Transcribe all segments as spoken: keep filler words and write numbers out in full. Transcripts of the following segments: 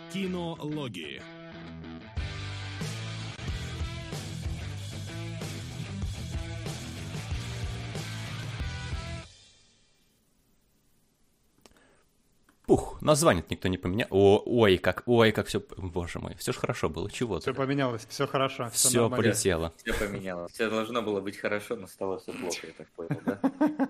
Кинологии. Пух, название никто не поменял. О, ой, как, ой, как все, боже мой, все же хорошо было, чего Все ты? поменялось, все хорошо, все, Все нормально. полетело. Все поменялось. Все должно было быть хорошо, но стало все плохо, я так понял, да?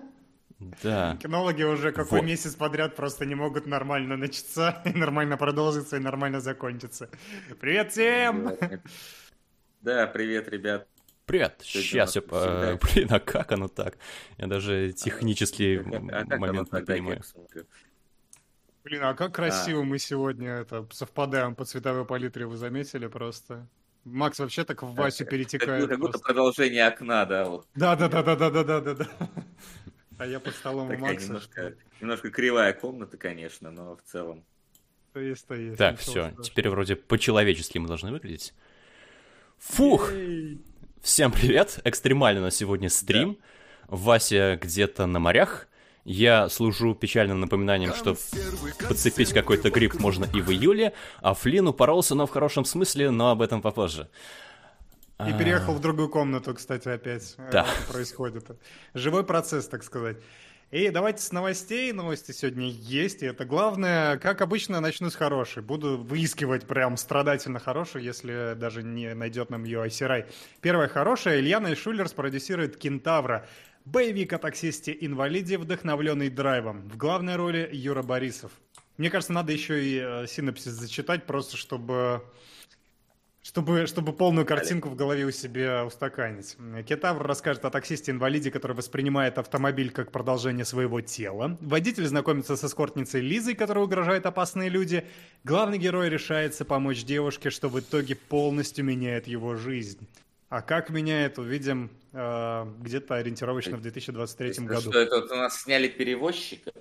Да. Кинологи уже какой Вот. месяц подряд просто не могут нормально начаться, и нормально продолжиться, и нормально закончиться. Привет всем! Да, привет, ребят. Привет, Сегодня сейчас я... у нас всегда- по- Блин, а как оно так? Я даже технический А как- а как оно момент не тогда, я понимаю. посмотрю. Блин, а как красиво мы сегодня это совпадаем по цветовой палитре, вы заметили просто? Макс вообще так в Васю Как, перетекает будто- как будто просто. продолжение окна, да, вот. Да-да-да-да-да-да-да-да. А я под столом у Такая Макса. немножко, немножко кривая комната, конечно, но в целом. Что есть, то есть. Так, ничего все, страшного. теперь вроде по-человечески мы должны выглядеть. Фух! Ей. Всем привет! Экстремально на сегодня стрим. Вася где-то на морях. Я служу печальным напоминанием, что подцепить какой-то грипп можно и в июле, а Флинн упоролся, но в хорошем смысле, но об этом попозже. И переехал в другую комнату, кстати, опять. Да. Это происходит. Живой процесс, так сказать. И давайте с новостей. Новости сегодня есть, и это главное. Как обычно, начну с хорошей. Буду выискивать прям страдательно хорошую, если даже не найдет нам ее Айсерай. Первая хорошая. Илья Найшулер спродюсирует «Кентавра». Боевик о таксисте-инвалиде, вдохновленный драйвом. В главной роли Юра Борисов. Мне кажется, надо еще и э, синопсис зачитать, просто чтобы... Чтобы, чтобы полную картинку в голове у себя устаканить. Кентавр расскажет о таксисте-инвалиде, который воспринимает автомобиль как продолжение своего тела. Водитель знакомится с эскортницей Лизой, которой угрожают опасные люди. Главный герой решается помочь девушке, что в итоге полностью меняет его жизнь. А как меняет, увидим э, где-то ориентировочно в две тысячи двадцать третьем То есть, году. Что это вот у нас сняли перевозчика?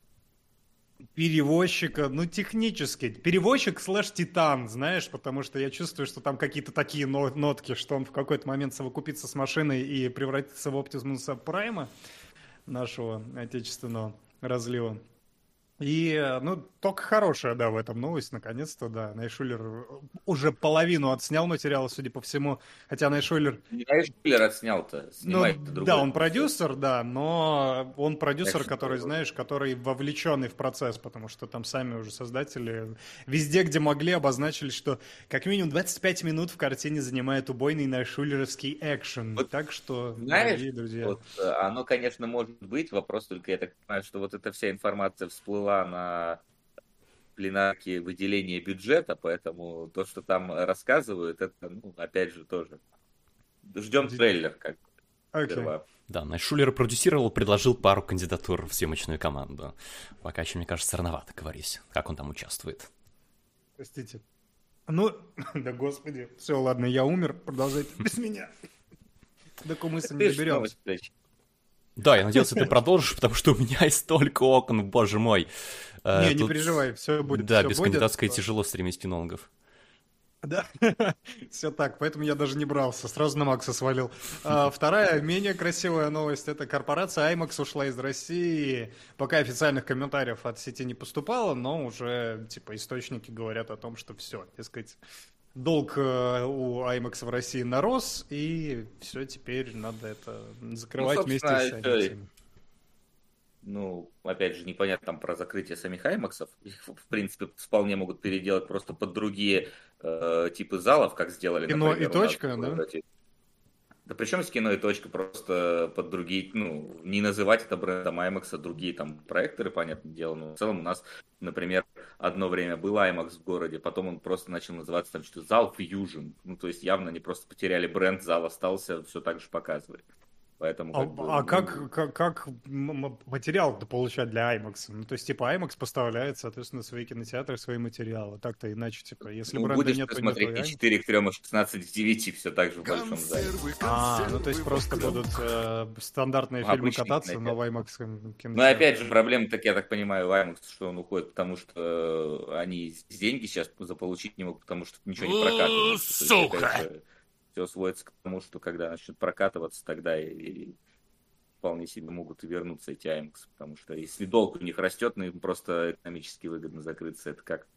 Перевозчика, ну, технически. Перевозчик слэш титан, знаешь, потому что я чувствую, что там какие-то такие но- нотки, что он в какой-то момент совокупится с машиной и превратится в Оптимуса Прайма, нашего отечественного разлива. И, ну, только хорошая, да, в этом новость, наконец-то, да. Найшулер уже половину отснял материала, судя по всему, хотя Найшулер... Не Найшулер отснял-то, Ну, снимает другой. да, он продюсер, да, но он продюсер, Конечно, который, тоже. знаешь, который вовлеченный в процесс, потому что там сами уже создатели везде, где могли, обозначили, что как минимум двадцать пять минут в картине занимает убойный найшулеровский экшен. Вот, так что, знаешь, дорогие друзья... Вот, э, оно, конечно, может быть, вопрос только, я так понимаю, что вот эта вся информация всплыла на пленарке выделения бюджета, поэтому то, что там рассказывают, это, ну, опять же, тоже. Ждем трейлер, как бы, Окей. сперва. Да, Найшулер продюсировал, предложил пару кандидатур в съемочную команду. Пока еще, мне кажется, рановато говорить, как он там участвует. Простите. Ну, да господи. Все, ладно, я умер, продолжайте без меня. До такой мысли не Ты ж доберемся. новость прячь. Да, я надеялся, ты продолжишь, потому что у меня есть столько окон, боже мой. Э, Не, не тут- переживай, все будет. Да, всё без будет. кандидатской тяжело стримить кинологов. Да, все так, поэтому я даже не брался, сразу на Макса свалил. А, вторая, менее красивая новость, это корпорация IMAX ушла из России. Пока официальных комментариев от сети не поступало, но уже, типа, источники говорят о том, что все, дескать, долг э, у IMAX в России нарос, и все, теперь надо это закрывать Ну, вместе собственно, с это- событиями. Ну, опять же, непонятно там про закрытие самих аймаксов. Их, в принципе, вполне могут переделать просто под другие э, типы залов, как сделали, Кино например, и у нас точка, в да? городе. Да причем с кино и точка, просто под другие, ну, не называть это брендом IMAX, а другие там проекторы, понятное дело. Но в целом у нас, например, одно время был IMAX в городе, потом он просто начал называться там что-то зал Fusion. Ну, то есть явно они просто потеряли бренд, зал остался, все так же показывает. Поэтому А, как бы, а ну, как, как, как м- м- материал получать для IMAX? Ну, то есть, типа, IMAX поставляет, соответственно, свои кинотеатры, свои материалы. Так-то иначе, типа, если ну, бренда будешь нет, ты то нет смотреть не IMAX. четыре к трем, а шестнадцать к девяти, все так же в большом зале. А, ну, то есть, просто будут э, стандартные фильмы Обычный кататься, но в кинотеатр. IMAX кинотеатре. Ну и опять же, проблема, так я так понимаю, в IMAX, что он уходит, потому что э, они деньги сейчас заполучить не могут, потому что ничего не прокатывается. Сука! Все сводится к тому, что когда начнет прокатываться, тогда и, и вполне себе могут и вернуться эти IMAX, потому что если долг у них растет, ну им просто экономически выгодно закрыться, это как?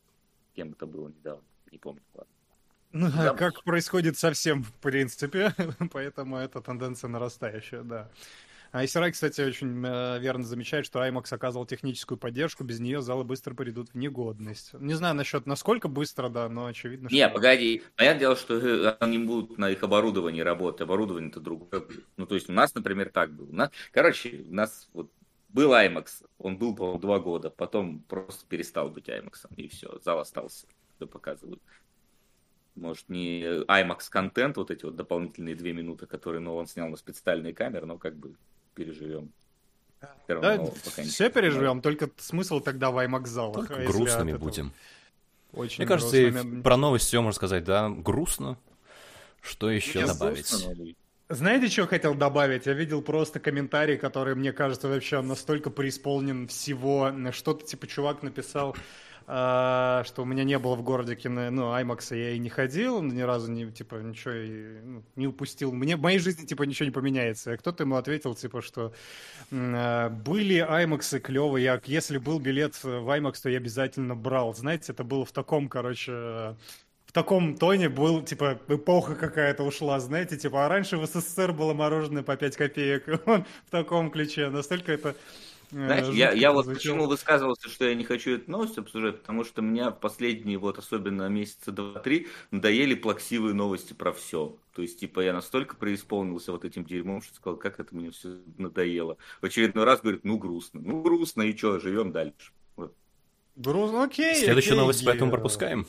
кем это было недавно, не помню, ладно. Ну, Да. как происходит совсем, в принципе, поэтому это тенденция нарастающая, да. А Исерай, кстати, очень э, верно замечает, что IMAX оказывал техническую поддержку, без нее залы быстро придут в негодность. Не знаю насчет насколько быстро, да, но очевидно, Не, что... погоди, понятное дело, что э, они будут на их оборудовании работать, оборудование-то другое. Ну, то есть у нас, например, так было. У нас, короче, у нас вот был IMAX, он был, по-моему, два года, потом просто перестал быть IMAX, и все, зал остался, что показывают. Может, не IMAX-контент, вот эти вот дополнительные две минуты, которые Нолан снял на специальные камеры, но как бы переживем. Да, все переживем, только смысл тогда в IMAX-залах. Только грустными будем. Очень Мне кажется, и про новость все можно сказать, да, грустно. Что еще Нет, добавить? Грустно, знаете, что хотел добавить? Я видел просто комментарий, который, мне кажется, вообще настолько преисполнен всего. Что-то типа чувак написал, э, что у меня не было в городе кино, ну, IMAX я и не ходил, ни разу не, типа, ничего и, ну, не упустил. Мне, в моей жизни, типа, ничего не поменяется. А кто-то ему ответил, типа, что э, были IMAX клевые, я, если был билет в IMAX, то я обязательно брал. Знаете, это было в таком, короче... В таком тоне был, типа, эпоха какая-то ушла, знаете, типа, а раньше в СССР было мороженое по пять копеек, он в таком ключе, настолько это... Знаешь, э, я, я вот почему высказывался, что я не хочу эту новость обсуждать, потому что меня в последние, вот особенно месяца два-три, надоели плаксивые новости про все. То есть, типа, я настолько преисполнился вот этим дерьмом, что сказал, как это мне все надоело. В очередной раз говорит, ну грустно, ну грустно, и что, живем дальше. Вот. Грустно, окей. Следующую окей, новость я... поэтому пропускаем.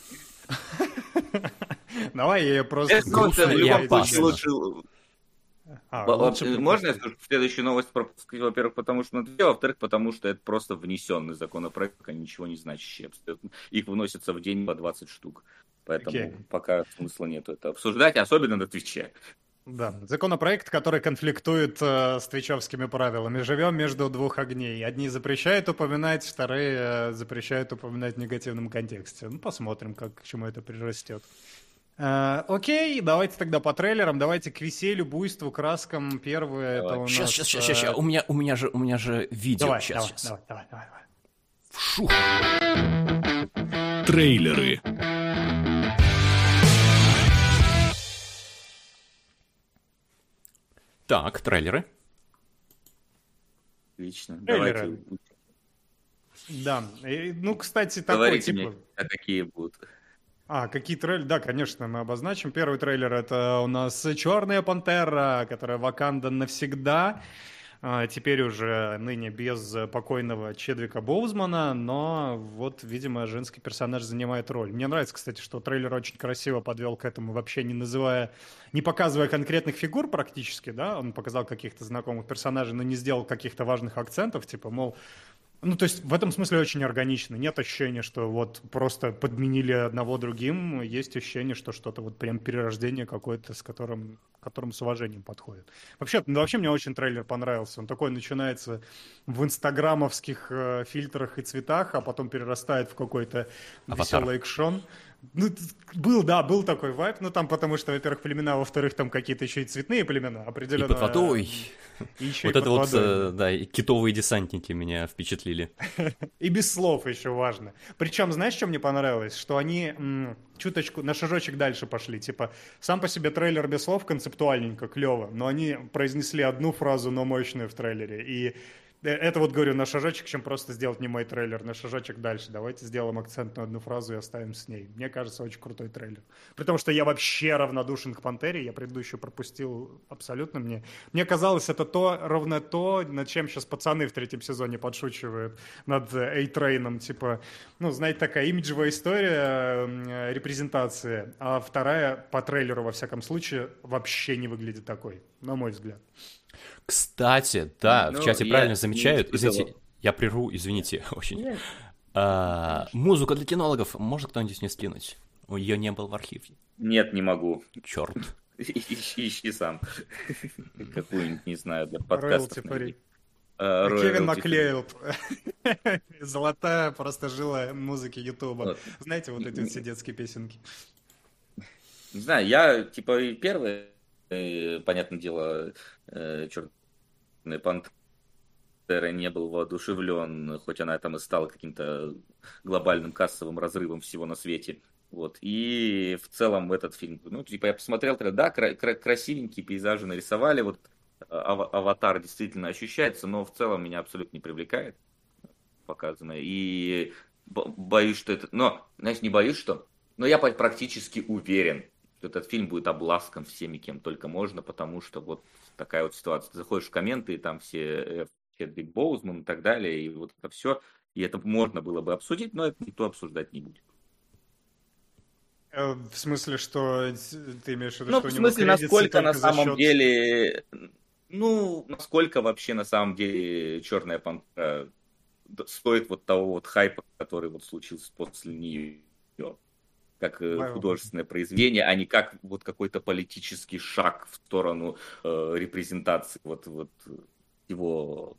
Давай, я ее просто... Грустно и опасно. А, можно я скажу следующую новость пропускать, во-первых, потому что, ну, во-вторых, потому что это просто внесенный законопроект, они ничего не значащие. Их выносится в день по двадцать штук. Поэтому okay. пока смысла нету это обсуждать, особенно на Твиче. Да, законопроект, который конфликтует э, с твичевскими правилами. Живем между двух огней. Одни запрещают упоминать, вторые э, запрещают упоминать в негативном контексте. Ну, посмотрим, как, к чему это прирастет. Э, окей, давайте тогда по трейлерам. Давайте к веселью, буйству, краскам. Первое это у сейчас, нас... Сейчас, сейчас, сейчас, сейчас. У меня, у меня же, у меня же видео. Давай, сейчас, давай, сейчас. давай, давай, давай, давай. Фух. Трейлеры. Так, трейлеры. Отлично. Трейлеры. Давайте. Да. И, ну, кстати, такой Говорите типа... мне, а какие будут. А, какие трейлеры? Да, конечно, мы обозначим. Первый трейлер — это у нас «Черная пантера», которая Ваканда навсегда. Теперь уже ныне без покойного Чедвика Боузмана, но вот, видимо, женский персонаж занимает роль. Мне нравится, кстати, что трейлер очень красиво подвел к этому, вообще не называя, не показывая конкретных фигур практически, да, он показал каких-то знакомых персонажей, но не сделал каких-то важных акцентов, типа, мол, ну, то есть в этом смысле очень органично. Нет ощущения, что вот просто подменили одного другим. Есть ощущение, что что-то вот прям перерождение какое-то, с которым, которым с уважением подходит. Вообще, ну, вообще мне очень трейлер понравился. Он такой начинается в инстаграмовских э, фильтрах и цветах, а потом перерастает в какой-то веселый экшон. Ну, был, да, был такой вайб, ну там потому что, во-первых, племена, во-вторых, там какие-то еще и цветные племена, определенно. И под водой. И еще вот и это под вот, водой. э, да, и китовые десантники меня впечатлили. И без слов еще важно. Причем, знаешь, что мне понравилось? Что они м, чуточку на шажочек дальше пошли. Типа, сам по себе трейлер без слов концептуальненько, клево, но они произнесли одну фразу, но мощную в трейлере. И это вот, говорю, на шажочек, чем просто сделать не мой трейлер, на шажочек дальше. Давайте сделаем акцент на одну фразу и оставим с ней. Мне кажется, очень крутой трейлер. При том, что я вообще равнодушен к Пантере, я предыдущую пропустил абсолютно. Мне, мне казалось, это то, ровно то, над чем сейчас пацаны в третьем сезоне подшучивают, над A-Train, типа, ну, знаете, такая имиджевая история, репрезентация, а вторая по трейлеру, во всяком случае, вообще не выглядит такой, на мой взгляд. Кстати, да, ну, в чате правильно замечают. Извините, я прерву, извините, очень. А, музыку для кинологов может кто-нибудь мне скинуть? Ее не было в архиве. Нет, не могу. Черт. Ищи, ищи сам. Какую-нибудь, не знаю, для подкастов. Кевин Маклейл. Золотая просто жила музыки Ютуба. Знаете, вот эти все детские песенки. Не знаю, я, типа, первый, понятное дело, Черная пантера Пантерой не был воодушевлен, хоть она там и стала каким-то глобальным кассовым разрывом всего на свете. Вот. И в целом этот фильм, ну, типа, я посмотрел, да, кра- кра- красивенькие пейзажи нарисовали, вот ав- аватар действительно ощущается, но в целом меня абсолютно не привлекает показанное. И бо- боюсь, что это... Но, знаешь, не боюсь, что... Но я практически уверен, что этот фильм будет обласкан всеми, кем только можно, потому что вот такая вот ситуация. Ты заходишь в комменты, и там все Хедвиг Боузман и так далее, и вот это все. И это можно было бы обсудить, но это никто обсуждать не будет. Э, В смысле, что ты имеешь в виду, Ну, что у в него смысле, кредитсы насколько на только за самом счет... деле... Ну, насколько вообще на самом деле Черная Пантера стоит вот того вот хайпа, который вот случился после нее, как э, художественное произведение, а не как вот какой-то политический шаг в сторону э, репрезентации вот, вот его...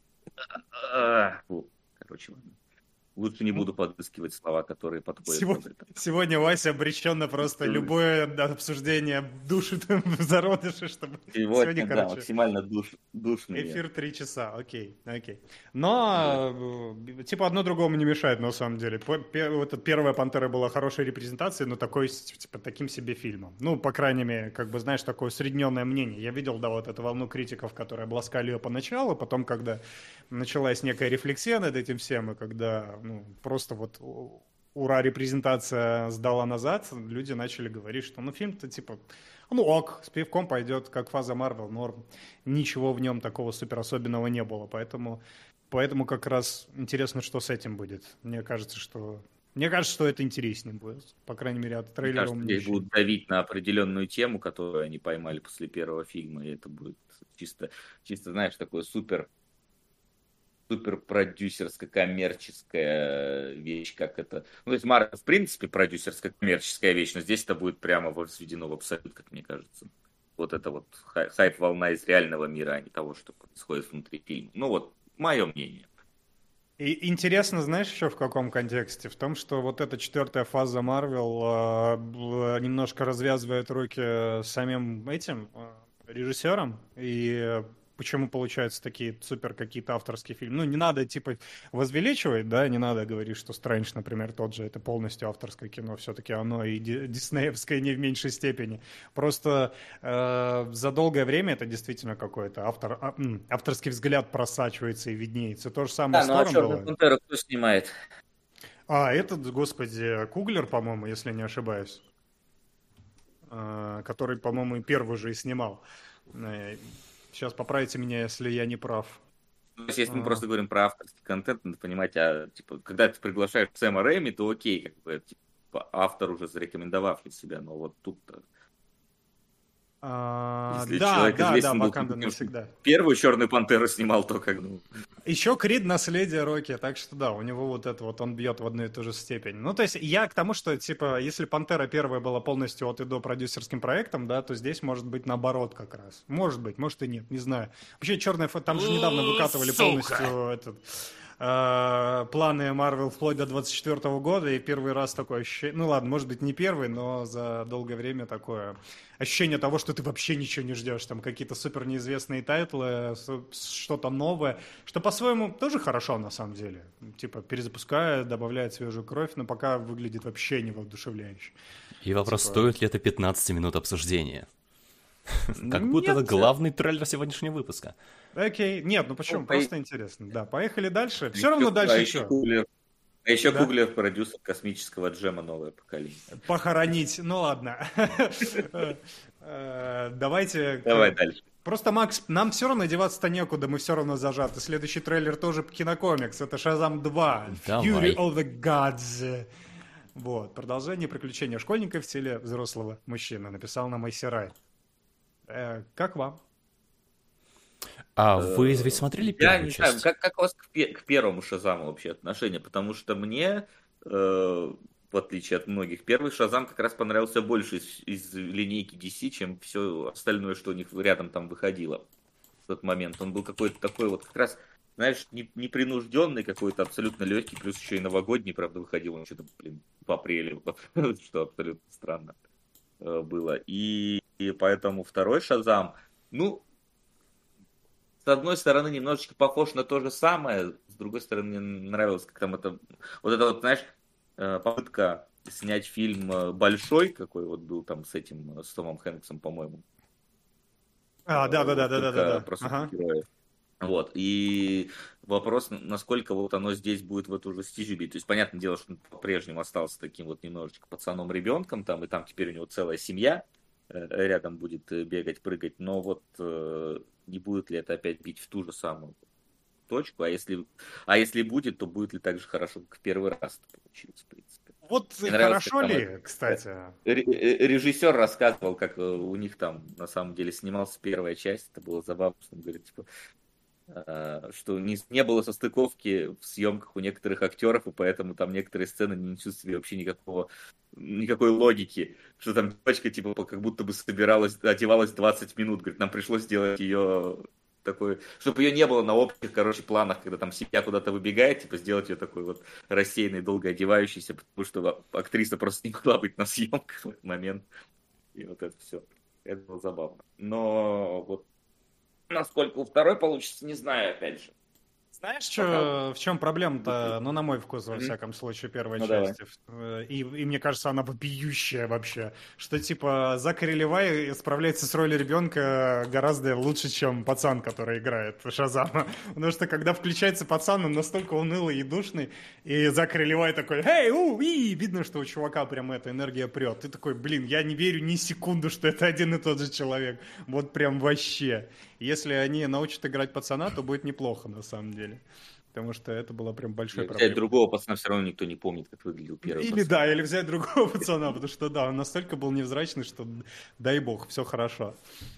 А, фу. Короче, ладно. Лучше не буду подыскивать слова, которые подходят Сегодня, под это. сегодня Вася обреченно просто любое да, обсуждение душит в зародыше, чтобы Сегодня, сегодня, да, короче, максимально душ, душный. эфир три часа, окей, окей. Но, э, типа, одно другому не мешает, на самом деле. По- пе- Вот эта первая «Пантера» была хорошей репрезентацией, но такой, с- типа, таким себе фильмом. Ну, по крайней мере, как бы, знаешь, такое усредненное мнение. Я видел, да, вот эту волну критиков, которые обласкали ее поначалу, потом, когда началась некая рефлексия над этим всем, и когда, ну, просто вот у- ура, репрезентация сдала назад, люди начали говорить, что, ну, фильм-то, типа, ну, ок, с пивком пойдет, как фаза Марвел, норм. Ничего в нем такого супер особенного не было, поэтому, поэтому как раз интересно, что с этим будет. Мне кажется, что мне кажется, что это интереснее будет. По крайней мере, от Мне трейлера кажется, мне здесь еще... будут давить на определенную тему, которую они поймали после первого фильма, и это будет чисто, чисто, знаешь, такое супер, супер продюсерско-коммерческая вещь, как это... Ну, то есть Марвел, в принципе, продюсерско-коммерческая вещь, но здесь это будет прямо возведено в абсолют, как мне кажется. Вот это вот хай- хайп-волна из реального мира, а не того, что происходит внутри фильма. Ну вот, мое мнение. И интересно, знаешь, еще в каком контексте? В том, что вот эта четвертая фаза Марвел э, б- немножко развязывает руки самим этим э, режиссером. И почему получаются такие супер какие-то авторские фильмы? Ну, не надо, типа, возвеличивать, да, не надо говорить, что Стрэндж, например, тот же, это полностью авторское кино. Все-таки оно и ди- диснеевское не в меньшей степени. Просто э, за долгое время это действительно какой-то автор, а, м, авторский взгляд просачивается и виднеется. То же самое Да, с ну а Тором Черную было. Пантеру кто снимает? А, этот, господи, Куглер, по-моему, если не ошибаюсь, э, который, по-моему, и первый же и снимал. Э, Сейчас поправите меня, если я не прав. То есть, если мы А, просто говорим про авторский контент, надо понимать, а, типа, когда ты приглашаешь Сэма Рэйми, то окей, как бы, типа, автор уже зарекомендовавший себя, но вот тут а, если да, человек да, да, известен был Ваканда тем, что навсегда. первую Черную Пантеру снимал, то как, ну, Еще Крид наследие Рокки, так что да, у него вот это вот, он бьет в одну и ту же степень. Ну, то есть я к тому, что, типа, если Пантера первая была полностью от и до продюсерским проектом, да, то здесь может быть наоборот как раз. Может быть, может и нет, не знаю. Вообще, черная фо- там же недавно выкатывали Сука! полностью этот э, планы Marvel вплоть до двадцать четвёртого года, и первый раз такое ощущение, ну ладно, может быть не первый, но за долгое время такое ощущение того, что ты вообще ничего не ждешь, там какие-то супер неизвестные тайтлы, что-то новое, что по-своему тоже хорошо на самом деле, типа перезапускает, добавляет свежую кровь, но пока выглядит вообще не воодушевляюще. И вопрос, Типа... стоит ли это пятнадцать минут обсуждения? Как будто это Нет. главный трейлер сегодняшнего выпуска. Окей, нет, ну почему, ну, просто по- интересно. Да, поехали дальше. а Все еще, равно а дальше еще что? Куглер, а еще Да? Куглер продюсер космического джема новое поколение. Похоронить, ну ладно. Э, Давайте... Давай к- дальше. Просто, Макс, нам все равно деваться-то некуда, мы все равно зажаты. Следующий трейлер тоже кинокомикс, это «Шазам два», Fury Давай. of the Gods. Вот, продолжение приключения школьника в теле взрослого мужчины, написал нам Айсерай. Э, Как вам? А вы ведь смотрели Я первую не знаю, часть? как, как у вас к, пе- к первому Шазаму вообще отношение? Потому что мне, э, в отличие от многих, первый Шазам как раз понравился больше из, из линейки ди си, чем все остальное, что у них рядом там выходило в тот момент. Он был какой-то такой вот как раз, знаешь, не- непринужденный какой-то, абсолютно легкий, плюс еще и новогодний, правда, выходил он что-то, блин, в апреле, что абсолютно странно э, было. И, и поэтому второй Шазам, ну, с одной стороны, немножечко похож на то же самое, с другой стороны, мне нравилось, как там это... Вот это вот, знаешь, попытка снять фильм «Большой», какой вот был там с этим, с Томом Хэнксом, по-моему. А, да-да-да-да-да-да. Про супергероев. Вот, и вопрос, насколько вот оно здесь будет в эту же стезю бить. То есть, понятное дело, что он по-прежнему остался таким вот немножечко пацаном-ребенком, там, и там теперь у него целая семья рядом будет бегать, прыгать, но вот э, не будет ли это опять бить в ту же самую точку, а если, а если будет, то будет ли так же хорошо, как в первый раз это получилось, в принципе. Вот мне хорошо ли, это, кстати? Режиссер рассказывал, как у них там на самом деле снималась первая часть, это было забавно, что он говорит, типа, что не, не было состыковки в съемках у некоторых актеров, и поэтому там некоторые сцены не несут в себе вообще никакого, никакой логики, что там девочка типа как будто бы собиралась, одевалась двадцать минут, говорит, нам пришлось сделать ее такой, чтобы ее не было на общих, короче, планах, когда там семья куда-то выбегает, типа сделать ее такой вот рассеянной, долго одевающейся, потому что актриса просто не могла быть на съемках в этот момент, и вот это все, это было забавно, но вот насколько у второй получится, не знаю, опять же. Знаешь, что, в чем проблема-то, ну, на мой вкус, во всяком случае, первой ну, части. И, и мне кажется, она вопиющая вообще. Что, типа, Закари Левай справляется с ролью ребенка гораздо лучше, чем пацан, который играет Шазама. Потому что, когда включается пацан, он настолько унылый и душный, и Закари Левай такой, «Эй, у, и!» Видно, что у чувака прям эта энергия прет. Ты такой, блин, я не верю ни секунду, что это один и тот же человек. Вот прям вообще. Если они научат играть пацана, то будет неплохо, на самом деле. Потому что это была прям большая проблема. Взять другого пацана все равно никто не помнит, как выглядел первый Или пацан. да, или взять другого пацана, потому что да, он настолько был невзрачный, что дай бог, все хорошо.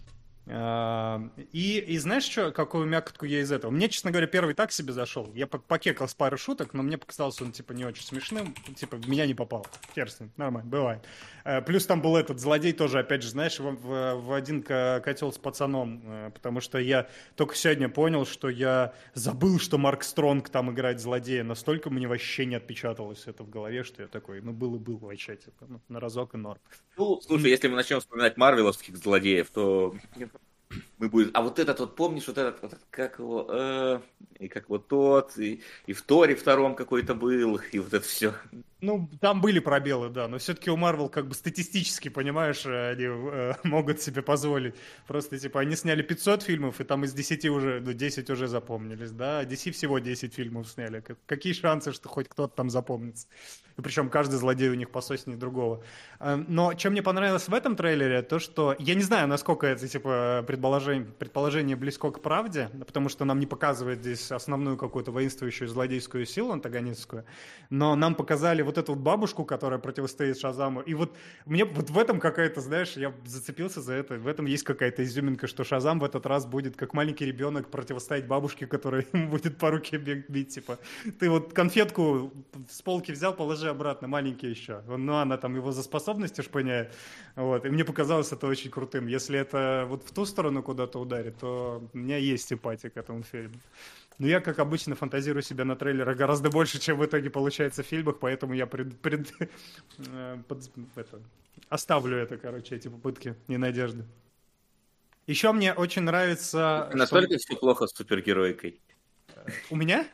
И, и знаешь, что, какую мякотку я из этого? Мне, честно говоря, первый так себе зашел. Я покекал с пару шуток, но мне показалось, он типа не очень смешным. Типа в меня не попал. Хер с ним, нормально, бывает. Плюс там был этот злодей тоже, опять же, знаешь, в, в, в один котел с пацаном. Потому что я только сегодня понял, что я забыл, что Марк Стронг там играет злодея. Настолько мне вообще не отпечаталось это в голове, что я такой, ну был и был вообще, типа, ну, на разок и норм. Ну, слушай, если мы начнем вспоминать марвеловских злодеев, то мы будем... А вот этот вот, помнишь, вот этот, вот, как его, э, и как вот тот, и, и в Торе втором какой-то был, и вот это все. Ну, там были пробелы, да, но все-таки у Marvel как бы статистически, понимаешь, они э, могут себе позволить. Просто, типа, они сняли пятьсот фильмов, и там из десяти уже, ну, десять уже запомнились, да, ди си всего десять фильмов сняли. Какие шансы, что хоть кто-то там запомнится? И причем каждый злодей у них пососнее другого. Но что мне понравилось в этом трейлере, то, что, я не знаю, насколько это, типа, предположение, предположение близко к правде, потому что нам не показывает здесь основную какую-то воинствующую злодейскую силу антагонистскую, но нам показали вот эту вот бабушку, которая противостоит Шазаму, и вот мне вот в этом какая-то, знаешь, я зацепился за это, в этом есть какая-то изюминка, что Шазам в этот раз будет как маленький ребенок противостоять бабушке, которая ему будет по руке бить, типа, ты вот конфетку с полки взял, положи обратно, маленький еще, ну она там его за способности шпыняет, вот, и мне показалось это очень крутым, если это вот в ту сторону куда-то ударит, то у меня есть симпатия к этому фильму. Но я, как обычно, фантазирую себя на трейлерах гораздо больше, чем в итоге получается в фильмах, поэтому я пред, пред, под, это, оставлю это, короче, эти попытки и надежды. Еще мне очень нравится... Настолько что... все плохо с супергероикой. У меня?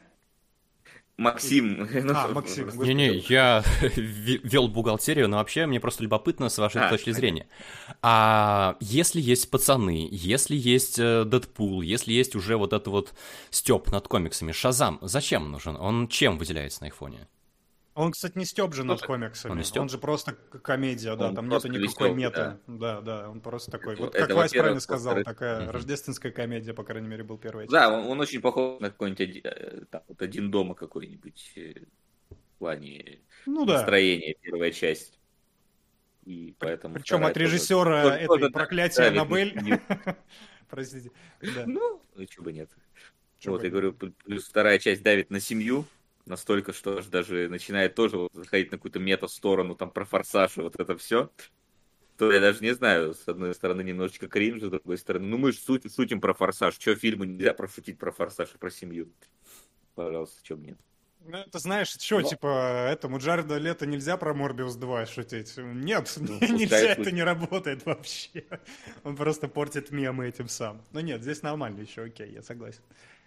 Максим. А, Максим. Не-не, я вел бухгалтерию, но вообще мне просто любопытно с вашей а, точки зрения. А если есть пацаны, если есть Дэдпул, если есть уже вот это вот стёб над комиксами, Шазам зачем нужен? Он чем выделяется на их фоне? Он, кстати, не стёб же над комиксами, он, он же просто комедия, да, он там нету никакой меты. Да. да, да, он просто такой, вот это, как Вась правильно сказал, во-вторых... такая mm-hmm. рождественская комедия, по крайней мере, был первый. Да, он, он очень похож на какой-нибудь один, там, вот один дома какой-нибудь в плане ну, настроения, да. Первая часть. И поэтому причем от режиссера тоже, этой тоже, «Проклятие да, Аннабель». Простите. Ну, чего бы нет. Вот, я говорю, плюс вторая часть давит на семью. Настолько, что аж даже начинает тоже вот заходить на какую-то мета-сторону, там, про форсаж и вот это все. То я даже не знаю, с одной стороны, немножечко кринж, с другой стороны, ну мы же шутим, шутим про форсаж. Че фильму нельзя прошутить про форсаж и про семью? Пожалуйста, че мне? Ну, это знаешь, что, Но, типа, этому Джареду Лето нельзя про Морбиус два шутить? Нет, ну, пускай нельзя, это шутит. не работает вообще. Он просто портит мемы этим сам. Но нет, здесь нормально еще, окей, я согласен.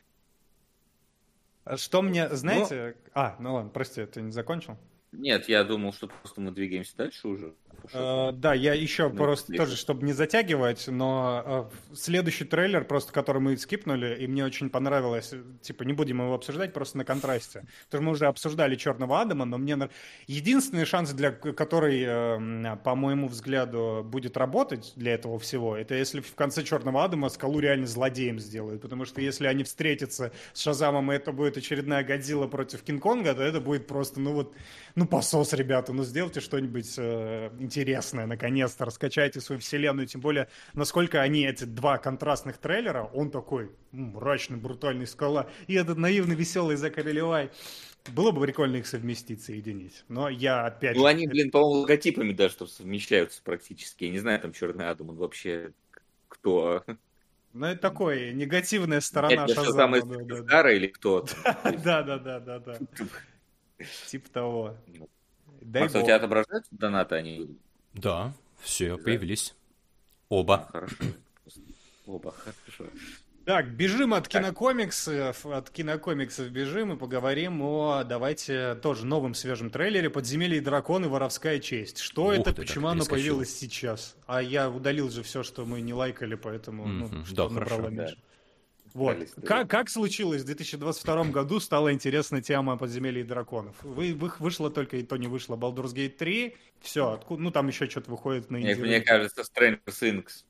А что мне, Ну, знаете... А, ну ладно, прости, ты не закончил? нет, я думал, что просто мы двигаемся дальше уже по Э, шагам. Да, я еще Ну, просто тоже, если- чтобы не затягивать, но э, следующий трейлер, просто который мы скипнули, и мне очень понравилось, э, типа, не будем его обсуждать, просто на контрасте. Потому что мы уже обсуждали Черного Адама, но мне нрав- единственный шанс, для к- который, э, м, по моему взгляду, будет работать для этого всего, это если в конце Черного Адама Скалу реально злодеем сделают. Потому что если они встретятся с Шазамом, и это будет очередная Годзилла против Кинг-Конга, то это будет просто, ну вот, ну посос, ребята, ну сделайте что-нибудь э, интересное, наконец-то, раскачайте свою вселенную, тем более, насколько они, эти два контрастных трейлера, он такой м, мрачный, брутальный Скала, и этот наивный, веселый Закари Левай. Было бы прикольно их совместить, соединить. Но я, опять Ну, же, они, блин, по-моему, логотипами даже что совмещаются практически. Я не знаю, там Черный Адам, он вообще кто? ну это такое, негативная сторона Это что там из Шазама, да-да-да. Стара или кто там? То есть, Да-да-да-да-да, типа того. ну, Дай Макс, а у тебя бог. отображаются донаты? Они... Да, все, Да? появились. А, Оба. хорошо. Оба, хорошо. Так, бежим от Так, кинокомиксов, от кинокомиксов бежим и поговорим о, давайте, тоже новом свежем трейлере «Подземелье и драконы. Воровская честь». Что Ух это, ты, почему как оно перескочил. появилось сейчас? А я удалил же все, что мы не лайкали, поэтому, ну, Мгм, что да, набрало хорошо. да, меньше. Вот. Как, как случилось в две тысячи двадцать втором году стала интересна тема «Подземелья и драконов»? Вы, вы, вышло только, и то не вышло, Baldur's Gate три, все, откуда, ну, там еще что-то выходит на Мне, инди мне рынке. кажется, Stranger Things.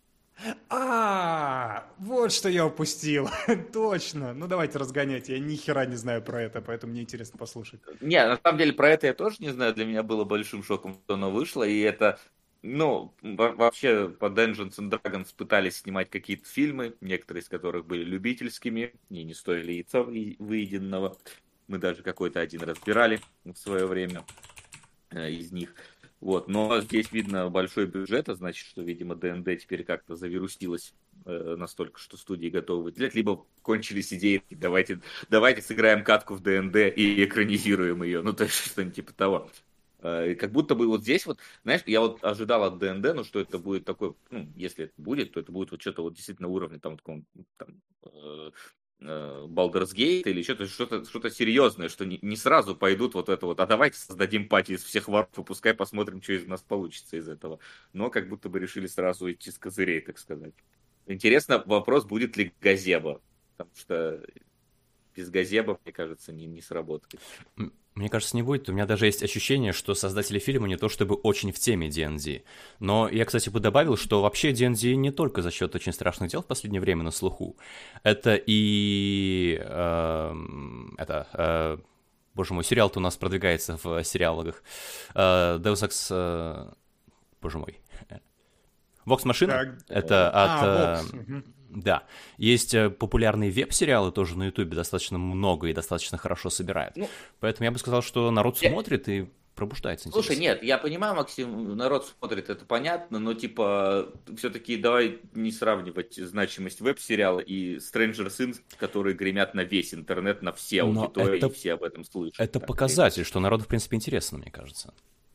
А, вот что я упустил. Точно. Ну давайте разгонять. Я ни хера не знаю про это, поэтому мне интересно послушать. Не, на самом деле про это я тоже не знаю. Для меня было большим шоком, что оно вышло. И это, ну, во- вообще по Dungeons and Dragons пытались снимать какие-то фильмы, некоторые из которых были любительскими и не стоили яйца вы- выеденного. Мы даже какой-то один разбирали в свое время э, из них. Вот. Но здесь видно большой бюджет, а значит, что, видимо, Д Н Д теперь как-то завирусилось э, настолько, что студии готовы выделять, либо кончились идеи, давайте, давайте сыграем катку в Д Н Д и экранизируем ее, ну, то есть что-нибудь типа того. Э, Как будто бы вот здесь вот, знаешь, я вот ожидал от Д Н Д, ну, что это будет такой, ну, если это будет, то это будет вот что-то вот действительно уровня там, таком, там э, э, Baldur's Gate или что-то что-то что-то серьезное, что не, не сразу пойдут вот это вот, а давайте создадим пати из всех воров, и пускай посмотрим, что из нас получится из этого. Но как будто бы решили сразу идти с козырей, так сказать. Интересно, вопрос, будет ли газеба, потому что без газеба, мне кажется, не, не сработает. М, Мне кажется, не будет. У меня даже есть ощущение, что создатели фильма не то чтобы очень в теме ди энд ди. Но я, кстати, бы добавил, что вообще ди энд ди не только за счет очень страшных дел в последнее время на слуху. Это и... эм, это... э, боже мой, сериал-то у нас продвигается в сериалогах. Э, Deus Ex... э, боже мой. Vox Machina. Так. Это от... А, э, Вокс. Мгм. да. Есть э, популярные веб-сериалы тоже на Ютубе, достаточно много и достаточно хорошо собирают. Ну, Поэтому я бы сказал, что народ я- смотрит и пробуждается интерес. Слушай, нет, я понимаю, Максим, народ смотрит, это понятно, но типа все-таки давай не сравнивать значимость веб-сериала и Stranger Things, которые гремят на весь интернет, на все Но аудитории, это- и все об этом слышат. Это Так, показатель, что народу, в принципе, интересно, мне кажется.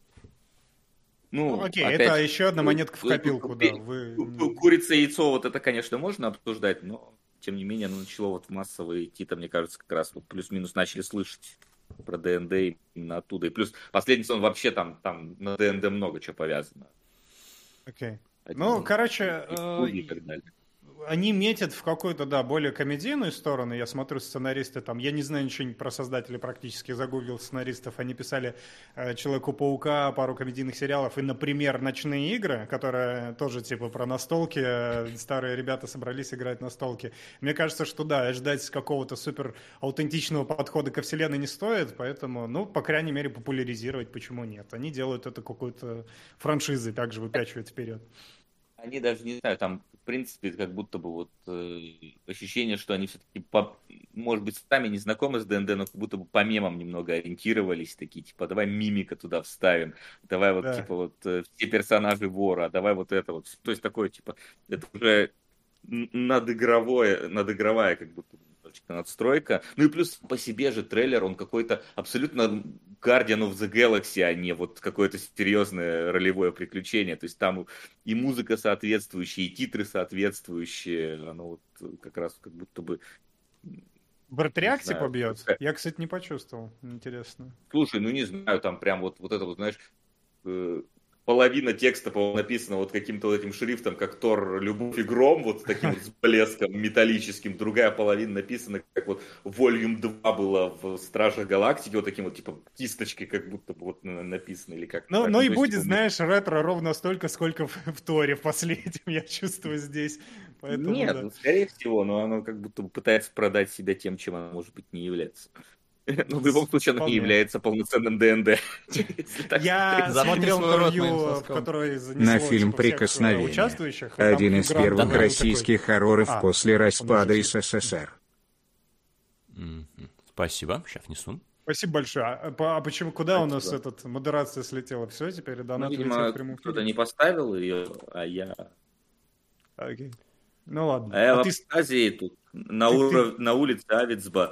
Ну, Ну, окей, опять это же, еще одна монетка в ку- копилку, ку- да. Вы... ку- ку- курица и яйцо, вот это, конечно, можно обсуждать, но тем не менее оно начало вот массово идти, там, мне кажется, как раз вот плюс-минус начали слышать про Д Н Д именно оттуда. И плюс последний сезон вообще там, там на Д Н Д много чего повязано. Окей. Один Ну, из- короче, и э, Фузи и так далее. они метят в какую-то, да, более комедийную сторону. Я смотрю, сценаристы там, я не знаю ничего про создателей практически, загуглил сценаристов. Они писали э, Человеку-паука, пару комедийных сериалов и, например, Ночные игры, которые тоже типа про настолки. э, Старые ребята собрались играть настолки. Мне кажется, что да, ждать какого-то супер аутентичного подхода ко вселенной не стоит, поэтому, ну, по крайней мере, популяризировать почему нет. Они делают это какой-то франшизой, также выпячивают вперед. Они даже, не знаю, там, в принципе, как будто бы вот э, ощущение, что они все-таки, по, может быть, сами не знакомы с Д Н Д, но как будто бы по мемам немного ориентировались, такие, типа, давай мимика туда вставим, давай вот, Да. типа, вот э, все персонажи вора, давай вот это вот. То есть такое, типа, это уже н- надыгровое, надыгровая как будто бы немножечко надстройка. Ну и плюс по себе же трейлер, он какой-то абсолютно Guardian of the Galaxy, а не вот какое-то серьезное ролевое приключение. То есть там и музыка соответствующая, и титры соответствующие. Оно вот как раз как будто бы... Братряк типа бьет? Я, кстати, не почувствовал. Интересно. Слушай, ну не знаю, там прям вот, вот это вот, знаешь, половина текста, по-моему, написана вот каким-то вот этим шрифтом, как Тор, Любовь и Гром, вот таким вот с блеском металлическим. Другая половина написана, как вот Volume два было в Стражах Галактики, вот таким вот, типа, кисточкой, как будто бы вот написано, или как. Ну, так. ну ну и есть, будет, типа, знаешь, ретро ровно столько, сколько в, в Торе в последнем, я чувствую здесь. Поэтому, Нет, да. ну, скорее всего, но оно как будто бы пытается продать себя тем, чем оно, может быть, не является. Но в любом случае оно не является полноценным ДНД. Я смотрел интервью, в которой занесло на фильм типа, всех «Прикосновение». участвующих. Один из Грант первых такой. российских хорроров А, после распада он СССР. Мгм. Спасибо, сейчас внесу. Спасибо большое. А, по- а почему, куда у нас Спасибо. этот модерация слетела? Все, теперь Ну, донат улетел видимо, в прямом кто-то эфире? не поставил ее, а я... Окей. Ну ладно. А я А в ты, Абхазии тут, на, ты- уров- на улице Авицба.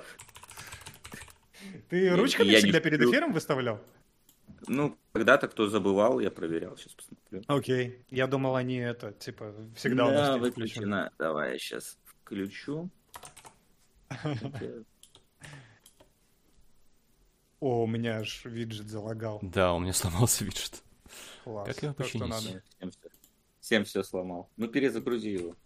ты я- ручками я не всегда перед шучу. эфиром выставлял? Ну, когда-то кто забывал, я проверял, сейчас посмотрю. Окей. Я думал, они это, типа, всегда у Да, нас не включены. выключена. Давай я сейчас включу. О, у меня аж виджет залагал. Да, у меня сломался виджет. Класс. Как его То, что починить? надо. Всем все, всем все сломал. Ну, перезагрузи его.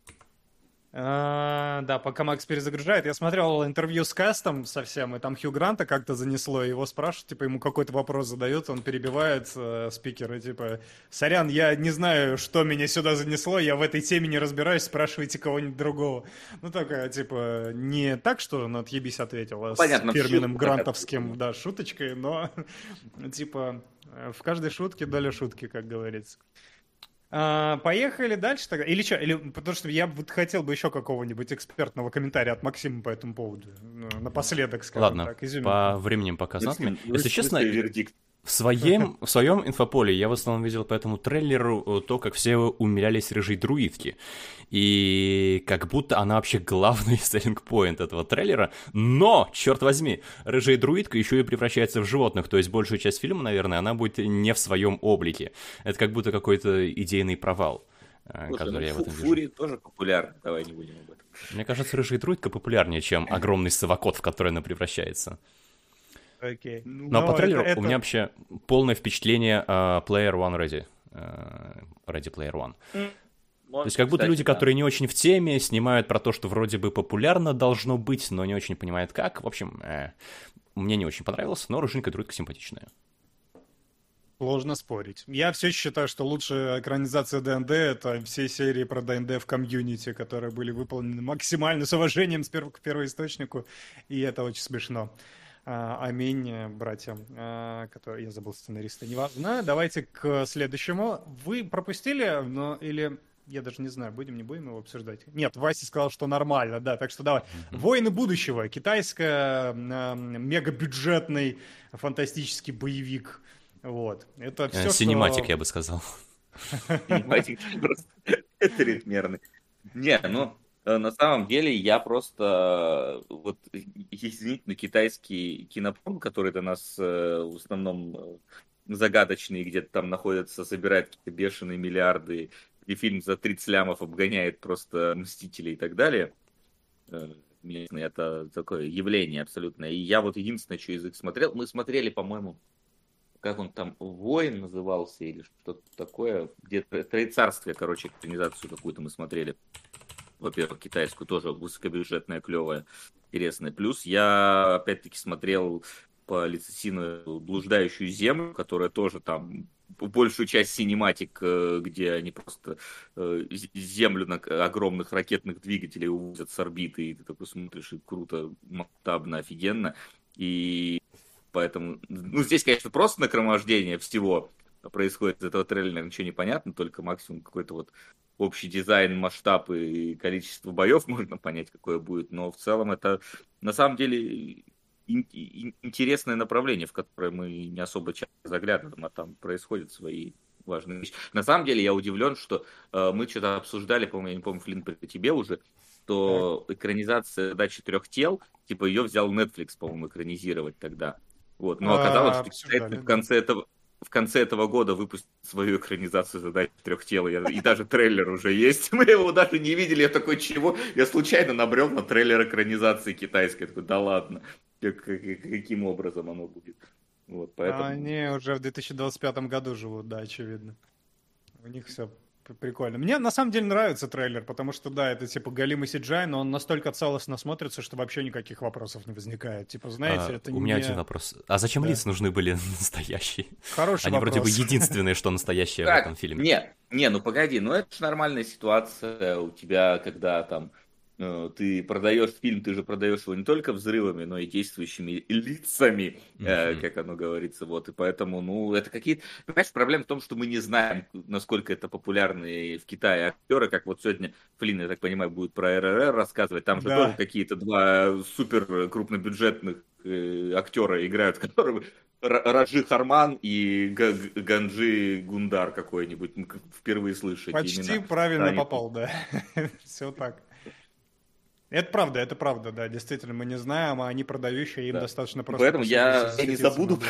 А, да, пока Макс перезагружает, я смотрел интервью с Кастом совсем, и там Хью Гранта как-то занесло, его спрашивают, типа, ему какой-то вопрос задают, он перебивает э, спикера, типа, сорян, я не знаю, что меня сюда занесло, я в этой теме не разбираюсь, спрашивайте кого-нибудь другого. Ну, такая, типа, не так, что он отъебись ответил, а Понятно, с фирменным шутка грантовским, такая. да, шуточкой, но, типа, в каждой шутке доля шутки, как говорится. А, поехали дальше тогда. Или что? Или потому что я вот хотел бы еще какого-нибудь экспертного комментария от Максима по этому поводу. Ну, напоследок, скажем Ладно, так. Изюминку. по временем пока знатными. Ну, Если в честно, смысле, вердикт. в своем, в своем инфополе я в основном видел по этому трейлеру то, как все умилялись рыжей друидки. И как будто она вообще главный selling point этого трейлера. Но, черт возьми, рыжая друидка еще и превращается в животных. То есть большую часть фильма, наверное, она будет не в своем облике. Это как будто какой-то идейный провал, Слушай, который ну, я в Фу- этом вижу. Фури тоже популярна. Давай не будем об этом. Мне кажется, рыжая друидка популярнее, чем огромный совокот, в который она превращается. Окей. Ну, Но а по трейлеру это- у меня вообще полное впечатление uh, Player One Ready. Uh, Ready Player One. То есть как будто люди, которые не очень в теме, снимают про то, что вроде бы популярно должно быть, но не очень понимают как. В общем, э, мне не очень понравилось, но рыженькая друидка симпатичная. Сложно спорить. Я все еще считаю, что лучшая экранизация ДНД — это все серии про ДНД в комьюнити, которые были выполнены максимально с уважением с перв- к первоисточнику, и это очень смешно. А, аминь, э, братья, а, которые... Я забыл сценариста, неважно. Давайте к следующему. Вы пропустили, но или... Я даже не знаю, будем, не будем его обсуждать. Нет, Вася сказал, что нормально, да, так что давай. «Воины будущего», китайская, э, мегабюджетный фантастический боевик. Вот. Это все, Э, Синематик, что... я бы сказал. Понимаете, просто это ритмерный. Не, ну, э, на самом деле я просто, э, вот, извините, но китайский кинопром, который до нас э, в основном э, загадочный, где-то там находится, собирает какие-то бешеные миллиарды, и фильм за тридцать лямов обгоняет просто Мстителей и так далее. Э, местный, это такое явление абсолютное. И я вот единственное, что из их смотрел, мы смотрели, по-моему, как он там, «Воин» назывался или что-то такое, где «Троецарствие», короче, экранизацию какую-то мы смотрели. Во-первых, китайскую, тоже высокобюджетная, клевая, интересная. Плюс я, опять-таки, смотрел по лицензийную «Блуждающую землю», которая тоже там большую часть синематик, где они просто землю на огромных ракетных двигателей увозят с орбиты, и ты такой смотришь, и круто, масштабно, офигенно. И поэтому, ну, здесь, конечно, просто нагромождение всего происходит. Из этого трейлера ничего не понятно, только максимум какой-то вот общий дизайн, масштаб и количество боев можно понять, какое будет. Но в целом это, на самом деле, ин- ин- интересное направление, в которое мы не особо часто заглядываем, а там происходят свои важные вещи. На самом деле, я удивлен, что э, мы что-то обсуждали, по-моему, я не помню, Флинн, при тебе уже, что экранизация «Задачи трех тел», типа ее взял Netflix, по-моему, экранизировать тогда. Вот. Но оказалось, А, что Китай в конце этого в конце этого года выпустит свою экранизацию «Задачи трех тел», и, и даже трейлер уже есть. Мы его даже не видели. Я такой, чего? Я случайно набрел на трейлер экранизации китайской. Я такой, да ладно. Каким образом оно будет? Вот, поэтому... Они уже в две тысячи двадцать пятом году живут, да, очевидно. У них все прикольно. Мне на самом деле нравится трейлер, потому что, да, это типа галимый си джи ай, но он настолько целостно смотрится, что вообще никаких вопросов не возникает. Типа, знаете, а, это у не... меня один вопрос. А зачем да. лица нужны были настоящие? Хороший Они вопрос. вроде бы единственные, что настоящее как? в этом фильме. Не, не, ну погоди, ну это же нормальная ситуация у тебя, когда там ты продаешь фильм, ты же продаешь его не только взрывами, но и действующими лицами, mm-hmm. как оно говорится, вот, и поэтому, ну, это какие-то... Понимаешь, проблема в том, что мы не знаем, насколько это популярные в Китае актеры, как вот сегодня Флинн, я так понимаю, будет про эр эр эр рассказывать, там же да. тоже какие-то два супер крупнобюджетных э, актера играют, которые... Раджи Харман и Г- Ганджи Гундар какой-нибудь, впервые слышать Почти имена. правильно да, попал, да, все так. Это правда, это правда, да, действительно, мы не знаем, а они продающие, им да. достаточно просто... Поэтому я не забуду.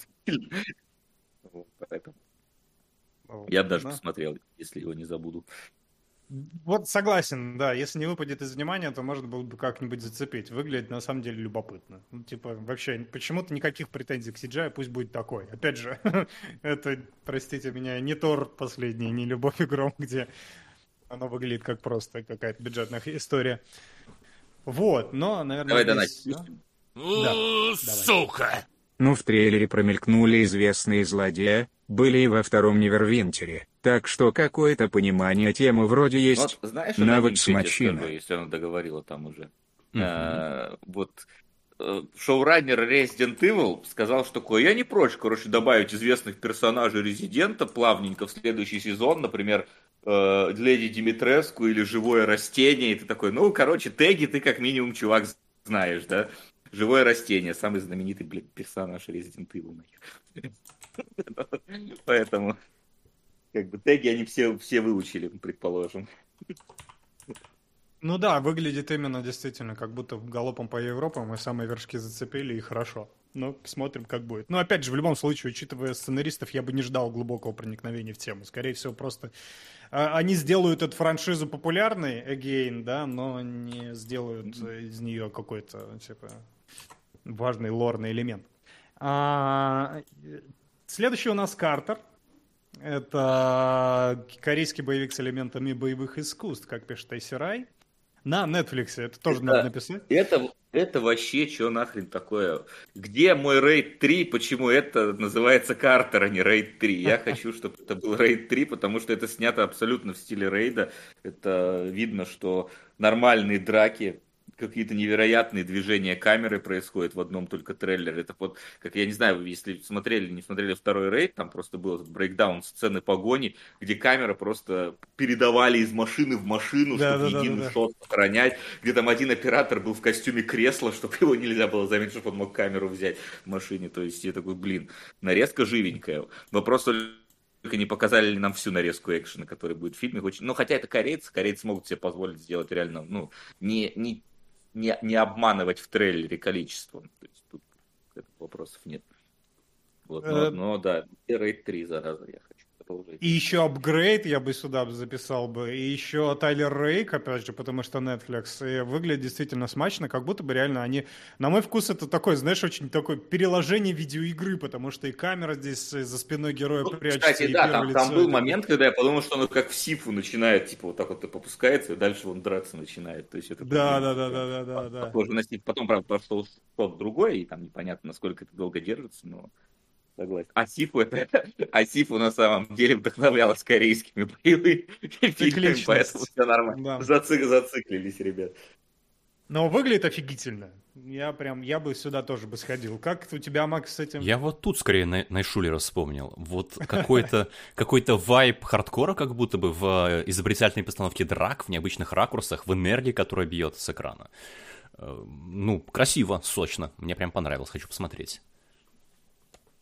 Поэтому я бы даже посмотрел, если его не забуду. Вот согласен, да, если не выпадет из внимания, то можно было бы как-нибудь зацепить. Выглядит на самом деле любопытно. Ну, типа, вообще, почему-то никаких претензий к си джи ай, пусть будет такой. Опять же, это, простите меня, не Тор последний, не Любовь и Гром, где оно выглядит как просто какая-то бюджетная история. Вот, но, наверное... Давай, здесь... Донать. Да, сука! Ну, в трейлере промелькнули известные злодеи, были и во втором Невервинтере, так что какое-то понимание темы вроде есть. Вот, знаешь, навык с мочиной. Если она договорила там уже. Mm-hmm. А, вот шоураннер Resident Evil сказал, что такое, я не прочь, короче, добавить известных персонажей Резидента плавненько в следующий сезон, например, э, Леди Димитреску или Живое растение, и ты такой, ну, короче, теги ты как минимум, чувак, знаешь, да? Живое растение, самый знаменитый, блядь, персонаж Resident Evil. Поэтому, как бы, теги они все, все выучили, предположим. Ну да, выглядит именно действительно, как будто галопом по Европам мы самые вершки зацепили, и хорошо. Ну, посмотрим, как будет. Но опять же, в любом случае, учитывая сценаристов, я бы не ждал глубокого проникновения в тему. Скорее всего, просто а, они сделают эту франшизу популярной, again, да, но не сделают из нее какой-то, типа, важный лорный элемент. А, следующий у нас Картер. Это корейский боевик с элементами боевых искусств, как пишет Айсерай. На Netflix, это тоже это, надо написать. Это, это вообще что нахрен такое? Где мой рейд три? Почему это называется Картер, а не рейд три? Я хочу, чтобы это был рейд три, потому что это снято абсолютно в стиле рейда. Это видно, что нормальные драки, какие-то невероятные движения камеры происходят в одном только трейлере. Это вот, как я не знаю, если смотрели, не смотрели второй рейд, там просто был этот брейкдаун сцены погони, где камера просто передавали из машины в машину, да, чтобы да, единый да, да, шот сохранять, где там один оператор был в костюме кресла, чтобы его нельзя было заметить, чтобы он мог камеру взять в машине. То есть я такой, блин, нарезка живенькая. Вопрос только не показали ли нам всю нарезку экшена, который будет в фильме. Очень... Ну, хотя это корейцы, корейцы могут себе позволить сделать реально, ну, не... не Не, не обманывать в трейлере количеством. То есть тут вопросов нет. Вот, но, но да, рейд три, зараза, я хочу продолжить. И еще апгрейд я бы сюда записал бы. И еще Тайлер Рейк, опять же, потому что Netflix. И выглядит действительно смачно, как будто бы реально они... На мой вкус это такое, знаешь, очень такое переложение видеоигры, потому что и камера здесь за спиной героя ну, прячется. Кстати, да, там, там был момент, когда я подумал, что оно как в Сифу начинает, типа, вот так вот попускается, и дальше он драться начинает. То есть это да, да, да, да, да, да, да. Похоже на Сиф. Потом, правда, пошел что-то другое, и там непонятно, насколько это долго держится, но... Согласен. А Сифу это, а Сифу на самом деле вдохновлялась корейскими боевыми фильмами, поэтому все нормально. Да. Зацик, зациклились, ребят. Но выглядит офигительно. Я прям, я бы сюда тоже бы сходил. Как у тебя, Макс, с этим? Я вот тут скорее Найшулера вспомнил. Вот какой-то какой-то вайб хардкора, как будто бы в изобретательной постановке драк, в необычных ракурсах, в энергии, которая бьет с экрана. Ну, красиво, сочно. Мне прям понравилось, хочу посмотреть.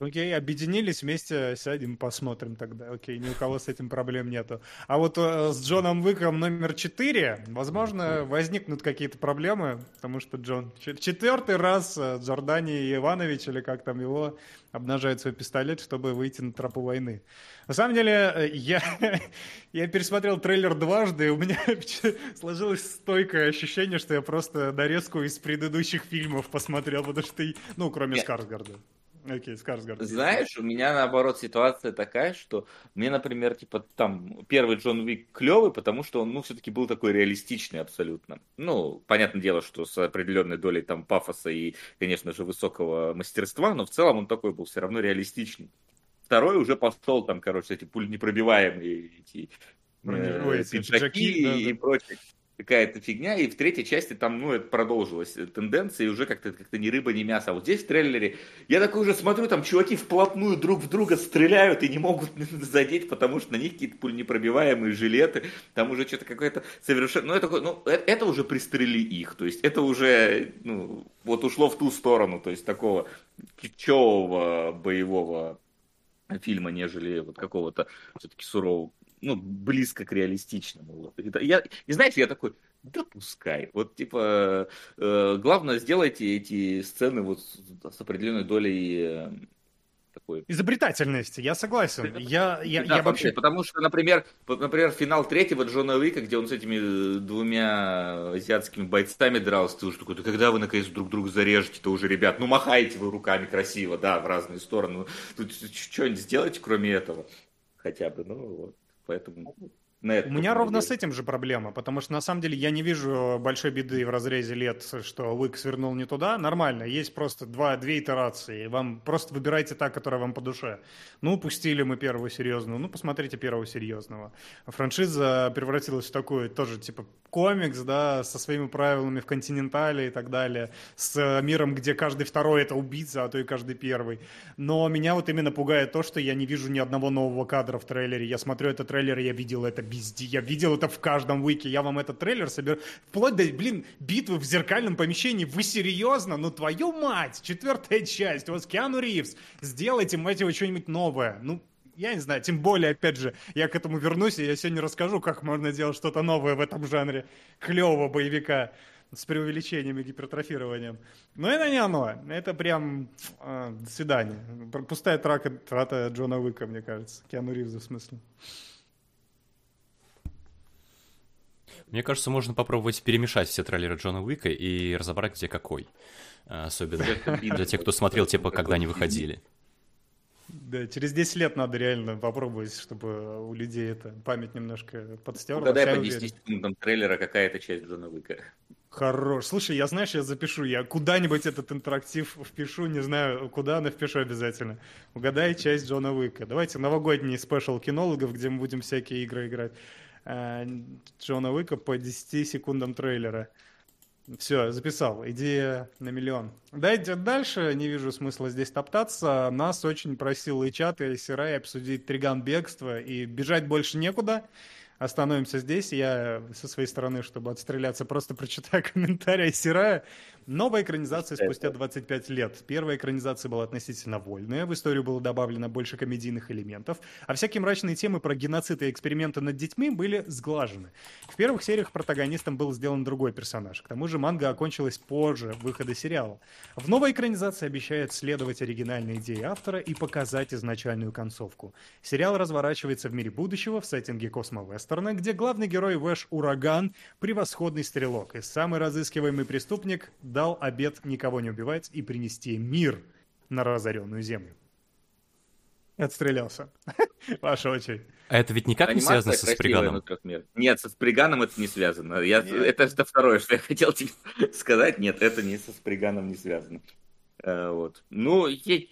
Окей, объединились, вместе сядем, посмотрим тогда. Окей, ни у кого с этим проблем нету. А вот э, с Джоном Уиком номер четыре, возможно, возникнут какие-то проблемы, потому что Джон в четвертый раз э, Джордани Иванович, или как там его, обнажает свой пистолет, чтобы выйти на тропу войны. На самом деле, я, я пересмотрел трейлер дважды, и у меня сложилось стойкое ощущение, что я просто нарезку из предыдущих фильмов посмотрел, потому что, ну, кроме Скарсгарда. Окей, Скарсгард. Знаешь, у меня наоборот ситуация такая, что мне, например, типа там первый Джон Уик клевый, потому что он, ну, все-таки был такой реалистичный абсолютно. Ну, понятное дело, что с определенной долей там пафоса и, конечно же, высокого мастерства, но в целом он такой был все равно реалистичный. Второй уже пошел там, короче, эти пуленепробиваемые эти э, пиджаки да, и да. прочее. Какая-то фигня, и в третьей части там, ну, это продолжилась тенденция, и уже как-то как ни рыба, ни мясо. А вот здесь в трейлере я такой уже смотрю, там чуваки вплотную друг в друга стреляют и не могут задеть, потому что на них какие-то пуленепробиваемые жилеты, там уже что-то какое-то совершенно... Ну, это, ну, это уже пристрели их, то есть это уже, ну, вот ушло в ту сторону, то есть такого кичевого боевого фильма, нежели вот какого-то все-таки сурового, ну, близко к реалистичному. Вот. Я, и знаете, я такой, да пускай. Вот, типа, э, главное, сделайте эти сцены вот с, с определенной долей э, такой... изобретательности, я согласен. Я, я, да, я вообще... Потому что, например, например, финал третьего Джона Уика, где он с этими двумя азиатскими бойцами дрался, ты уже такой, да когда вы наконец друг друга зарежете-то уже, ребят, ну махаете вы руками красиво, да, в разные стороны. Тут что-нибудь сделайте, кроме этого. Хотя бы, ну вот. Поэтому на это у меня ровно делать. С этим же проблема, потому что на самом деле я не вижу большой беды в разрезе лет, что Уик свернул не туда. Нормально, есть просто два, две итерации. Вам просто выбирайте та, которая вам по душе. Ну, пустили мы первую серьезную, ну, посмотрите первого серьезного. Франшиза превратилась в такой тоже типа комикс, да, со своими правилами в континентале и так далее, с миром, где каждый второй это убийца, а то и каждый первый. Но меня вот именно пугает то, что я не вижу ни одного нового кадра в трейлере. Я смотрю этот трейлер, и я видел это везде. Я видел это в каждом Уике. Я вам этот трейлер соберу. Вплоть до, блин, битвы в зеркальном помещении. Вы серьезно? Ну, твою мать! Четвертая часть. У вас Киану Ривз. Сделайте, мать его, что-нибудь новое. Ну, я не знаю. Тем более, опять же, я к этому вернусь, и я сегодня расскажу, как можно делать что-то новое в этом жанре клевого боевика с преувеличением и гипертрофированием. Но это не оно. Это прям э, до свидания. Пустая трата, трата Джона Уика, мне кажется. Киану Ривза, в смысле. Мне кажется, можно попробовать перемешать все трейлеры Джона Уика и разобрать, где какой. Особенно для тех, кто смотрел, типа, когда они выходили. Да, через десять лет надо реально попробовать, чтобы у людей это память немножко подстерлась. Угадай по десяти секундам трейлера какая-то часть Джона Уика. Хорош. Слушай, я, знаешь, я запишу, я куда-нибудь этот интерактив впишу, не знаю куда, но впишу обязательно. Угадай часть Джона Уика. Давайте новогодний спешл кинологов, где мы будем всякие игры играть. Джона Уика по десяти секундам трейлера. Все, записал. Идея на миллион. Дайте дальше. Не вижу смысла здесь топтаться. Нас очень просил и чат, и Сирай обсудить Триган бегства. И бежать больше некуда. Остановимся здесь. Я со своей стороны, чтобы отстреляться, просто прочитаю комментарий Сирая. Новая экранизация спустя двадцать пять лет. Первая экранизация была относительно вольная. В историю было добавлено больше комедийных элементов. А всякие мрачные темы про геноцид и эксперименты над детьми были сглажены. В первых сериях протагонистом был сделан другой персонаж. К тому же манга окончилась позже выхода сериала. В новой экранизации обещают следовать оригинальной идее автора и показать изначальную концовку. Сериал разворачивается в мире будущего в сеттинге космо-вестерна, где главный герой Вэш Ураган – превосходный стрелок и самый разыскиваемый преступник – дал обет никого не убивать и принести мир на разоренную землю. Отстрелялся. Ваша очередь. А это ведь никак не связано со Сприганом? Нет, со Сприганом это не связано. Я, это, это второе, что я хотел тебе сказать. Нет, это не со Сприганом не связано. А, вот. Ну, я...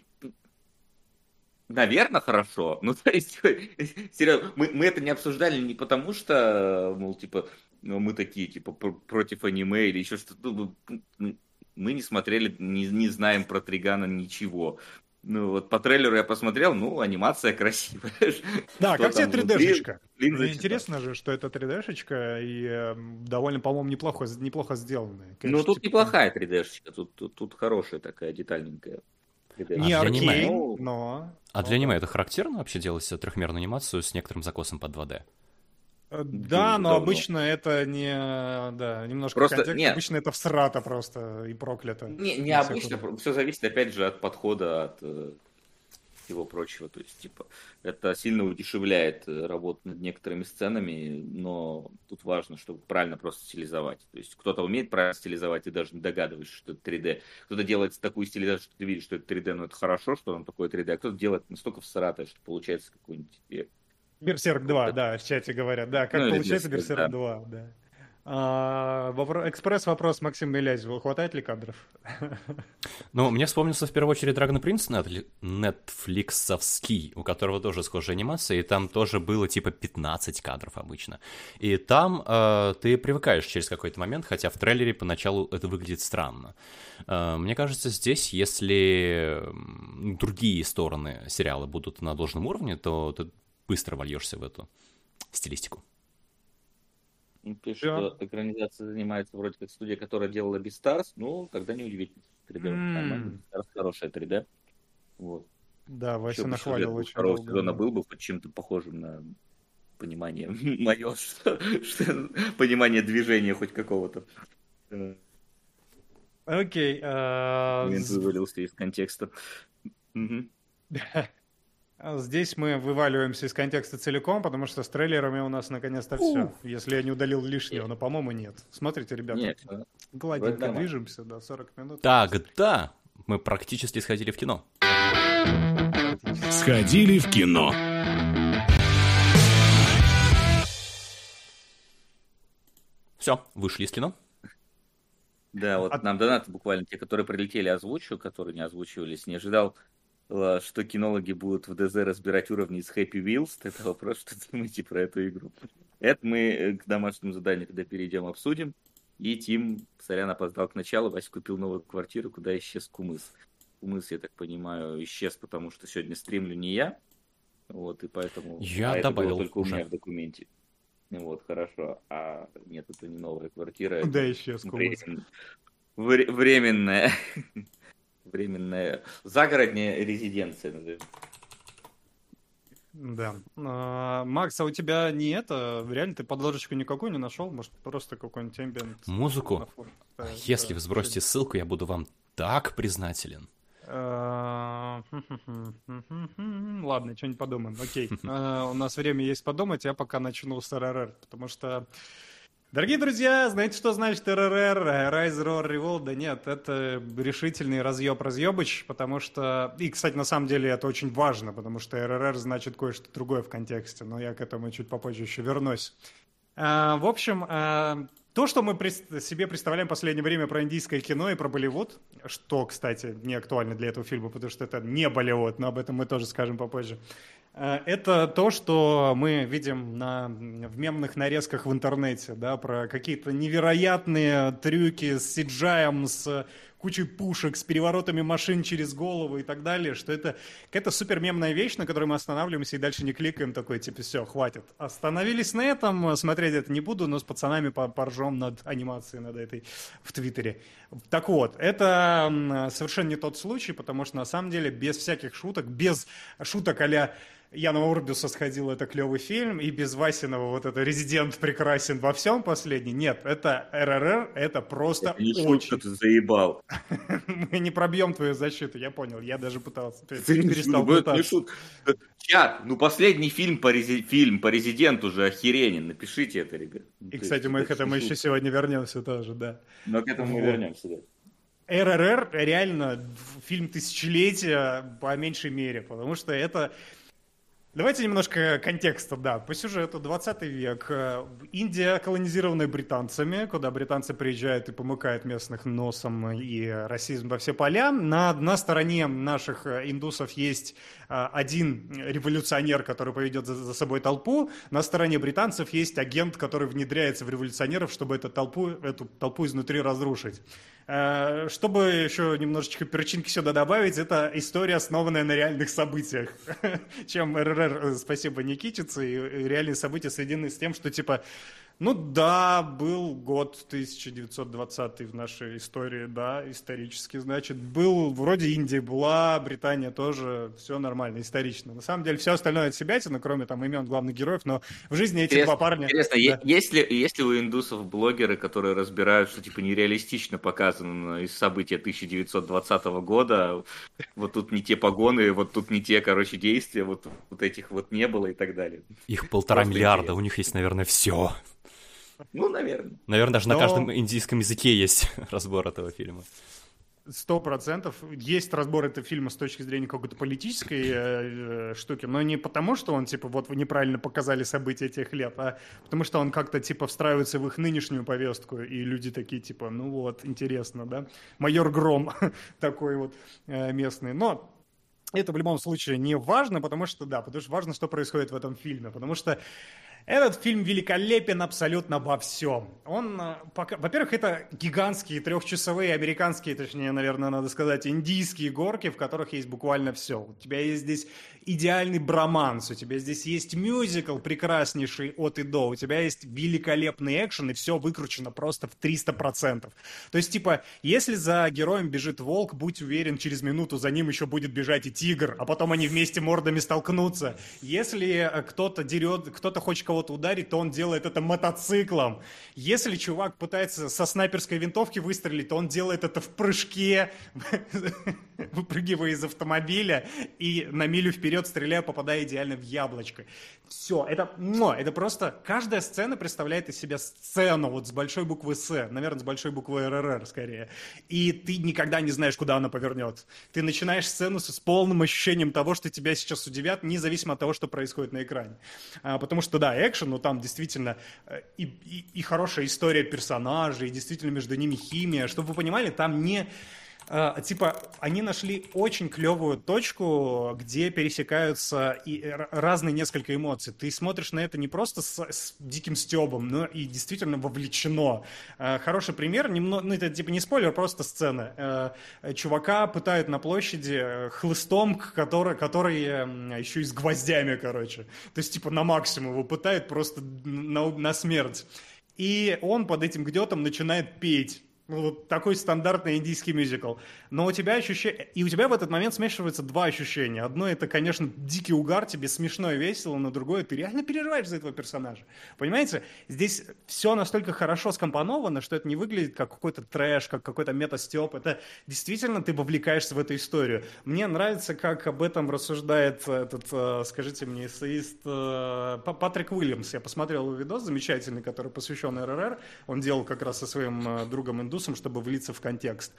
наверное, хорошо. Ну, то есть, серьезно, мы, мы это не обсуждали не потому, что, мол, типа, мы такие, типа, против аниме или еще что-то. Мы не смотрели, не, не знаем про Тригана ничего. Ну, вот по трейлеру я посмотрел, ну, анимация красивая. Да, что как тебе три дэ-шечка? Интересно же, что это три дэ-шечка и э, довольно, по-моему, неплохо, неплохо сделанная. Конечно, ну, тут типа... неплохая три дэ-шечка, тут, тут, тут хорошая такая, детальненькая. три дэ. Не А для аниме? Аркейн, но... А для аниме это характерно вообще делать трехмерную анимацию с некоторым закосом под два дэ? Э, Ну, Да, но давно. обычно это не... Да, немножко Просто- контекст. нет. Обычно это всрато просто и проклято. Не, На необычно, всякую- все зависит, опять же, от подхода, от э, всего прочего. То есть, типа, это сильно удешевляет э, работу над некоторыми сценами, но тут важно, чтобы правильно просто стилизовать. То есть, кто-то умеет правильно стилизовать, ты даже не догадываешься, что это три дэ. Кто-то делает такую стилизацию, что ты видишь, что это три дэ, но это хорошо, что он такое три дэ, а кто-то делает настолько всратое, что получается какой-нибудь эффект. Берсерк два, да, в чате говорят. Да, как Ну, или получается Берсерк, Берсерк два, да. А, вопро- Экспресс-вопрос Максим Милязеву. Хватает ли кадров? Ну, мне вспомнился в первую очередь Dragon Prince Netfli- нетфликсовский, у которого тоже схожая анимация, и там тоже было типа пятнадцать кадров обычно. И там э, ты привыкаешь через какой-то момент, хотя в трейлере поначалу это выглядит странно. Э, мне кажется, здесь, если м, другие стороны сериала будут на должном уровне, то ты быстро вольешься в эту стилистику. Ну, пишет, Да. что экранизация занимается вроде как студия, которая делала Beastars, ну, тогда неудивительно. три дэ М. нормально, Beastars хорошая три дэ. Вот. Да, Вася Еще бы нахвалил сюжет очень второго долго. сезона был бы хоть чем-то похожим на понимание мое, что, что- понимание движения хоть какого-то. Э, Окей. а, Момент з- вывалился из контекста. Мгм. а Здесь мы вываливаемся из контекста целиком, потому что с трейлерами у нас наконец-то все. Если я не удалил лишнего, но, по-моему, нет. Смотрите, ребята, Нет, всё. гладенько вроде нормально. движемся, да, сорок минут. Тогда мы практически сходили в кино. Сходили в кино. Все, вышли из кино. Да, вот От- нам донаты буквально те, которые прилетели, озвучу, которые не озвучивались. Не ожидал, э, что кинологи будут в ДЗ разбирать уровни из Happy Wheels. Это вопрос, что думаете про эту игру. Это мы э, к домашнему заданию, когда перейдем, обсудим. И Тим, сорян, опоздал к началу. Вася купил новую квартиру, куда исчез Кумыс. Кумыс, я так понимаю, исчез, потому что сегодня стримлю не я. Вот, и поэтому... Я а это было добавил только у уже. меня в документе. Ну Вот, хорошо. А нет, это не новая квартира. Да, исчез Кумыс. Времен- вре- Временная. Временная. Загородная резиденция. назовем. Да. А, Макс, а у тебя не это? Реально, ты подложечку никакую не нашел? Может, просто какой-нибудь ambient? Музыку? на фоне? Да, Если да. вы сбросите ссылку, я буду вам так признателен. А, Ладно, что-нибудь подумаем. Окей. А, У нас время есть подумать, я пока начну с РРР, потому что... Дорогие друзья, знаете, что значит РРР, Rise, Roar, Revolt? Да нет, это решительный разъеб-разъебыч, потому что... И, кстати, на самом деле это очень важно, потому что РРР значит кое-что другое в контексте, но я к этому чуть попозже еще вернусь. А, В общем, а, то, что мы прес- себе представляем в последнее время про индийское кино и про Болливуд, что, кстати, не актуально для этого фильма, потому что это не Болливуд, но об этом мы тоже скажем попозже, а, это то, что мы видим на, в мемных нарезках в интернете, да, про какие-то невероятные трюки с си джи ай, с кучей пушек, с переворотами машин через голову и так далее, что это какая-то супер мемная вещь, на которой мы останавливаемся и дальше не кликаем, такой, типа, все, хватит. Остановились на этом, смотреть это не буду, но с пацанами по- поржем над анимацией, над этой в Твиттере. Так вот, это м, совершенно не тот случай, потому что на самом деле без всяких шуток, без шуток а-ля Яна Урбиуса сходил, это клевый фильм, и без Васиного вот это «Резидент прекрасен во всем» последний. Нет, это РРР, это просто Это не очень... шутка, ты заебал. Мы не пробьем твою защиту, я понял, я даже пытался, Это не перестал шутка, это не пытаться. шутка. Чат, ну последний фильм по, рези- фильм по Резиденту же охеренен. Напишите это, ребят. Ну, И, то кстати, есть мы это к этому не еще шутка. сегодня вернемся тоже, да. Но к этому мы Вот. вернемся, да. РРР реально фильм тысячелетия по меньшей мере, потому что это... Давайте немножко контекста, да. По сюжету двадцатый век. Э, Индия, колонизированная британцами, куда британцы приезжают и помыкают местных носом и расизм во все поля. На, на стороне наших э, индусов есть э, один революционер, который поведет за, за собой толпу. На стороне британцев есть агент, который внедряется в революционеров, чтобы эту толпу, эту толпу изнутри разрушить. Э, Чтобы еще немножечко перчинки сюда добавить, это история, основанная на реальных событиях. Чем РРР, э, спасибо, Никитице, и реальные события соединены с тем, что, типа, Ну да, был год тысяча девятьсот двадцатый в нашей истории, да, исторически, значит. Был, вроде Индия была, Британия тоже, все нормально, исторично. На самом деле все остальное от себятина, кроме там имен главных героев, но в жизни эти Интересно, два парня... интересно, да. есть ли, есть ли у индусов блогеры, которые разбирают, что типа нереалистично показано из события тысяча девятьсот двадцатого года, вот тут не те погоны, вот тут не те, короче, действия, вот, вот этих вот не было и так далее. Их полтора Просто миллиарда, интересно. у них есть, наверное, все. Ну, наверное. Наверное, даже Но- на каждом индийском языке есть разбор этого фильма. Сто процентов. Есть разбор этого фильма с точки зрения какой-то политической э, э, штуки, но не потому, что он, типа, вот вы неправильно показали события тех лет, а потому что он как-то, типа, встраивается в их нынешнюю повестку, и люди такие, типа, ну вот, интересно, да? Майор Гром такой вот э, местный. Но это в любом случае не важно, потому что, да, потому что важно, что происходит в этом фильме, потому что этот фильм великолепен абсолютно во всем. Он, э, пока- во-первых, это гигантские трехчасовые американские, точнее, наверное, надо сказать, индийские горки, в которых есть буквально все. У тебя есть здесь идеальный броманс, у тебя здесь есть мюзикл прекраснейший от и до, у тебя есть великолепный экшен, и все выкручено просто в триста процентов. То есть, типа, если за героем бежит волк, будь уверен, через минуту за ним еще будет бежать и тигр, а потом они вместе мордами столкнутся. Если э, кто-то дерет, кто-то хочет кого-то ударить, то он делает это мотоциклом. Если чувак пытается со снайперской винтовки выстрелить, то он делает это в прыжке, выпрыгивая из автомобиля и на милю вперед стреляя, попадая идеально в яблочко. Все, это, но, это просто... Каждая сцена представляет из себя сцену вот с большой буквы «С», наверное, с большой буквы «эр эр эр» скорее. И ты никогда не знаешь, куда она повернет. Ты начинаешь сцену с, с полным ощущением того, что тебя сейчас удивят, независимо от того, что происходит на экране. А, потому что, да, экшен, но там действительно э, и, и, и хорошая история персонажей, и действительно между ними химия. Чтобы вы понимали, там не... Uh, типа, они нашли очень клевую точку, где пересекаются и разные несколько эмоций. Ты смотришь на это не просто с, с диким стебом, но и действительно вовлечено. Uh, хороший пример, немного, ну это типа не спойлер, просто сцена. Uh, чувака пытают на площади хлыстом, который, который uh, еще и с гвоздями, короче. То есть типа на максимум его пытают просто на, на смерть. И он под этим гнетом начинает петь. Ну, вот такой стандартный индийский мюзикл. Но у тебя ощущение... И у тебя в этот момент смешиваются два ощущения. Одно — это, конечно, дикий угар, тебе смешно и весело, но другое — ты реально переживаешь за этого персонажа. Понимаете? Здесь все настолько хорошо скомпоновано, что это не выглядит как какой-то трэш, как какой-то мета-стёб. Это действительно ты вовлекаешься в эту историю. Мне нравится, как об этом рассуждает этот, скажите мне, эссеист Патрик Уильямс. Я посмотрел его видос замечательный, который посвящен эр эр эр. Он делал как раз со своим другом индусом, чтобы влиться в контекст.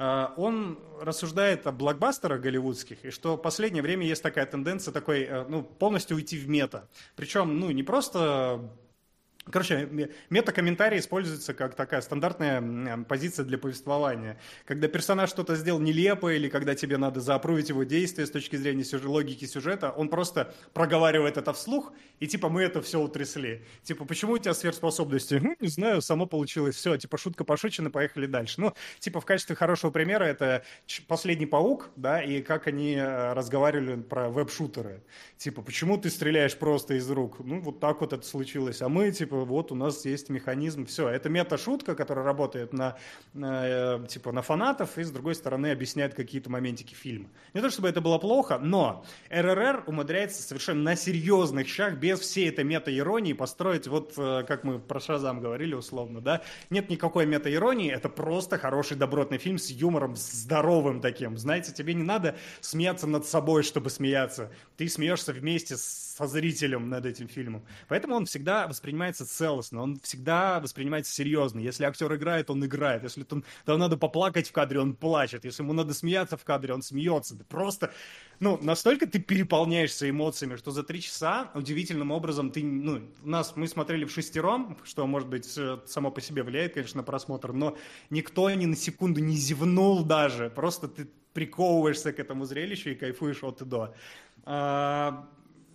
Он рассуждает о блокбастерах голливудских, и что в последнее время есть такая тенденция такой, ну, полностью уйти в мета. Причем, ну, не просто... Короче, мета-комментарий используется как такая стандартная позиция для повествования. Когда персонаж что-то сделал нелепо, или когда тебе надо заапрувить его действия с точки зрения сюжет, логики сюжета, он просто проговаривает это вслух, и типа мы это все утрясли. Типа, почему у тебя сверхспособности? Ну, не знаю, само получилось. Все, типа шутка пошучена, поехали дальше. Ну, типа в качестве хорошего примера это «Последний паук», да, и как они разговаривали про веб-шутеры. Типа, почему ты стреляешь просто из рук? Ну, вот так вот это случилось. А мы, типа, вот у нас есть механизм, все, это мета-шутка, которая работает на, на, типа, на фанатов и, с другой стороны, объясняет какие-то моментики фильма. Не то, чтобы это было плохо, но эр эр эр умудряется совершенно на серьезных щах, без всей этой мета-иронии построить, вот, как мы про Шазам говорили условно, да, нет никакой мета-иронии, это просто хороший добротный фильм с юмором, здоровым таким, знаете, тебе не надо смеяться над собой, чтобы смеяться, ты смеешься вместе со зрителем над этим фильмом, поэтому он всегда воспринимается целостно, он всегда воспринимается серьезно. Если актер играет, он играет. Если там, там надо поплакать в кадре, он плачет. Если ему надо смеяться в кадре, он смеется. Ты просто, ну, настолько ты переполняешься эмоциями, что за три часа удивительным образом ты, ну, нас, мы смотрели в шестером, что, может быть, само по себе влияет, конечно, на просмотр, но никто ни на секунду не зевнул даже. Просто ты приковываешься к этому зрелищу и кайфуешь от и до.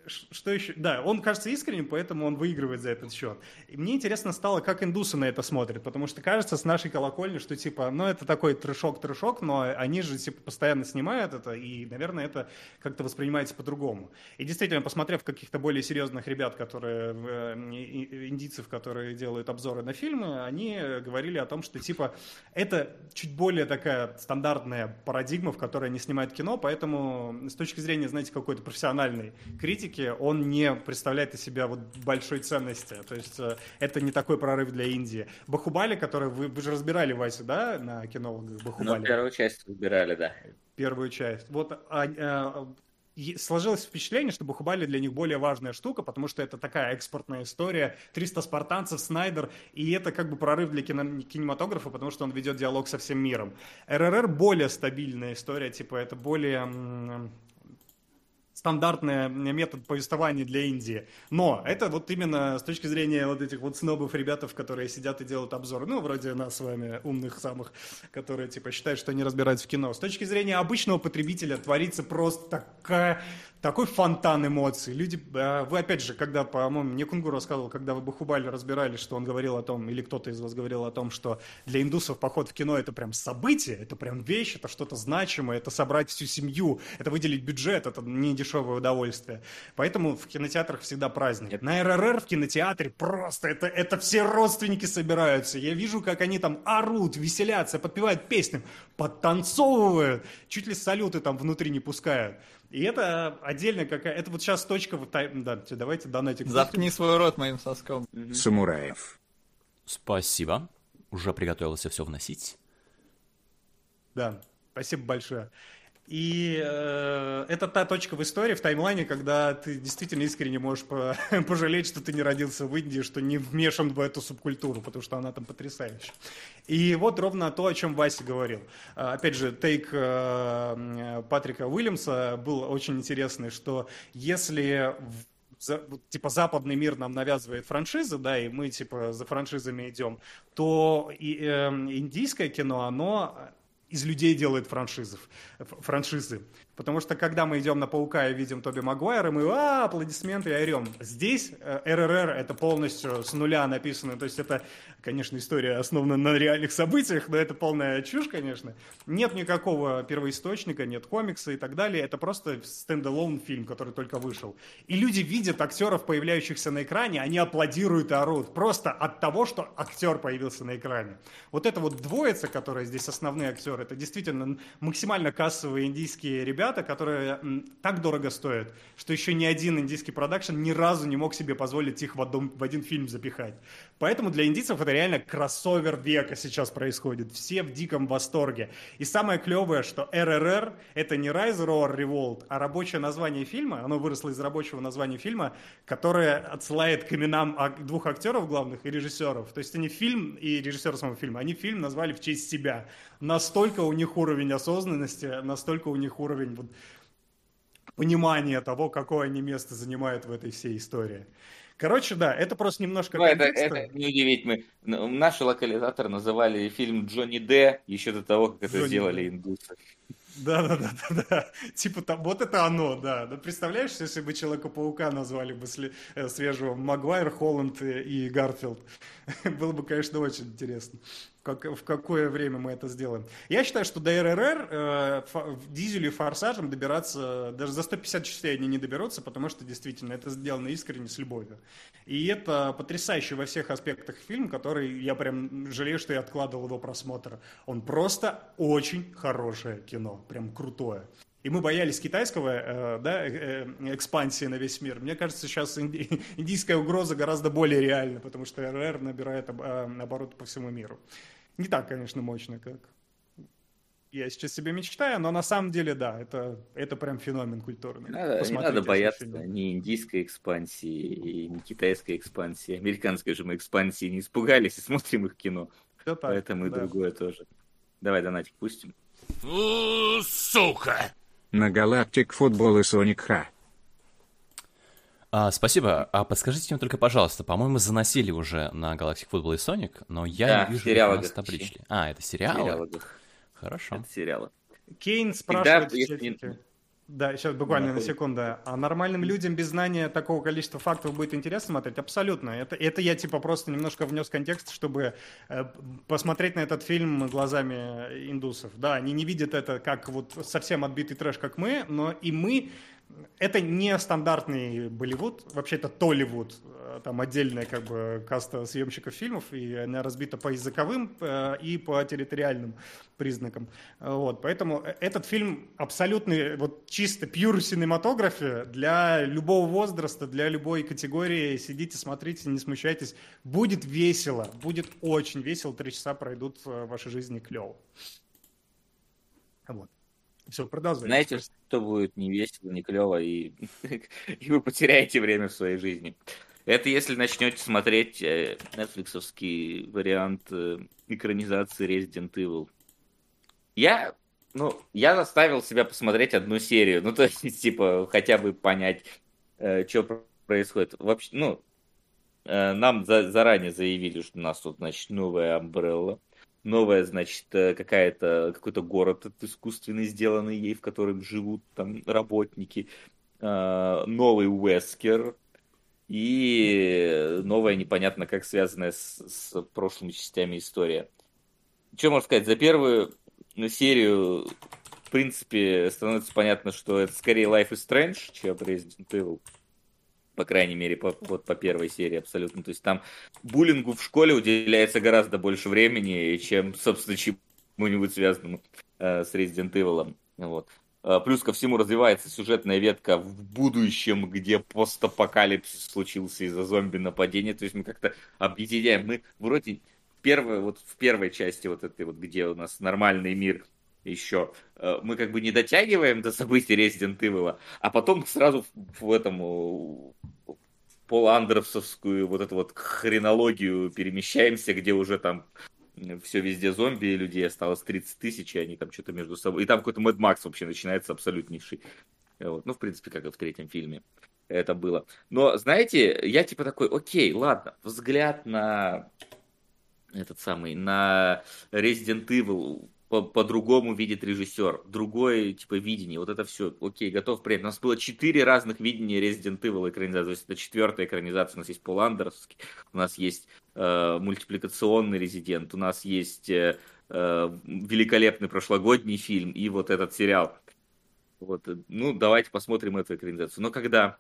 что еще? Да, он кажется искренним, поэтому он выигрывает за этот счет. И мне интересно стало, как индусы на это смотрят, потому что кажется с нашей колокольни, что типа, ну это такой трешок-трешок, но они же типа постоянно снимают это, и, наверное, это как-то воспринимается по-другому. И действительно, посмотрев каких-то более серьезных ребят, которые, индийцев, которые делают обзоры на фильмы, они говорили о том, что типа это чуть более такая стандартная парадигма, в которой они снимают кино, поэтому с точки зрения, знаете, какой-то профессиональной критики, он не представляет из себя вот большой ценности. То есть это не такой прорыв для Индии. Бахубали, который вы, вы же разбирали, Вася, да, на кинологах Бахубали? Ну, первую часть разбирали, да. Первую часть. Вот а, а, сложилось впечатление, что Бахубали для них более важная штука, потому что это такая экспортная история, триста спартанцев, Снайдер, и это как бы прорыв для кино, кинематографа, потому что он ведет диалог со всем миром. эр эр эр более стабильная история, типа это более... М- стандартный метод повествования для Индии. Но это вот именно с точки зрения вот этих вот снобов, ребятов, которые сидят и делают обзоры, ну, вроде нас с вами, умных самых, которые, типа, считают, что они разбираются в кино. С точки зрения обычного потребителя творится просто такая... такой фонтан эмоций. Люди, вы опять же, когда, по-моему, мне Кунгур рассказывал, когда вы Бахубали разбирали, что он говорил о том, или кто-то из вас говорил о том, что для индусов поход в кино это прям событие, это прям вещь, это что-то значимое, это собрать всю семью, это выделить бюджет, это не дешевое удовольствие. Поэтому в кинотеатрах всегда праздник. На эр эр эр в кинотеатре просто это, это все родственники собираются. Я вижу, как они там орут, веселятся, подпевают песни, подтанцовывают, чуть ли салюты там внутри не пускают. И это отдельная какая... Это вот сейчас точка... Да, давайте донатик. Заткни свой рот моим соском. Самураев. Спасибо. Уже приготовился все вносить. Да, спасибо большое. И э, это та точка в истории, в таймлайне, когда ты действительно искренне можешь по- пожалеть, что ты не родился в Индии, что не вмешан в эту субкультуру, потому что она там потрясающая. И вот ровно то, о чем Вася говорил. Опять же, тейк э, Патрика Уильямса был очень интересный, что если... За, типа западный мир нам навязывает франшизы, да, и мы типа за франшизами идем, то и, э, индийское кино, оно из людей делает франшизы, франшизы. Потому что когда мы идем на Паука и видим Тоби Магуайра, мы а, аплодисменты и орем. Здесь эр эр эр это полностью с нуля написано. То есть это, конечно, история основана на реальных событиях, но это полная чушь, конечно. Нет никакого первоисточника, нет комикса и так далее. Это просто стендалон фильм, который только вышел. И люди видят актеров, появляющихся на экране, они аплодируют и орут. Просто от того, что актер появился на экране. Вот это вот двоица, которая здесь основные актеры, это действительно максимально кассовые индийские ребята, которые м, так дорого стоят, что еще ни один индийский продакшн ни разу не мог себе позволить их в, одном, в один фильм запихать. Поэтому для индийцев это реально кроссовер века сейчас происходит. Все в диком восторге. И самое клевое, что эр эр эр это не Rise, Roar, Revolt, а рабочее название фильма, оно выросло из рабочего названия фильма, которое отсылает к именам двух актеров главных и режиссеров. То есть они фильм и режиссер самого фильма, они фильм назвали в честь себя. Настолько у них уровень осознанности, настолько у них уровень вот, понимания того, какое они место занимают в этой всей истории. Короче, да, это просто немножко ну, контекста. Это, это не удивить. Мы, наши локализаторы называли фильм Джонни Д еще до того, как это Джонни сделали Д. индусы. Да, да, да, да, да. Типа там, вот это оно, да. Да, представляешь, если бы Человека-паука назвали бы сли, э, свежего Магуайр, Холланд и, и Гарфилд. Было бы, конечно, очень интересно, как, в какое время мы это сделаем. Я считаю, что до эр эр эр э, фо, Дизелю и Форсажем добираться, даже за сто пятьдесят частей они не доберутся, потому что действительно это сделано искренне, с любовью. И это потрясающий во всех аспектах фильм, который я прям жалею, что я откладывал его просмотр. Он просто очень хорошее кино. Прям крутое. И мы боялись китайского э, да, э, экспансии на весь мир. Мне кажется, сейчас инди- индийская угроза гораздо более реальна, потому что эр эр эр набирает об, э, обороты по всему миру. Не так, конечно, мощно, как я сейчас себе мечтаю, но на самом деле, да, это, это прям феномен культурный. Не надо, не надо бояться ни индийской экспансии, и ни китайской экспансии. Американской же мы экспансии не испугались и смотрим их кино. Да так, поэтому да. И другое тоже. Давай донатик пустим. У, сука! На Галактик Футбол и Соник Ха. А, спасибо. А подскажите мне только, пожалуйста, по-моему, заносили уже на Галактик Футбол и Соник, но я да, не вижу их у нас в табличке. А, это сериалы? сериалы. Хорошо. Это сериалы. Кейн спрашивает Всегда, в чатике. если... Да, сейчас буквально на Находит. секунду. А нормальным людям без знания такого количества фактов будет интересно смотреть? Абсолютно. Это, это я типа просто немножко внес контекст, чтобы э, посмотреть на этот фильм глазами индусов. Да, они не видят это как вот совсем отбитый трэш, как мы, но и мы... Это не стандартный Болливуд, вообще это Толливуд, там отдельная как бы каста съемщиков фильмов, и она разбита по языковым э, и по территориальным признакам. Вот, поэтому этот фильм абсолютно вот чисто pure синематография для любого возраста, для любой категории. Сидите, смотрите, не смущайтесь. Будет весело, будет очень весело, три часа пройдут в вашей жизни клево. Вот. Все, продолжай. Знаете, что будет не весело, не клево, и, и вы потеряете время в своей жизни. Это если начнете смотреть нетфликсовский вариант экранизации Resident Evil. Я, ну, я заставил себя посмотреть одну серию, ну, то есть, типа, хотя бы понять, э, что происходит. Вообще, ну, э, нам за, заранее заявили, что у нас тут, значит, новая Umbrella. Новая, значит, какая-то, какой-то город искусственный, сделанный ей, в котором живут там работники. Новый Уэскер. И новая, непонятно как связанная с, с прошлыми частями история. Что можно сказать? За первую серию, в принципе, становится понятно, что это скорее Life is Strange, чем Resident Evil. По крайней мере, по, вот по первой серии абсолютно. То есть там буллингу в школе уделяется гораздо больше времени, чем, собственно, чему-нибудь связанному э, с Resident Evil. Вот. Э, плюс ко всему развивается сюжетная ветка в будущем, где постапокалипсис случился из-за зомби-нападения. То есть мы как-то объединяем. Мы вроде первое, вот в первой части, вот этой вот, где у нас нормальный мир, еще мы как бы не дотягиваем до событий Resident Evil, а потом сразу в этом полуандерсовскую вот эту вот хренологию перемещаемся, где уже там все везде зомби, и людей осталось тридцать тысяч, и они там что-то между собой... И там какой-то Мэд Макс вообще начинается абсолютнейший. Вот. Ну, в принципе, как и в третьем фильме это было. Но, знаете, я типа такой, окей, ладно, взгляд на этот самый, на Resident Evil по-другому видит режиссер, другое типа видение, вот это все, окей, готов принять. У нас было четыре разных видения Resident Evil экранизации, то есть это четвертая экранизация, у нас есть Пол Андерсовский, у нас есть э, мультипликационный Резидент, у нас есть э, э, великолепный прошлогодний фильм и вот этот сериал. Вот, ну, давайте посмотрим эту экранизацию. Но когда...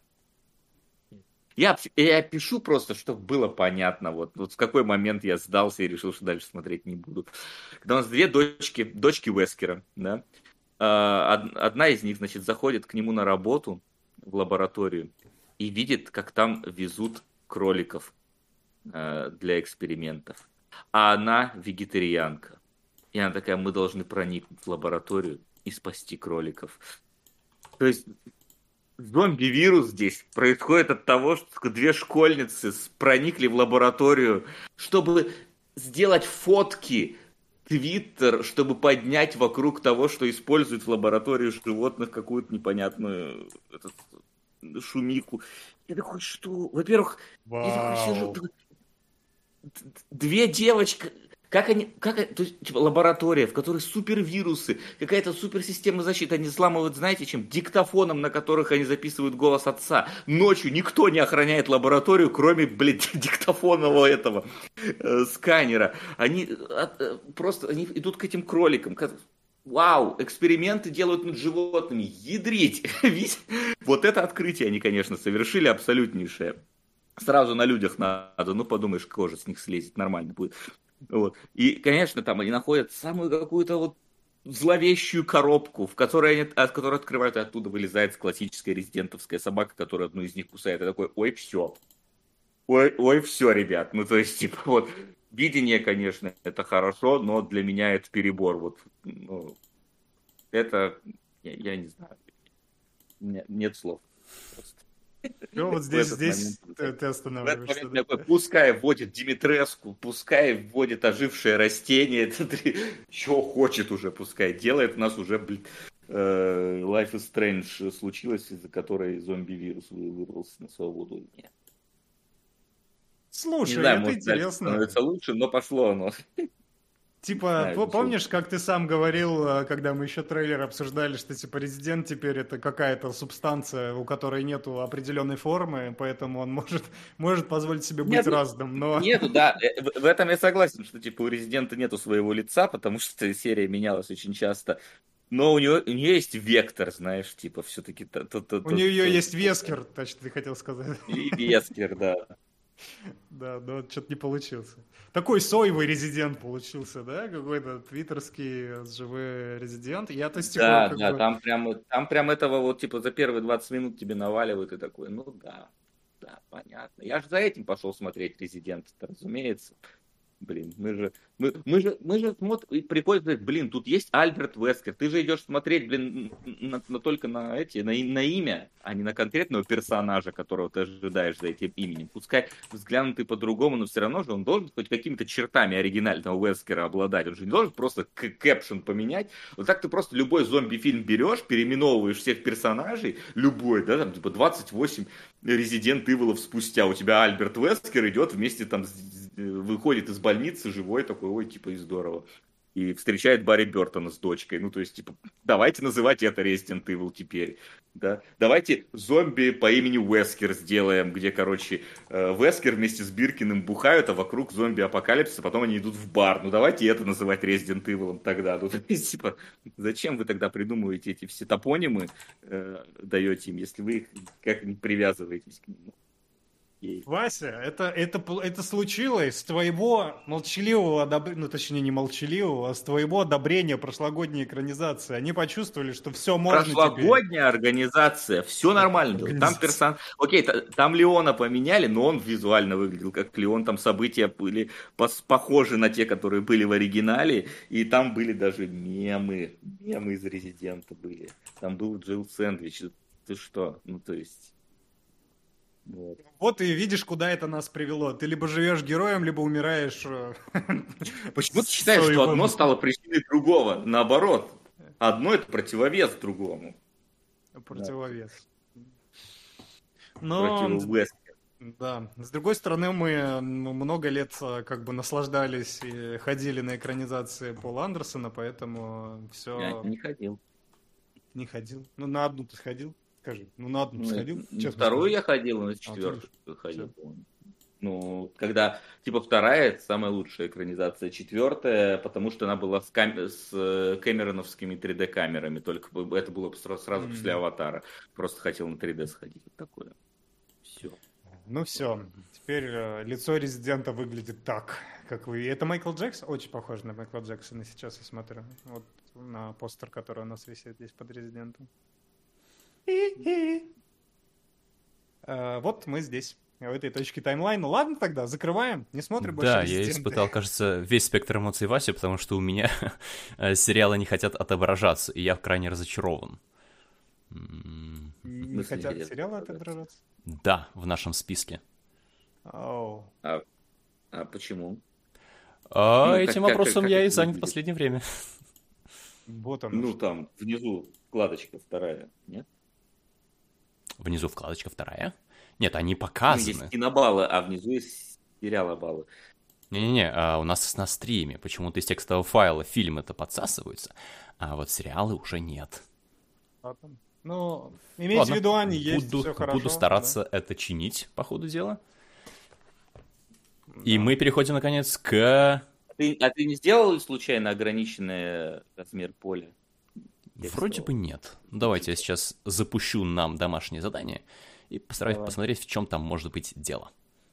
Я, я пишу просто, чтобы было понятно, вот, вот в какой момент я сдался и решил, что дальше смотреть не буду. Когда у нас две дочки, дочки Уэскера, да, одна из них, значит, заходит к нему на работу в лабораторию и видит, как там везут кроликов для экспериментов. А она вегетарианка. И она такая, мы должны проникнуть в лабораторию и спасти кроликов. То есть... Зомби-вирус здесь происходит от того, что две школьницы проникли в лабораторию, чтобы сделать фотки, твиттер, чтобы поднять вокруг того, что используют в лаборатории животных какую-то непонятную этот, шумику. Я такой, что? Во-первых, я такой сижу, две девочки... Как они, как, то есть, типа, лаборатория, в которой супервирусы, какая-то суперсистема защиты, они взламывают, знаете, чем? Диктофоном, на которых они записывают голос отца. Ночью никто не охраняет лабораторию, кроме, блядь, диктофонного этого э, сканера. Они э, просто, они идут к этим кроликам. Вау, эксперименты делают над животными, ядрить. Вот это открытие они, конечно, совершили абсолютнейшее. Сразу на людях надо, ну подумаешь, кожа с них слезет, нормально будет. Вот. И, конечно, там они находят самую какую-то вот зловещую коробку, в которой они, от которой открывают, и оттуда вылезает классическая резидентовская собака, которая одну из них кусает. И такой, ой, все. Ой, ой, все, ребят. Ну, то есть, типа, вот, видение, конечно, это хорошо, но для меня это перебор. Вот, ну, это, я, я не знаю. У меня нет слов. Просто. Ну, вот здесь, здесь ты, ты останавливаешься. Да? Такой, пускай вводит Димитреску, пускай вводит ожившее растение, что хочет уже, пускай делает. У нас уже, блин, Life is Strange случилось, из-за которой зомби-вирус вырвался на свободу. Нет. Слушай, не знаю, это может, интересно. Становится лучше, но пошло оно. Типа, знаю, по- ничего. помнишь, как ты сам говорил, э, когда мы еще трейлер обсуждали, что типа Резидент теперь это какая-то субстанция, у которой нету определенной формы, поэтому он может, может позволить себе быть Нет, ну, разным, но... Нету, да, э, в в этом я согласен, что типа у Резидента нету своего лица, потому что серия менялась очень часто. Но у нее, у нее есть вектор, знаешь, типа все-таки... У нее есть Вескер, точно ты хотел сказать. И Вескер, да. Да, но что-то не получился. Такой соевый резидент получился, да? Какой-то твиттерский живой резидент. Я, то есть, типа, Да, как да, бы... там прям, там прям этого вот, типа, за первые двадцать минут тебе наваливают, и такой, ну да, да, понятно. Я же за этим пошел смотреть Резидент-то, разумеется. Блин, мы же, мы, мы же, мы же смотрим, приходит, говорит, блин, тут есть Альберт Вескер, ты же идешь смотреть, блин, на, на, только на эти, на, на имя, а не на конкретного персонажа, которого ты ожидаешь за этим именем. Пускай взглянутый по-другому, но все равно же он должен хоть какими-то чертами оригинального Вескера обладать, он же не должен просто кэпшн поменять. Вот так ты просто любой зомби-фильм берешь, переименовываешь всех персонажей, любой, да, там, типа двадцать восемь Резидент Иволов спустя, у тебя Альберт Вескер идет вместе там, с, выходит из больницы живой такой, ой, типа, и здорово. И встречает Барри Бёртона с дочкой. Ну, то есть, типа, давайте называть это Resident Evil теперь. Да? Давайте зомби по имени Вескер сделаем, где, короче, Вескер вместе с Биркиным бухают, а вокруг зомби-апокалипсиса, потом они идут в бар. Ну, давайте это называть Resident Evil тогда. Ну, то есть, типа, зачем вы тогда придумываете эти все топонимы, э, даете им, если вы их как-нибудь привязываетесь к ним? Вася, это, это, это случилось с твоего молчаливого одобрения, ну точнее не молчаливого, а с твоего одобрения прошлогодней экранизации. Они почувствовали, что все можно Прошлогодняя теперь. организация, все нормально было. Там персон... Окей, там Леона поменяли, но он визуально выглядел как Леон. Там события были похожи на те, которые были в оригинале. И там были даже мемы. Мемы из Резидента были. Там был Джилл Сэндвич. Ты что? Ну то есть... Вот. вот и видишь, куда это нас привело. Ты либо живешь героем, либо умираешь. Почему ты считаешь, что одно стало причиной другого? Наоборот. Одно это противовес другому. Противовес. Но... Да. С другой стороны, мы много лет как бы наслаждались и ходили на экранизации Пола Андерсона, поэтому все... Я не ходил. Не ходил? Ну, на одну ты сходил? Скажи, ну на одну ну, сходил? На вторую я ходил, на четвертую а, ходил. Все. Ну, когда, типа, вторая, это самая лучшая экранизация, четвертая, потому что она была с, кам... с кэмероновскими три дэ камерами, только это было сразу, сразу mm-hmm. после «Аватара». Просто хотел на три дэ сходить, вот такое. Все. Ну все, теперь э, лицо Резидента выглядит так, как вы. Это Майкл Джексон? Очень похоже на Майкла Джексона сейчас я смотрю. Вот на постер, который у нас висит здесь под Резидентом. Uh, вот мы здесь, в этой точке таймлайна. Ладно тогда, закрываем, не смотрим больше Да, Резидента. Я испытал, кажется, весь спектр эмоций Васи, потому что у меня сериалы не хотят отображаться, и я крайне разочарован. Не хотят сериалы отображаться? Да, в нашем списке. Oh. А, а почему? А ну, этим как, вопросом как, как я и занят в последнее время. Вот он. Ну там, внизу вкладочка вторая, нет? Внизу вкладочка вторая? Нет, они показаны. Ну, есть кинобаллы, а внизу есть сериалобаллы. Не-не-не, а у нас на стриме почему-то из текстового файла фильмы-то подсасываются, а вот сериалы уже нет. Ладно. Ну, имейте Ладно. в виду, они есть, буду, все хорошо. Буду стараться да? это чинить по ходу дела. Да. И мы переходим, наконец, к... А ты, а ты не сделал случайно ограниченный размер поля? Вроде бы нет. Давайте я сейчас запущу нам домашнее задание и постараюсь Давай. посмотреть, в чем там может быть дело.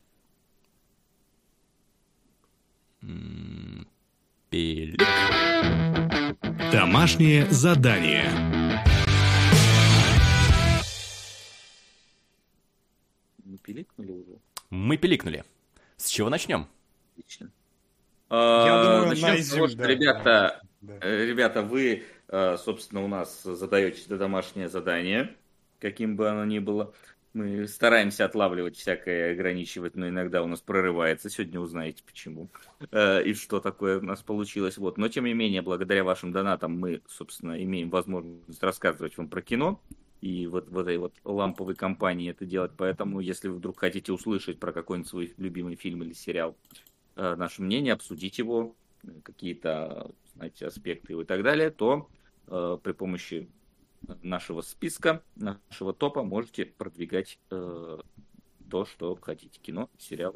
Пилик. Домашнее задание. Мы пиликнули уже? Мы пиликнули. С чего начнем? Отлично. Я думаю, начнем с того, что, ребята, да. ребята, вы... собственно, у нас задаете это домашнее задание, каким бы оно ни было. Мы стараемся отлавливать всякое, ограничивать, но иногда у нас прорывается. Сегодня узнаете, почему и что такое у нас получилось. Вот. Но, тем не менее, благодаря вашим донатам мы, собственно, имеем возможность рассказывать вам про кино. И вот в этой вот ламповой компании это делать. Поэтому, если вы вдруг хотите услышать про какой-нибудь свой любимый фильм или сериал, наше мнение, обсудить его, какие-то, знаете, аспекты и так далее, то э, при помощи нашего списка, нашего топа можете продвигать э, то, что хотите. Кино, сериалы.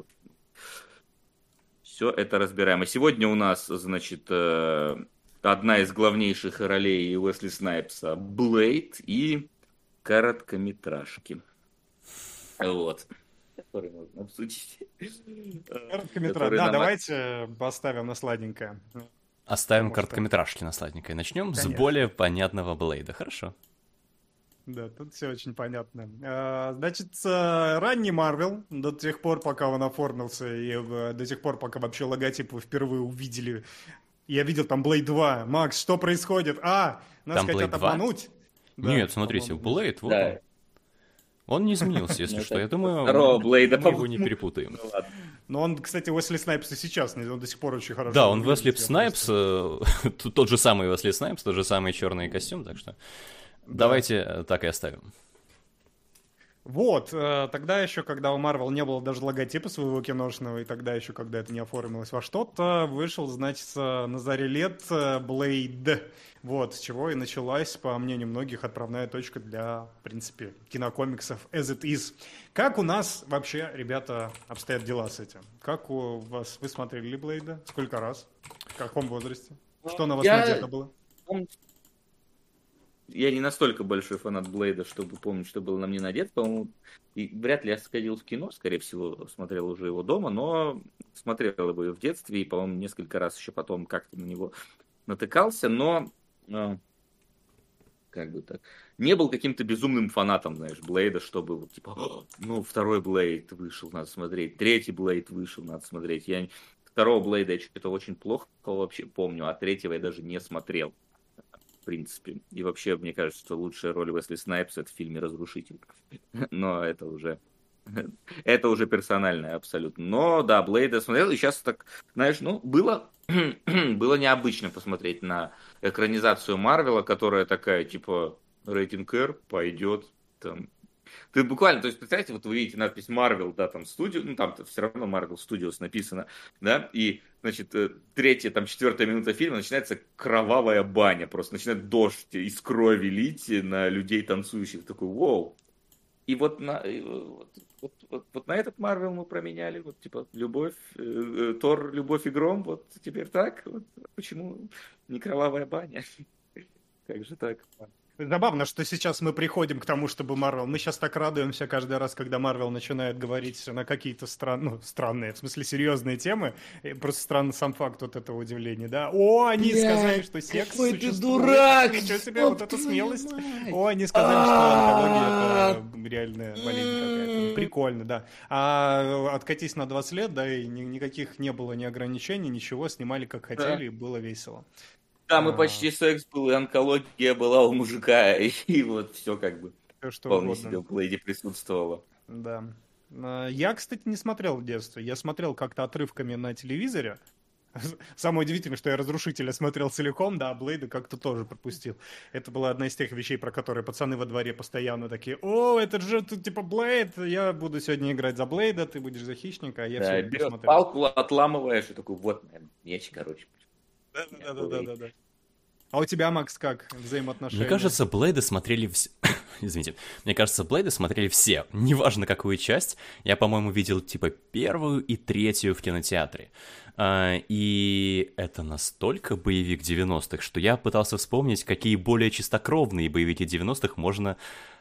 Все это разбираем. И сегодня у нас, значит, э, одна из главнейших ролей Уэсли Снайпса — Блейд и короткометражки. Вот. Которые можно обсудить. Короткометражка. Да, нам... давайте поставим на сладенькое. Оставим короткометражки на сладенькое. Начнем Конечно. с более понятного Блейда. Хорошо. Да, тут все очень понятно. Значит, ранний Марвел, до тех пор, пока он оформился, и до тех пор, пока вообще логотип вы впервые увидели. Я видел там Блейд два. Макс, что происходит? А, нас там хотят обмануть. Да, Нет, смотрите, Блейд, вот да. он. Он не изменился, если что. Я думаю, Второго Блейда мы его не перепутаем. Но он, кстати, Уэсли Снайпс и сейчас, он до сих пор очень хорошо. Да, он Уэсли Снайпс, тот же самый Уэсли Снайпс, тот же самый черный костюм, так что давайте так и оставим. Вот, тогда еще, когда у Marvel не было даже логотипа своего киношного, и тогда еще, когда это не оформилось во что-то, вышел, значит, на заре лет Blade. Вот, с чего и началась, по мнению многих, отправная точка для, в принципе, кинокомиксов as it is. Как у нас вообще, ребята, обстоят дела с этим? Как у вас, вы смотрели Блейда? Сколько раз? В каком возрасте? Что на вас Я... надето было? Я не настолько большой фанат Блейда, чтобы помнить, что было на мне надето. По-моему, и вряд ли я сходил в кино, скорее всего, смотрел уже его дома, но смотрел его и в детстве, и, по-моему, несколько раз еще потом как-то на него натыкался, но э, как бы так, не был каким-то безумным фанатом, знаешь, Блейда, чтобы вот типа, ну, второй Блейд вышел, надо смотреть, третий Блейд вышел, надо смотреть. Я второго Блейда я что-то очень плохо вообще помню, а третьего я даже не смотрел. В принципе. И вообще, мне кажется, что лучшая роль Уэсли Снайпса — это в фильме «Разрушитель». Но это уже... это уже персональное абсолютно. Но, да, Блейда смотрел, и сейчас так, знаешь, ну, было... было необычно посмотреть на экранизацию Марвела, которая такая, типа, рейтинг R, пойдет, там... Ты буквально, то есть, представляете, вот вы видите надпись Marvel, да, там, студио, ну, там все равно Marvel Studios написано, да, и, значит, третья, там, четвертая минута фильма начинается кровавая баня, просто начинает дождь из крови лить на людей танцующих, такой, вау. И вот на, вот, вот, вот, вот на этот Marvel мы променяли, вот, типа, любовь, э, Тор, любовь и гром, вот теперь так, вот, почему не кровавая баня? Как же так? Забавно, что сейчас мы приходим к тому, чтобы Marvel... Мы сейчас так радуемся каждый раз, когда Marvel начинает говорить на какие-то стран... ну, странные, в смысле серьезные темы. И просто странный сам факт вот этого удивления, да? О, они Бля, сказали, что секс какой существует. Ты дурак! Ничего себе, вот эта смелость. О, они сказали, что онкология — это реальная болезнь какая-то. Прикольно, да. А откатись на двадцать лет, да, и никаких не было ни ограничений, ничего, снимали как хотели, и было весело. Да, мы почти секс был, и онкология была у мужика, и, и вот все как бы все, что вполне угодно. себе в Блейде присутствовало. Да. Я, кстати, не смотрел в детстве. Я смотрел как-то отрывками на телевизоре. Самое удивительное, что я «Разрушителя» смотрел целиком, да, а Блейда как-то тоже пропустил. Это была одна из тех вещей, про которые пацаны во дворе постоянно такие: о, это же тут типа Блейд, я буду сегодня играть за Блейда, ты будешь за Хищника, а я да, все берешь посмотрел. палку, отламываешь, и такой, вот, меч, короче. Да-да-да-да-да. А у тебя, Макс, как взаимоотношения? Мне кажется, Блейда смотрели все... Извините. Мне кажется, Блейда смотрели все. Неважно, какую часть. Я, по-моему, видел, типа, первую и третью в кинотеатре. А, и это настолько боевик девяностых, что я пытался вспомнить, какие более чистокровные боевики девяностых можно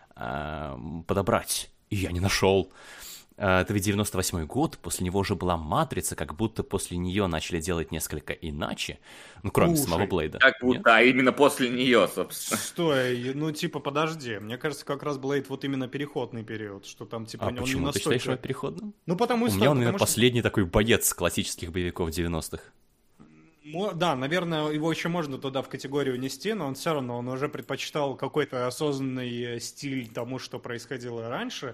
а, подобрать. И я не нашел. Это ведь девяносто восьмой год, после него уже была «Матрица», как будто после нее начали делать несколько иначе. Ну, кроме Слушай, самого Блейда. Как будто, да, именно после нее, собственно. Стой, ну, типа, подожди. Мне кажется, как раз Блейд вот именно переходный период, что там, типа, а он почему не настолько... ты считаешь его переходным? Ну, потому У что... меня он именно что... последний такой боец классических боевиков девяностых. Да, наверное, его еще можно туда в категорию нести, но он все равно, он уже предпочитал какой-то осознанный стиль тому, что происходило раньше.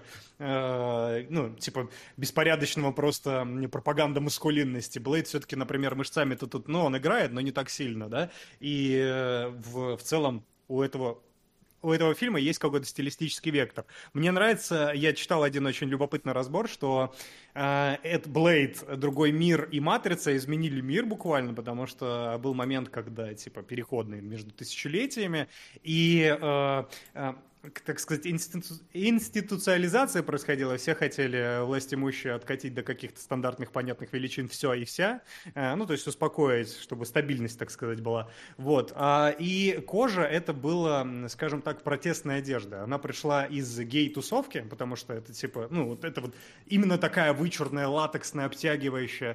Э, ну, типа, беспорядочного просто пропаганда маскулинности. Блейд все-таки, например, мышцами-то тут, ну, он играет, но не так сильно, да? И э, в, в целом у этого у этого фильма есть какой-то стилистический вектор. Мне нравится, я читал один очень любопытный разбор, что э, Эд Блейд, Другой мир и Матрица изменили мир буквально, потому что был момент, когда, типа, переходный между тысячелетиями, и... Э, э, так сказать, институ... институциализация происходила, все хотели власть имущие откатить до каких-то стандартных понятных величин все и вся, ну, то есть успокоить, чтобы стабильность, так сказать, была. Вот. И кожа — это была, скажем так, протестная одежда. Она пришла из гей-тусовки, потому что это, типа, ну, вот это вот именно такая вычурная, латексная, обтягивающая.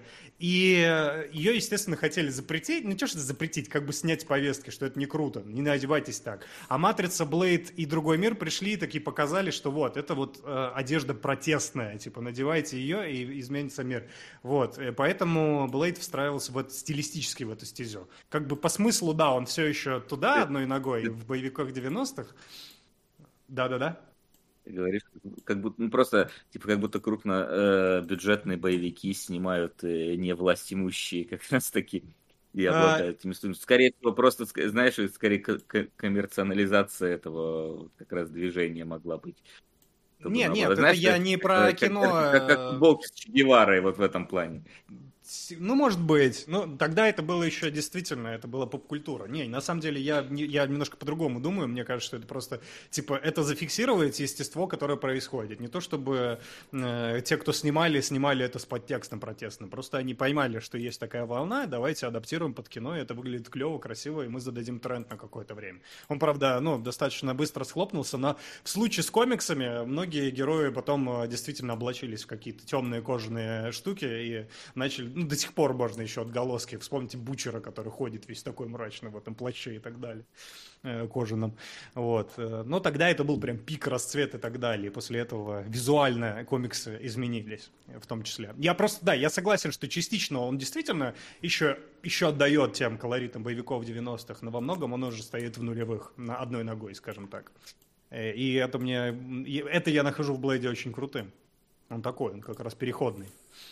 И ее, естественно, хотели запретить, не то, что запретить, как бы снять с повестки, что это не круто, не одевайтесь так. А Матрица, Блейд и Другой мир пришли и таки показали, что вот, это вот э, одежда протестная, типа, надевайте ее и изменится мир. Вот, и поэтому Блейд встраивался в это, стилистически в эту стезю. Как бы по смыслу, да, он все еще туда одной ногой, в боевиках девяностых. Да-да-да. Ты говоришь, как будто, ну, просто, типа, как будто крупнобюджетные э, боевики снимают э, не власть имущие, как раз таки. И обладают этими студиями. Скорее всего, просто, знаешь, скорее коммерциализация этого как раз движения могла быть. Нет, нет, это я не про кино. Как, как футболки с Че Геварой вот в этом плане. Ну, может быть. Ну, тогда это было еще действительно, это была поп-культура. Не, на самом деле, я, я немножко по-другому думаю. Мне кажется, что это просто, типа, это зафиксировать естество, которое происходит. Не то, чтобы э, те, кто снимали, снимали это с подтекстом протестным. Просто они поймали, что есть такая волна, давайте адаптируем под кино, и это выглядит клево, красиво, и мы зададим тренд на какое-то время. Он, правда, ну, достаточно быстро схлопнулся, но в случае с комиксами многие герои потом действительно облачились в какие-то темные кожаные штуки и начали... Ну, до сих пор можно еще отголоски. Вспомните Бучера, который ходит весь такой мрачный в этом плаще и так далее, э, кожаном. Вот. Но тогда это был прям пик, расцвет и так далее. И после этого визуально комиксы изменились в том числе. Я просто, да, я согласен, что частично он действительно еще, еще отдает тем колоритам боевиков девяностых, но во многом он уже стоит в нулевых, на одной ногой, скажем так. И это мне, это я нахожу в Блейде очень крутым. Он такой, он как раз переходный.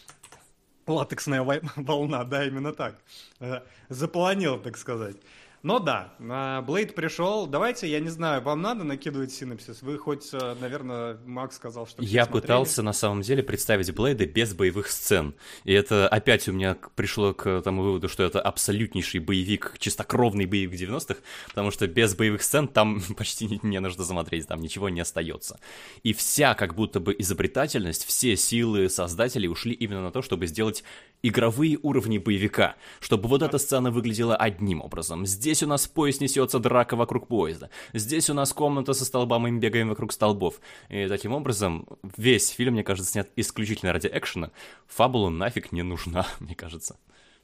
Латексная волна, да, именно так. Запланил, так сказать. Но да, Блейд пришел. Давайте, я не знаю, вам надо накидывать синопсис? Вы хоть, наверное, Макс сказал, что... Я пытался, на самом деле, представить Блейда без боевых сцен. И это опять у меня пришло к тому выводу, что это абсолютнейший боевик, чистокровный боевик девяностых, потому что без боевых сцен там почти не, не нужно смотреть, там ничего не остается. И вся как будто бы изобретательность, все силы создателей ушли именно на то, чтобы сделать игровые уровни боевика, чтобы вот эта сцена выглядела одним образом. Здесь у нас в поезд несется драка вокруг поезда. Здесь у нас комната со столбами, мы бегаем вокруг столбов. И таким образом весь фильм, мне кажется, снят исключительно ради экшена. Фабула нафиг не нужна, мне кажется.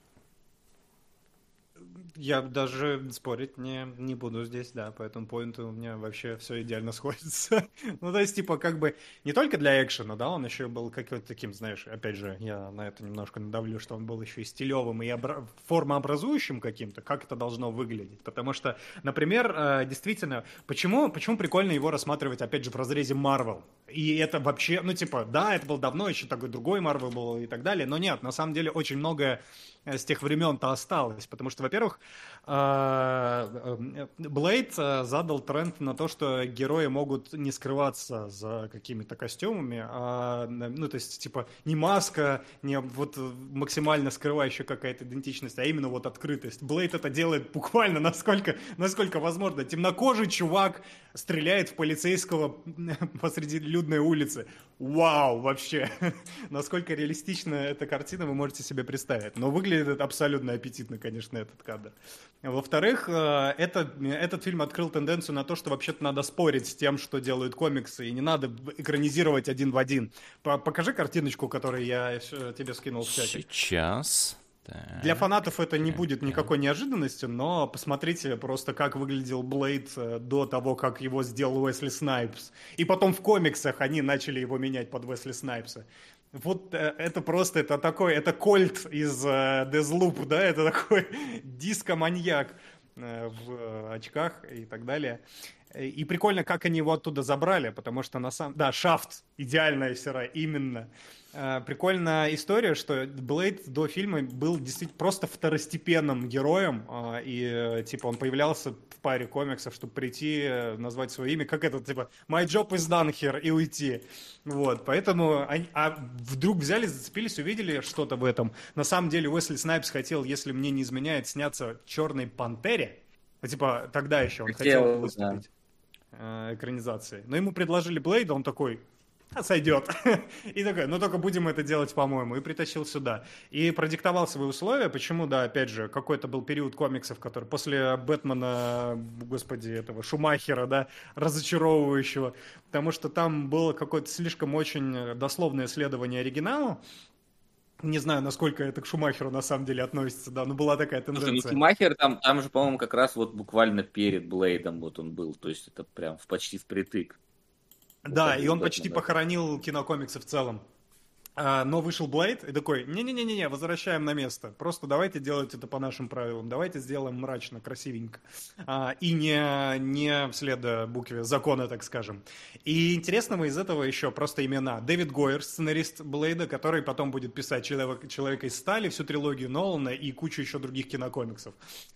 Я даже спорить не, не буду здесь, да, по этому поинту у меня вообще все идеально сходится. Ну, то есть, типа, как бы, не только для экшена, да, он еще был каким-то таким, знаешь, опять же, я на это немножко надавлю, что он был еще и стилевым, и обра... формообразующим каким-то, как это должно выглядеть. Потому что, например, действительно, почему, почему прикольно его рассматривать, опять же, в разрезе Marvel? И это вообще, ну, типа, да, это было давно, еще такой другой Marvel был и так далее, но нет, на самом деле очень многое с тех времен-то осталось, потому что, во-первых, Блейд задал тренд на то, что герои могут не скрываться за какими-то костюмами, а, ну, то есть, типа, не маска, не вот максимально скрывающая какая-то идентичность, а именно вот открытость. Блейд это делает буквально насколько, насколько возможно. Темнокожий чувак стреляет в полицейского посреди людной улицы. Вау, вообще! Насколько реалистична эта картина, вы можете себе представить. Но выглядит абсолютно аппетитно, конечно, этот кадр. Во-вторых, это, этот фильм открыл тенденцию на то, что вообще-то надо спорить с тем, что делают комиксы, и не надо экранизировать один в один. Покажи картиночку, которую я тебе скинул в чате. Сейчас... Так, Для фанатов это не так, будет так. никакой неожиданностью, но посмотрите просто, как выглядел Блейд до того, как его сделал Уэсли Снайпс. И потом в комиксах они начали его менять под Уэсли Снайпса. Вот это просто, это такой, это кольт из Deathloop, да, это такой диско-маньяк в очках и так далее. И прикольно, как они его оттуда забрали, потому что на самом... Да, Шафт, идеальная сера, именно. Прикольная история, что Блейд до фильма был действительно просто второстепенным героем, и типа он появлялся в паре комиксов, чтобы прийти, назвать свое имя, как это, типа, my job is done here, и уйти. Вот, поэтому, они, а вдруг взяли, зацепились, увидели что-то в этом. На самом деле Уэсли Снайпс хотел, если мне не изменяет, сняться в «Черной пантере», ну, типа, тогда еще он хотел, хотел выступить да. экранизацией. Но ему предложили Блейда, он такой... А сойдет. И такой, ну только будем это делать, по-моему. И притащил сюда. И продиктовал свои условия. Почему, да, опять же, какой-то был период комиксов, который после Бэтмена, господи, этого Шумахера, да, разочаровывающего. Потому что там было какое-то слишком очень дословное исследование оригиналу. Не знаю, насколько это к Шумахеру на самом деле относится, да, но была такая тенденция. Слушай, ну Шумахер там, там же, по-моему, как раз вот буквально перед Блейдом вот он был. То есть это прям почти впритык. Да, и он почти похоронил кинокомиксы в целом. А, но вышел Блейд и такой, не-не-не-не, возвращаем на место. Просто давайте делать это по нашим правилам. Давайте сделаем мрачно, красивенько. А, и не, не вслед букве закона, так скажем. И интересного из этого еще просто имена. Дэвид Гойер, сценарист Блейда, который потом будет писать «Человек, «Человека из стали», всю трилогию Нолана и кучу еще других кинокомиксов.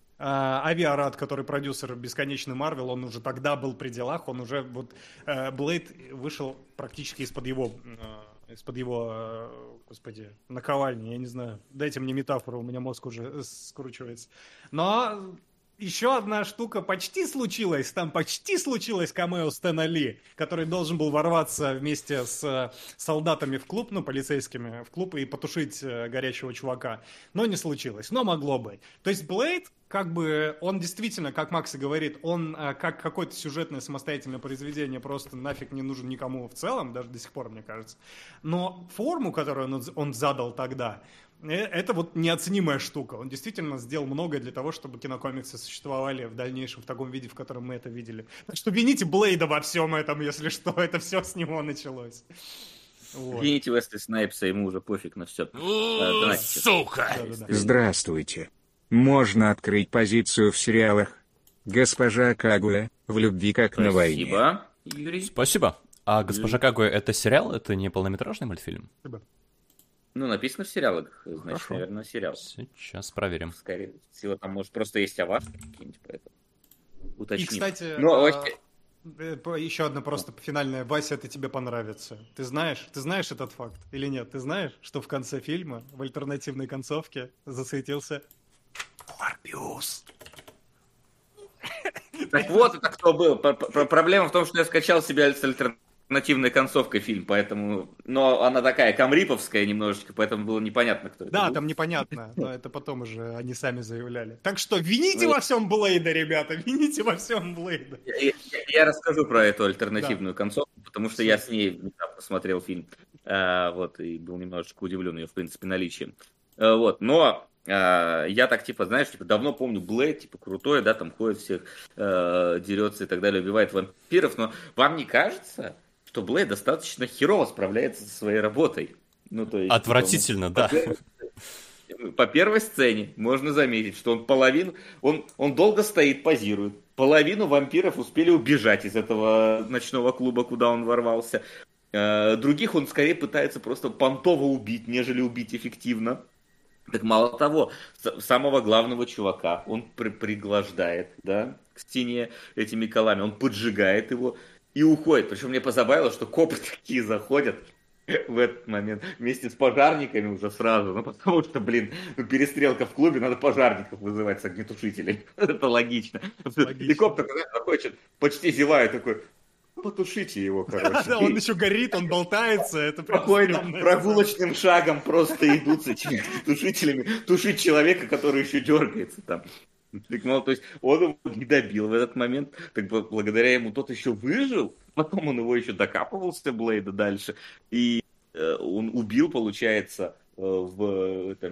Ави Арад, который продюсер «Бесконечный Марвел», он уже тогда был при делах, он уже, вот, Блейд вышел практически из-под его, из-под его, господи, наковальни, я не знаю, дайте мне метафору, у меня мозг уже скручивается. Но еще одна штука почти случилась, там почти случилось камео Стэна Ли, который должен был ворваться вместе с солдатами в клуб, ну, полицейскими в клуб и потушить горячего чувака, но не случилось, но могло быть. То есть Блейд, как бы, он действительно, как Макс и говорит, он как какое-то сюжетное самостоятельное произведение просто нафиг не нужен никому в целом, даже до сих пор, мне кажется. Но форму, которую он, он задал тогда, это вот неоценимая штука. Он действительно сделал многое для того, чтобы кинокомиксы существовали в дальнейшем в таком виде, в котором мы это видели. Так что вините Блейда во всем этом, если что, это все с него началось. Вот. Вините Уэсли Снайпса, ему уже пофиг на все. Сука! Здравствуйте. Можно открыть позицию в сериалах. Госпожа Кагуэ, в любви как на войне. Спасибо, Юрий. Спасибо. А «Госпожа Кагуэ» — это сериал? Это не полнометражный мультфильм? Спасибо. Ну, написано в сериалах, значит, Хорошо. Наверное, сериал. Сейчас проверим. Скорее всего, там, может, просто есть авашки какие-нибудь, поэтому уточним. И, кстати, Но, а... окей. еще одна просто финальная. Вася, это тебе понравится. Ты знаешь, ты знаешь этот факт или нет? Ты знаешь, что в конце фильма, в альтернативной концовке, засветился Морбиус? Так вот, это кто был. Проблема в том, что я скачал себе с альтернативной концовкой фильм, поэтому... Но она такая камриповская немножечко, поэтому было непонятно, кто это Да, был. там непонятно, но это потом уже они сами заявляли. Так что вините во всем Блейда, ребята, вините во всем Блейда. Я, я, я расскажу про эту альтернативную да. концовку, потому что я с ней внезапно смотрел фильм, а, вот, и был немножечко удивлен ее, в принципе, наличием. А, вот, но... Uh, я так, типа, знаешь, типа, давно помню Блейд, типа, крутой, да, там ходит всех, uh, дерется и так далее, убивает вампиров, но вам не кажется, что Блейд достаточно херово справляется со своей работой? Ну, то есть, отвратительно, типа, да. По первой, по первой сцене можно заметить, что он половину, он, он долго стоит, позирует, половину вампиров успели убежать из этого ночного клуба, куда он ворвался, uh, других он скорее пытается просто понтово убить, нежели убить эффективно. Так мало того, самого главного чувака он при- приглаждает, да, к стене этими колами, он поджигает его и уходит. Причем мне позабавило, что копы такие заходят в этот момент вместе с пожарниками уже сразу, ну потому что, блин, ну, перестрелка в клубе, надо пожарников вызывать с огнетушителей. Это логично. логично. И коп такой, знаешь, заходит, почти зевает, такой... Потушите его, короче. Да, он еще горит, он болтается. Это спокойно, прогулочным шагом просто идут с этими тушителями. Тушить человека, который еще дергается там. То есть он его не добил в этот момент. Так благодаря ему тот еще выжил. Потом он его еще докапывался, Блейда, дальше. И э, он убил, получается, э, в это,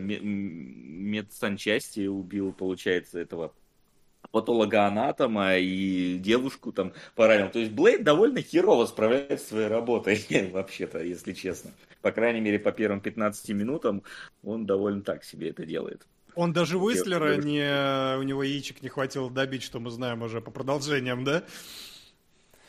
медсанчасти, убил, получается, этого... патологоанатома и девушку там поранил. То есть Блейд довольно херово справляется со своей работой, вообще-то, если честно. По крайней мере, по первым пятнадцати минутам он довольно так себе это делает. Он даже Уистлера, не, у него яичек не хватило добить, что мы знаем уже по продолжениям, да?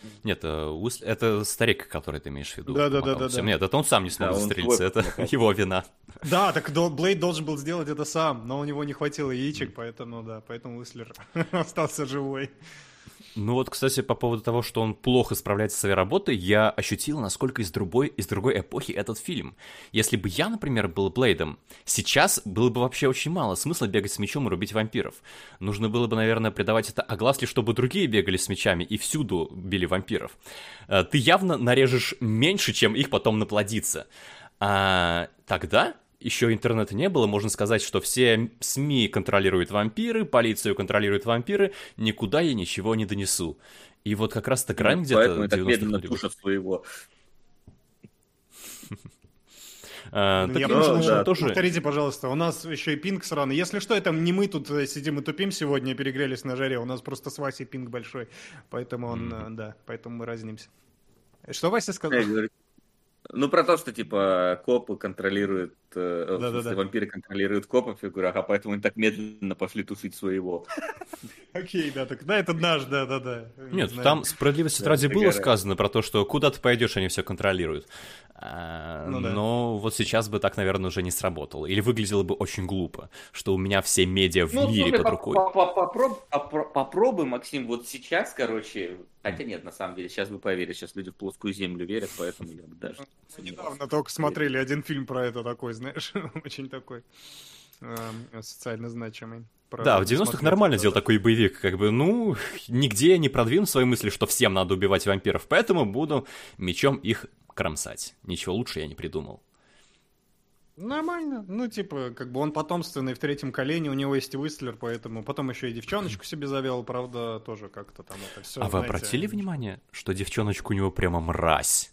Нет, э, Уис- это старик, который ты имеешь в виду. Да-да-да-да-да. помогал всем. Нет, это он сам не смог Да, он застрелиться, свой это помогал. его вина. Да, так Дол- Блейд должен был сделать это сам, но у него не хватило яичек, поэтому, да, поэтому Уислер остался живой. Ну вот, кстати, по поводу того, что он плохо справляется со своей работой, я ощутил, насколько из другой, из другой эпохи этот фильм. Если бы я, например, был Блейдом, сейчас было бы вообще очень мало смысла бегать с мечом и рубить вампиров. Нужно было бы, наверное, придавать это огласке, чтобы другие бегали с мечами и всюду били вампиров. Э, Ты явно нарежешь меньше, чем их потом наплодится. А тогда... Еще интернета не было, можно сказать, что все СМИ контролируют вампиры, полицию контролируют вампиры, никуда я ничего не донесу. И вот как раз-то грань Ну, где-то Поэтому и так девяностых медленно годов. пушат своего. А, Ну, так я я прошу, думаю, да, тоже... повторите, пожалуйста, у нас еще и пинг сраный. Если что, это не мы тут э, сидим и тупим сегодня, перегрелись на жаре, у нас просто с Васей пинг большой, поэтому он, э, да, поэтому мы разнимся. Что Вася сказал? Я говорю, Ну, про то, что, типа, копы контролируют, э, в Да-да-да. смысле, вампиры контролируют копов, я говорю, ага, поэтому они так медленно пошли тушить своего. Окей, да, так, да, это наш, да-да-да. Не Нет, знаю. там справедливости Да, ради это было гора. сказано про то, что куда ты пойдешь, они все контролируют. А, Ну да. Но вот сейчас бы так, наверное, уже не сработало. Или выглядело бы очень глупо, что у меня все медиа в Ну, мире слушай, под по- рукой. по- по- попроб- попро- попробуй, Максим, вот сейчас, короче, хотя нет, на самом деле, сейчас вы поверите, сейчас люди в плоскую землю верят, поэтому я бы даже... Мы недавно только смотрели один фильм про это такой, знаешь, очень такой э, социально значимый. Про Да, в девяностых смотреть, нормально да, сделал да. такой боевик, как бы, ну, нигде я не продвину свои мысли, что всем надо убивать вампиров, поэтому буду мечом их кромсать. Ничего лучше я не придумал. Нормально. Ну, типа, как бы он потомственный в третьем колене, у него есть и Уистлер, поэтому потом еще и девчоночку себе завел, правда, тоже как-то там это все. А вы обратили внимание, что девчоночка у него прямо мразь?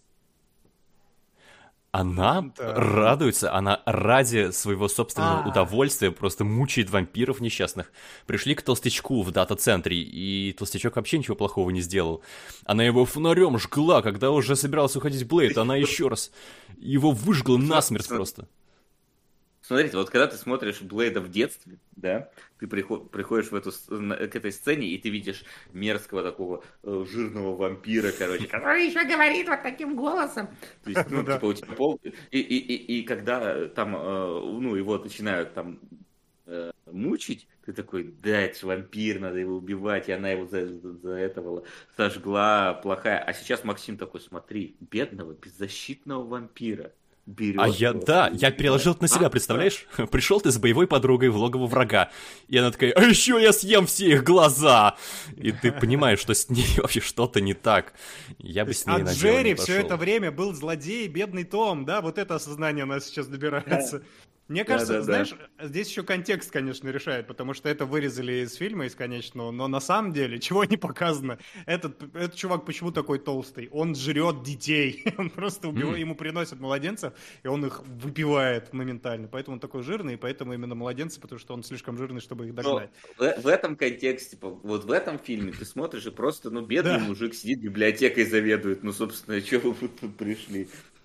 Она Да. радуется, она ради своего собственного А. удовольствия просто мучает вампиров несчастных. Пришли к толстячку в дата-центре, и толстячок вообще ничего плохого не сделал. Она его фонарем жгла, когда уже собирался уходить Блейд, она еще раз его выжгла насмерть просто. Смотрите, вот когда ты смотришь Блейда в детстве, да, ты приход- приходишь в эту, с- на- к этой сцене, и ты видишь мерзкого такого э, жирного вампира, короче, который еще говорит вот таким голосом. То есть, ну, Ну да. типа, у тебя пол... И, и, и, и когда там, э, ну, его начинают там э, мучить, ты такой, да, это же вампир, надо его убивать, и она его за, за, за этого сожгла, плохая. А сейчас Максим такой, смотри, бедного, беззащитного вампира. Берет А я, просто да, и я переложил это на себя, А, представляешь? Пришел ты с боевой подругой в логово врага, и она такая, а еще я съем все их глаза! И ты понимаешь, что с ней вообще что-то не так. Я бы с ней А на дело Джерри не все пошел. это время был злодей, бедный Том, да, вот это осознание у нас сейчас добирается. Мне кажется, Да, да, знаешь, здесь еще контекст, конечно, решает, потому что это вырезали из фильма, из конечного, но на самом деле, чего не показано, этот, этот чувак почему такой толстый? Он жрет детей, он просто убивает, ему приносят младенцев, и он их выпивает моментально, поэтому он такой жирный, и поэтому именно младенцы, потому что он слишком жирный, чтобы их Но догнать. в, в этом контексте, по- вот в этом фильме ты смотришь и просто, ну, бедный Да. мужик сидит, библиотекой заведует, ну, собственно, что вы вот тут пришли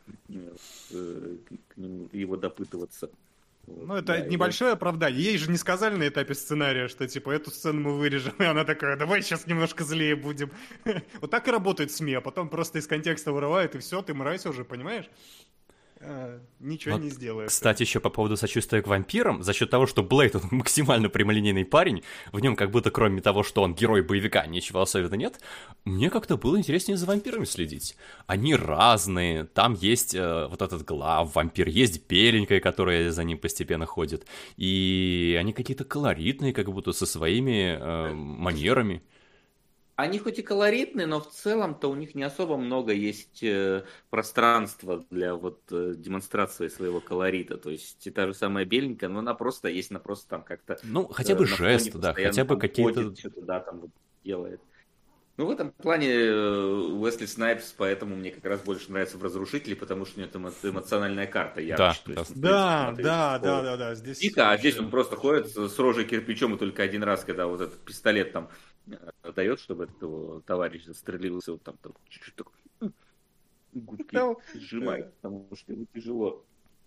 э, к к нему, его допытываться. Вот, Ну, это да, и небольшое оправдание. Ей же не сказали на этапе сценария, что, типа, эту сцену мы вырежем. И она такая, давай сейчас немножко злее будем. Вот так и работает СМИ, а потом просто из контекста вырывают, и все, ты мразь уже, понимаешь? А, Ничего Вот, не сделаешь. Кстати, еще по поводу сочувствия к вампирам, за счет того, что Блейд, он максимально прямолинейный парень, в нем как будто кроме того, что он герой боевика, ничего особенного нет, мне как-то было интереснее за вампирами следить. Они разные, там есть э, вот этот глав вампир, есть беленькая, которая за ним постепенно ходит, и они какие-то колоритные, как будто со своими э, манерами. Они хоть и колоритные, но в целом-то у них не особо много есть э, пространства для вот э, демонстрации своего колорита. То есть и та же самая беленькая, но она просто есть, она просто там как-то... Ну, хотя э, бы на фоне жест, да, постоянно хотя бы там какие-то... ходит, что-то, да, там вот делает. Ну, в этом плане э, Уэсли Снайпс, поэтому мне как раз больше нравится в «Разрушителе», потому что у него там эмо- эмоциональная карта ярче. Да, То есть, Да, ну, то есть, да, смотреть да, такого. да, да. Здесь... Дико, а здесь он просто ходит с с рожей кирпичом, и только один раз, когда вот этот пистолет там э, дает, чтобы этот его товарищ застрелился, вот там, там чуть-чуть такой, м, губки Ну, сжимает, потому что ему тяжело.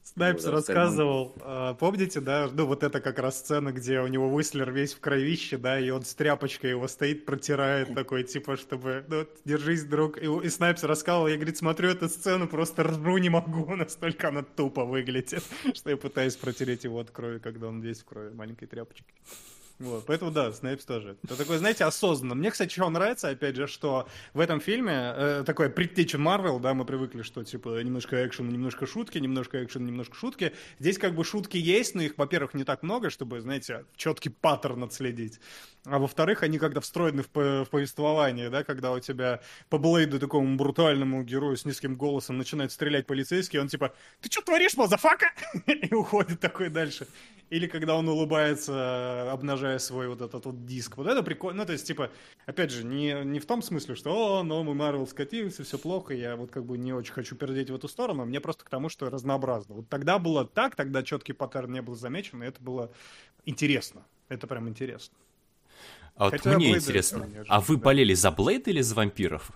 Снайпс Вот, рассказывал, а, помните, да, ну вот это как раз сцена, где у него Уистлер весь в кровище, да, и он с тряпочкой его стоит, протирает такой, типа, чтобы, ну, вот, держись, друг. И, и Снайпс рассказывал, я, говорит, смотрю эту сцену, просто ржу не могу, настолько она тупо выглядит, что я пытаюсь протереть его от крови, когда он весь в крови, маленькой тряпочкой. Вот, поэтому да, Снайпс тоже. Это такое, знаете, осознанно. Мне, кстати, что нравится, опять же, что в этом фильме э, такое предтеча Марвел, да, мы привыкли, что типа немножко экшена, немножко шутки, немножко экшена, немножко шутки. Здесь как бы шутки есть, но их, во-первых, не так много, чтобы, знаете, четкий паттерн отследить. А во-вторых, они когда встроены в, по- в повествование, да, когда у тебя по Блейду такому брутальному герою с низким голосом начинает стрелять полицейский, он типа, ты что творишь, мазафака? И уходит такой дальше. Или когда он улыбается, обнажая свой вот этот вот диск. Вот это прикольно. Ну, то есть, типа, опять же, не, не в том смысле, что «О, новый Марвел скатился, все плохо, я вот как бы не очень хочу пердеть в эту сторону». Мне просто к тому, что разнообразно. Вот тогда было так, тогда четкий паттерн не был замечен, и это было интересно. Это прям интересно. А вот Хотя мне Блейда интересно, тоже не а вы да. болели за Блейд или за вампиров?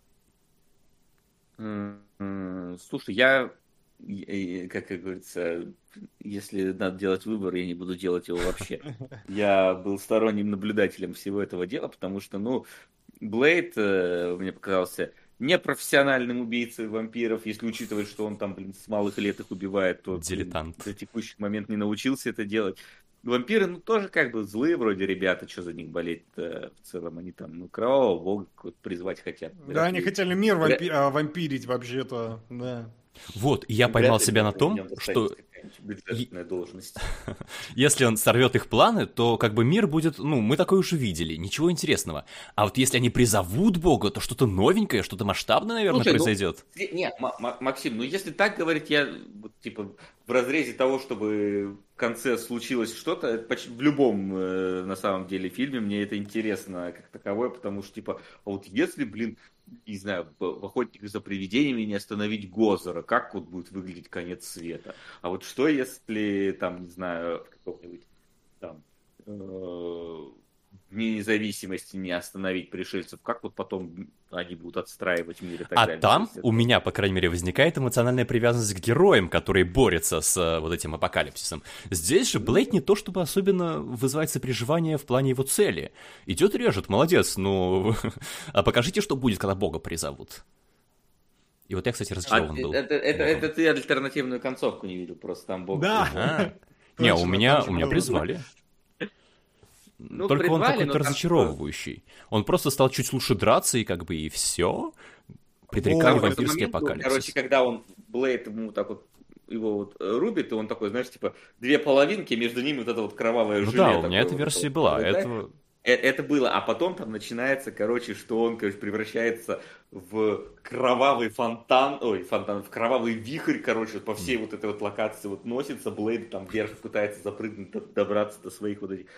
М, Слушай, я, э, как говорится, если надо делать выбор, я не буду делать его вообще. Я был сторонним наблюдателем всего этого дела, потому что, ну, Блейд э, мне показался непрофессиональным убийцей вампиров, если учитывать, что он там, блин, с малых лет их убивает, то блин, Дилетант. до текущий момент не научился это делать. Вампиры, ну, тоже как бы злые вроде ребята, что за них болеть-то в целом, они там, ну, кровавого бога какого-то призвать хотят. Да, они Вряд ли- хотели мир вампи- вряд- а, вампирить вообще-то, да. Вот, и я вряд поймал ли себя на в том, нем достанется что какая-нибудь бюджетная должность. если он сорвет их планы, то как бы мир будет, ну, мы такое уже видели, ничего интересного. А вот если они призовут Бога, то что-то новенькое, что-то масштабное, наверное, Слушай, ну, произойдет. Е- Нет, Ма- Ма- Максим, ну если так говорить, я вот, типа в разрезе того, чтобы в конце случилось что-то, это почти в любом э, на самом деле фильме мне это интересно как таковое, потому что типа, а вот если, блин, не знаю, в в «Охотниках за привидениями» не остановить Гозера, как вот будет выглядеть конец света? А вот что если там, не знаю, в каком-нибудь там э, в Дне независимости не остановить пришельцев, как вот потом они будут отстраивать мир и так А далее? там То есть у это- меня, по крайней мере, возникает эмоциональная привязанность к героям, которые борются с э, вот этим апокалипсисом. Здесь же Блейд не то чтобы особенно вызывает сопереживание в плане его цели. Идет режет, молодец, ну... А покажите, что будет, когда Бога призовут. И вот я, кстати, А, разочарован был. это, это, Богом. это ты альтернативную концовку не видел, просто там Бог. Да. А. Не, у Точно, меня, точно у меня было. призвали. Ну, Только он призвали, какой-то но там разочаровывающий. Он просто стал чуть лучше драться, и как бы и все. Предрекали О, в этот вампирский момент, ну, апокалипсис. короче, когда он Блейд ему так вот его вот э, рубит, и он такой, знаешь, типа две половинки, между ними вот это вот кровавое Ну желе. да, у такое меня эта вот, версия вот, была. вот, да. Это... Э, Это было, а потом там начинается, короче, что он, короче, превращается в кровавый фонтан, ой, фонтан, в кровавый вихрь, короче, по всей вот этой вот локации вот носится, Блейд там вверх пытается запрыгнуть, до- добраться до своих вот этих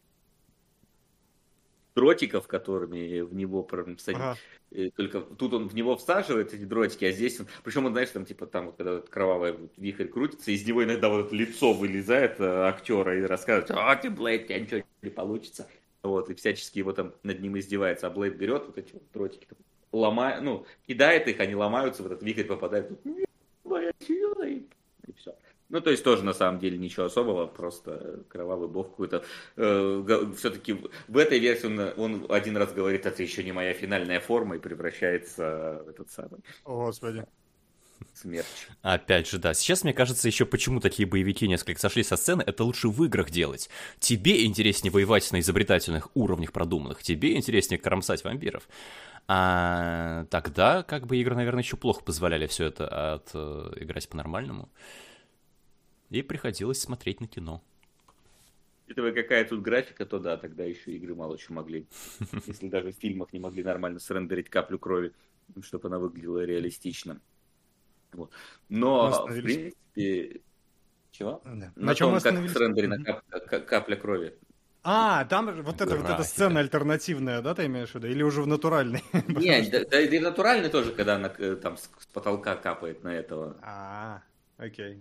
дротиков, которыми в него прям садит. Ага. Э, Только тут он в него всаживает эти дротики, а здесь он... Причем он, знаешь, там типа там вот когда вот кровавый вот вихрь крутится, из него иногда вот это лицо вылезает э, актера и рассказывает, а ты, Блейд, у тебя ничего не получится. Вот, и всячески его там над ним издевается. А Блейд берет вот эти вот дротики, там, ломает, ну, кидает их, они ломаются, в этот вихрь попадает. Тут, «Нет, моя сила», и, и все. Ну, то есть тоже на самом деле ничего особого, просто кровавый бог какой-то. Э, все-таки в этой версии он, он один раз говорит, это еще не моя финальная форма, и превращается в этот самый О, Господи. смерч. Опять же, да. Сейчас, мне кажется, еще почему такие боевики несколько сошли со сцены, это лучше в играх делать. Тебе интереснее воевать на изобретательных уровнях продуманных, тебе интереснее кромсать вампиров. А тогда, как бы, игры, наверное, еще плохо позволяли все это от, э, играть по-нормальному. И приходилось смотреть на кино. Учитывая, какая тут графика, то да, тогда еще игры мало чего могли. Если даже в фильмах не могли нормально срендерить каплю крови, чтобы она выглядела реалистично. Вот. Но, в Остановились. принципе... Чего? Да. На, На чем том, мы как остановились? срендерена Мгм. кап- кап- капля крови. А, там вот эта, вот эта Графика. сцена альтернативная, да, ты имеешь в виду? Или уже в натуральной? Не, да, да и натурально тоже, когда она э, там с с потолка капает на этого. А, окей.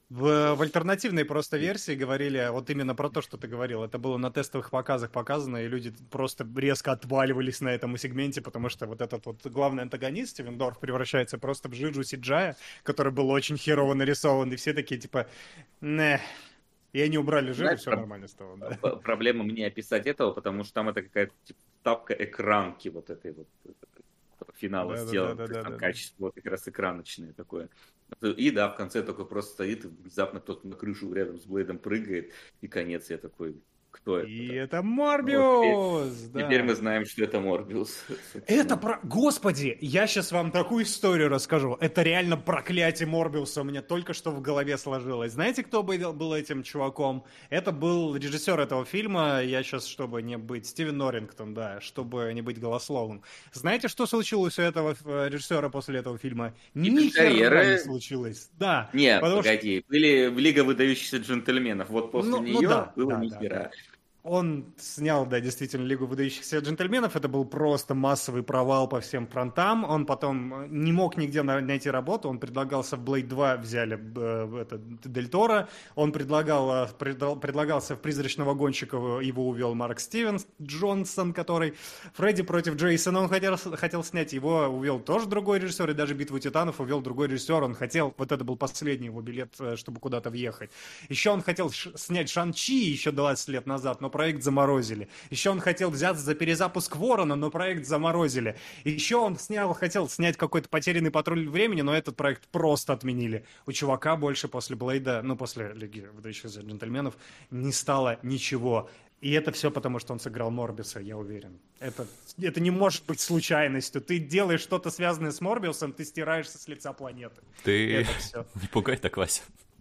В, в альтернативной просто версии говорили вот именно про то, что ты говорил. Это было на тестовых показах показано, и люди просто резко отваливались на этом сегменте, потому что вот этот вот главный антагонист, Стивен Дорф, превращается просто в жижу си джи ай, который был очень херово нарисован, и все такие типа, не. И они убрали жижу, Знаешь, все про- нормально стало. Да. п- Проблема мне описать этого, потому что там это какая-то типа, вставка экранки вот этой вот финала Да, да, сделана. да, То да, есть там да, да. качество вот как раз экраночное такое. И да, в конце только просто стоит, и внезапно кто-то на крышу рядом с Блейдом прыгает, и конец. Я такой, кто это? И это Вот теперь, Морбиус! Да. теперь мы знаем, что это Морбиус. Это про... Господи, я сейчас вам такую историю расскажу. Это реально проклятие Морбиуса у меня только что в голове сложилось. Знаете, кто был, был этим чуваком? Это был режиссер этого фильма, я сейчас, чтобы не быть... Стивен Норрингтон, да, чтобы не быть голословным. Знаете, что случилось у этого э, режиссера после этого фильма? Ни хера карьеры. не случилось. Да. Нет, потому что- погоди, были в Лига выдающихся джентльменов, вот после Ну- ну нее да, было да, ни да, хера. Он снял, да, действительно, Лигу выдающихся джентльменов. Это был просто массовый провал по всем фронтам. Он потом не мог нигде на- найти работу. Он предлагался в Блейд два, взяли э, это, Дель Торо. Он предлагал, э, предал- предлагался в «Призрачного гонщика», его увел Марк Стивенс Джонсон, который «Фредди против Джейсона» он хотел, хотел снять. Его увел тоже другой режиссер, и даже «Битву титанов» увел другой режиссер. Он хотел, вот это был последний его билет, э, чтобы куда-то въехать. Еще он хотел ш- снять «Шан-Чи» еще двадцать лет назад, но проект заморозили. Еще он хотел взяться за перезапуск «Ворона», но проект заморозили. Еще он снял, хотел снять какой-то «Потерянный патруль времени», но этот проект просто отменили. У чувака больше после «Блейда», ну, после «Лиги выдающихся джентльменов» не стало ничего. И это все потому, что он сыграл Морбиуса, я уверен. Это, это не может быть случайностью. Ты делаешь что-то связанное с Морбиусом, ты стираешься с лица планеты. Ты Это все. не пугай так, Вася.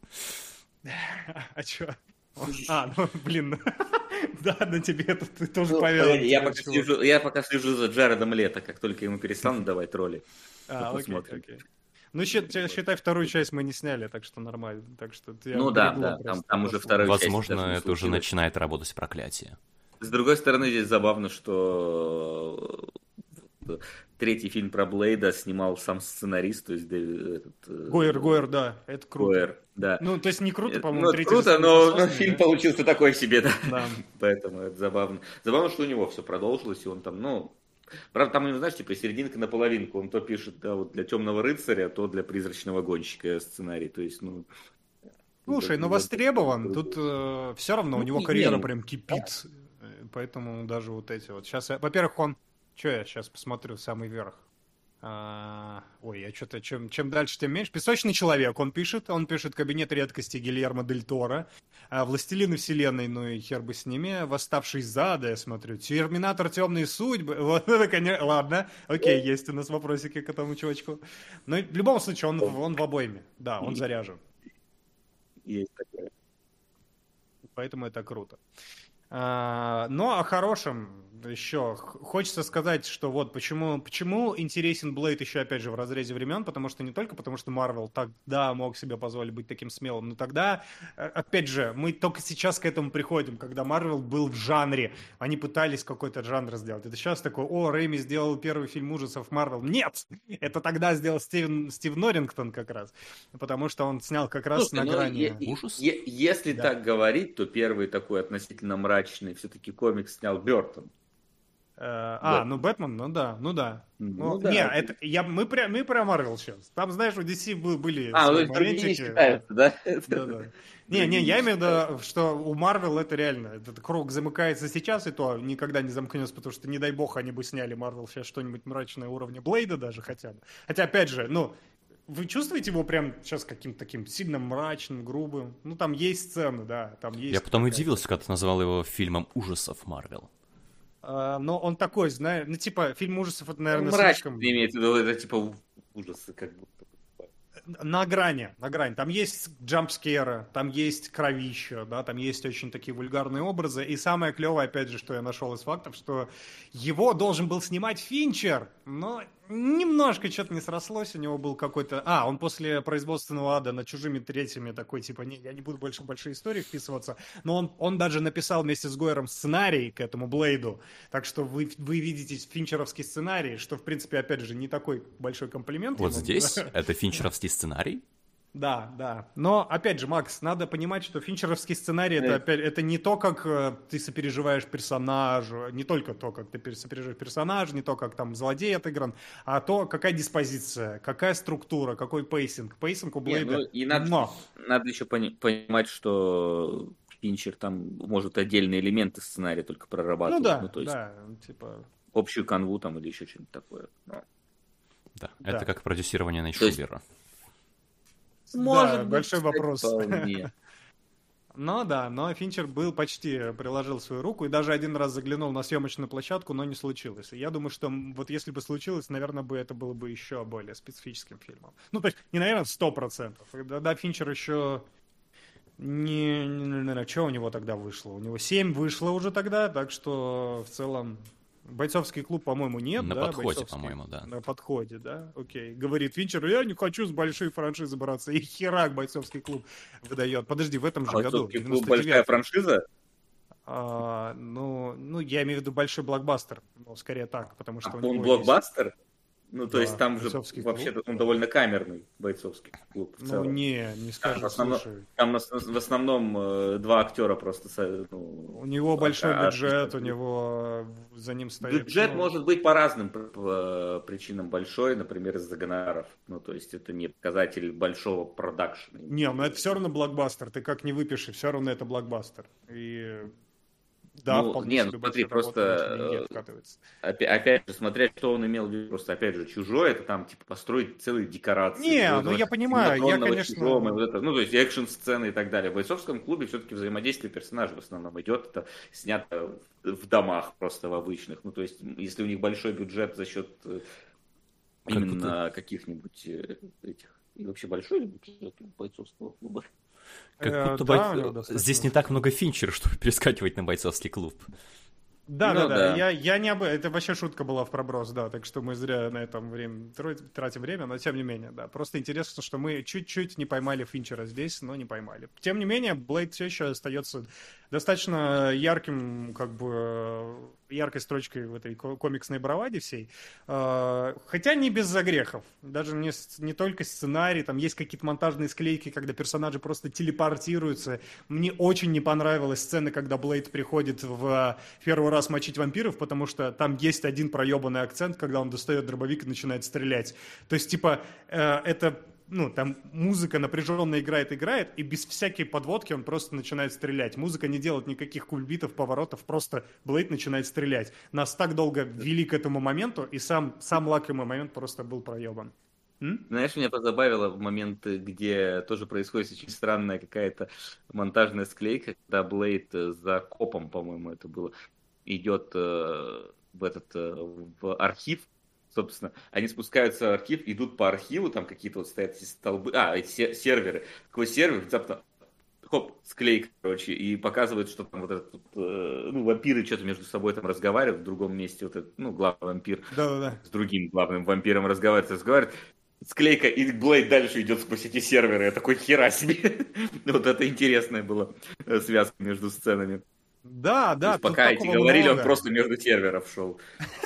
А чё? А, ну, блин. Да, на тебе это ты тоже Ну, повел. погоди, я, пока слежу, я пока слежу за Джаредом Лето, как только ему перестанут давать роли. А, окей, посмотрим. окей. Ну, считай, считай, вторую часть мы не сняли, так что нормально. Так что я Ну да, бредло да, просто там, там уже пошло. вторая часть Возможно, даже не это уже случилось. начинает работать проклятие. С другой стороны, здесь забавно, что э, третий фильм про Блейда снимал сам сценарист, то есть Дэвид- этот, э, Гойер, Гойер, да, это круто. Гойер, да. Ну, то есть не круто, Э, по-моему, ну, третий круто, же но, но сосный, фильм да? получился такой себе, да. Да. Поэтому это забавно. Забавно, что у него все продолжилось, и он там, ну, правда, там, знаешь, типа серединка на половинку. Он то пишет, да, вот для Темного рыцаря, то для Призрачного гонщика сценарий. То есть, ну. Слушай, ну вот- востребован. Тут э, все равно у Ну, него не, карьера не. прям кипит. Э, Поэтому даже вот эти вот. Сейчас, во-первых, он... Че я сейчас посмотрю, самый верх. А, ой, я что-то... Чем, чем дальше, тем меньше. «Песочный человек» он пишет. Он пишет «Кабинет редкости» Гильермо Дель Торо. А, «Властелины вселенной», ну и хер бы с ними. «Восставший из ада», я смотрю. «Терминатор. Темные судьбы». Вот это, конечно... Ладно, окей, есть у нас вопросики к этому чувачку. Но в любом случае, он, в- он в обойме. Да, он заряжен. Есть такое. Поэтому это круто. А, ну, о хорошем еще х- хочется сказать, что вот почему, почему интересен Блейд еще, опять же, в разрезе времен, потому что не только потому, что Марвел тогда мог себе позволить быть таким смелым, но тогда, э, опять же, мы только сейчас к этому приходим, когда Марвел был в жанре, они пытались какой-то жанр сделать. Это сейчас такой, о, Рэйми сделал первый фильм ужасов Марвел. Нет! Это тогда сделал Стивен, Стив Норрингтон как раз, потому что он снял как раз Слушай, на ну, грани... е- е- Ужас? е- если Да. так говорить, то первый такой относительно мрачный все-таки комикс снял Бёртон. Э, А, Бэтмен. ну Бэтмен, ну да, ну да. Ну Ну, да. не, это, я, мы, про, мы про Марвел сейчас. Там, знаешь, у ди си бы- были А, свои ну другие не моментики. считаются, да? Да-да. Не, не, я имею в виду, что у Марвел это реально, этот круг замыкается сейчас, и то никогда не замкнется, потому что, не дай бог, они бы сняли Марвел сейчас что-нибудь мрачное уровня Блейда даже хотя бы. Хотя, опять же, ну, вы чувствуете его прям сейчас каким-то таким сильно мрачным, грубым? Ну, там есть сцены, да, там есть... Я потом какая-то- удивился, когда ты назвал его фильмом ужасов Марвел. А, но он такой, знаешь, ну, типа, фильм ужасов, это, наверное, Мрачный слишком... имеется в виду, это типа ужасы как будто. На грани, на грани. Там есть джампскеры, там есть кровища, да, там есть очень такие вульгарные образы. И самое клевое, опять же, что я нашел из фактов, что его должен был снимать Финчер, но немножко что-то не срослось, у него был какой-то... А, он после производственного ада над чужими третьими такой, типа, не, я не буду больше в большие истории вписываться, но он, он даже написал вместе с Гойером сценарий к этому Блейду, так что вы, вы видите финчеровский сценарий, что, в принципе, опять же, не такой большой комплимент. Вот ему. здесь это финчеровский сценарий? Да, да. Но, опять же, Макс, надо понимать, что финчеровский сценарий это, опять, это не то, как э, ты сопереживаешь персонажу, не только то, как ты сопереживаешь персонажу, не то, как там злодей отыгран, а то, какая диспозиция, какая структура, какой пейсинг. Пейсинг у Блейда. Не, ну, и надо, Но... надо еще пони- понимать, что Финчер там может отдельные элементы сценария только прорабатывать. Ну да, ну, то есть да, типа... общую канву там или еще что-нибудь такое. Но... Да, Да. это как продюсирование на То есть- Шубера. Может да, быть, большой кстати, вопрос. вполне. Но да, но Финчер был почти, приложил свою руку и даже один раз заглянул на съемочную площадку, но не случилось. И я думаю, что м, вот если бы случилось, наверное, бы это было бы еще более специфическим фильмом. Ну, то есть, не, наверное, сто процентов. Да, Финчер еще не... не что у него тогда вышло? У него семь вышло уже тогда, так что в целом... Бойцовский клуб, по-моему, нет, На да? подходе, Бойцовский- по-моему, да. На подходе, да? Окей. Говорит Финчер, я не хочу с большой франшизы бороться. И херак бойцовский клуб выдает. Подожди, в этом же году, Бойцовский в клуб девяносто большая девятом. франшиза? А, ну, ну, я имею в виду большой блокбастер. Ну, скорее так, потому что А у он него есть- блокбастер? Ну, то Да, есть там же бойцовский вообще-то клуб. он довольно камерный бойцовский клуб в Ну, целом. не, не Там, в скажешь, основном, слушай. там на- в основном э, два актера просто... со- ну, У него большой а- бюджет, а- у него за ним стоит... Бюджет ну, может быть по разным п- п- причинам большой, например, из-за гонораров. Ну, то есть это не показатель большого продакшена. Не, но это все равно блокбастер. Ты как не выпиши, все равно это блокбастер. И да, Ну, вполне не, ну себе смотри, большая работа, просто, очень деньги э, откатывается. Опять, опять же, смотря что он имел в виду, просто опять же, чужой, это там типа построить целые декорации. Не, вот ну этого я понимаю, я, синхронного конечно- чужого, и вот это, ну, то есть экшн-сцены и так далее. В бойцовском клубе все-таки взаимодействие персонажей в основном идет, это снято в, в домах просто в обычных. Ну, то есть, если у них большой бюджет за счет э, Как именно каких-нибудь э, этих, и вообще большой ли бюджет у бойцовского клуба? Как Э, будто да, бой- у него достаточно здесь не так много Финчера, чтобы перескакивать на бойцовский клуб. Да, Ну да, да, да. Я, я не об... Это вообще шутка была в проброс, да, так что мы зря на этом время тро- тратим время, но тем не менее, да. Просто интересно, что мы чуть-чуть не поймали Финчера здесь, но не поймали. Тем не менее, Блейд все еще остается достаточно ярким, как бы, яркой строчкой в этой ко- комиксной браваде всей. Э, Хотя не без загрехов. Даже не, с- не только сценарий, там есть какие-то монтажные склейки, когда персонажи просто телепортируются. Мне очень не понравилась сцена, когда Блейд приходит в первый раз мочить вампиров, потому что там есть один проебанный акцент, когда он достает дробовик и начинает стрелять. То есть, типа, э, это... Ну, там музыка напряженно играет, играет, и без всякой подводки он просто начинает стрелять. Музыка не делает никаких кульбитов, поворотов, просто Блейд начинает стрелять. Нас так долго вели к этому моменту, и сам, сам лакомый момент просто был проебан. М? Знаешь, меня позабавило в момент, где тоже происходит очень странная какая-то монтажная склейка, когда Блейд э, за копом, по-моему, это было, идет э, в этот э, в архив. Собственно, они спускаются в архив, идут по архиву, там какие-то вот стоят эти столбы, а, эти се- серверы. Такой сервер, внезапно, хоп, склейка, короче, и показывает, что там вот этот, вот, э, ну, вампиры что-то между собой там разговаривают, в другом месте вот этот, ну, главный вампир Да-да-да. с другим главным вампиром разговаривает, разговаривает, склейка, и Блейд дальше идет сквозь эти серверы. Я такой, хера себе. Вот это интересная была э, связка между сценами. Да, То да. есть тут пока эти такого говорили, он много. просто между серверов шел.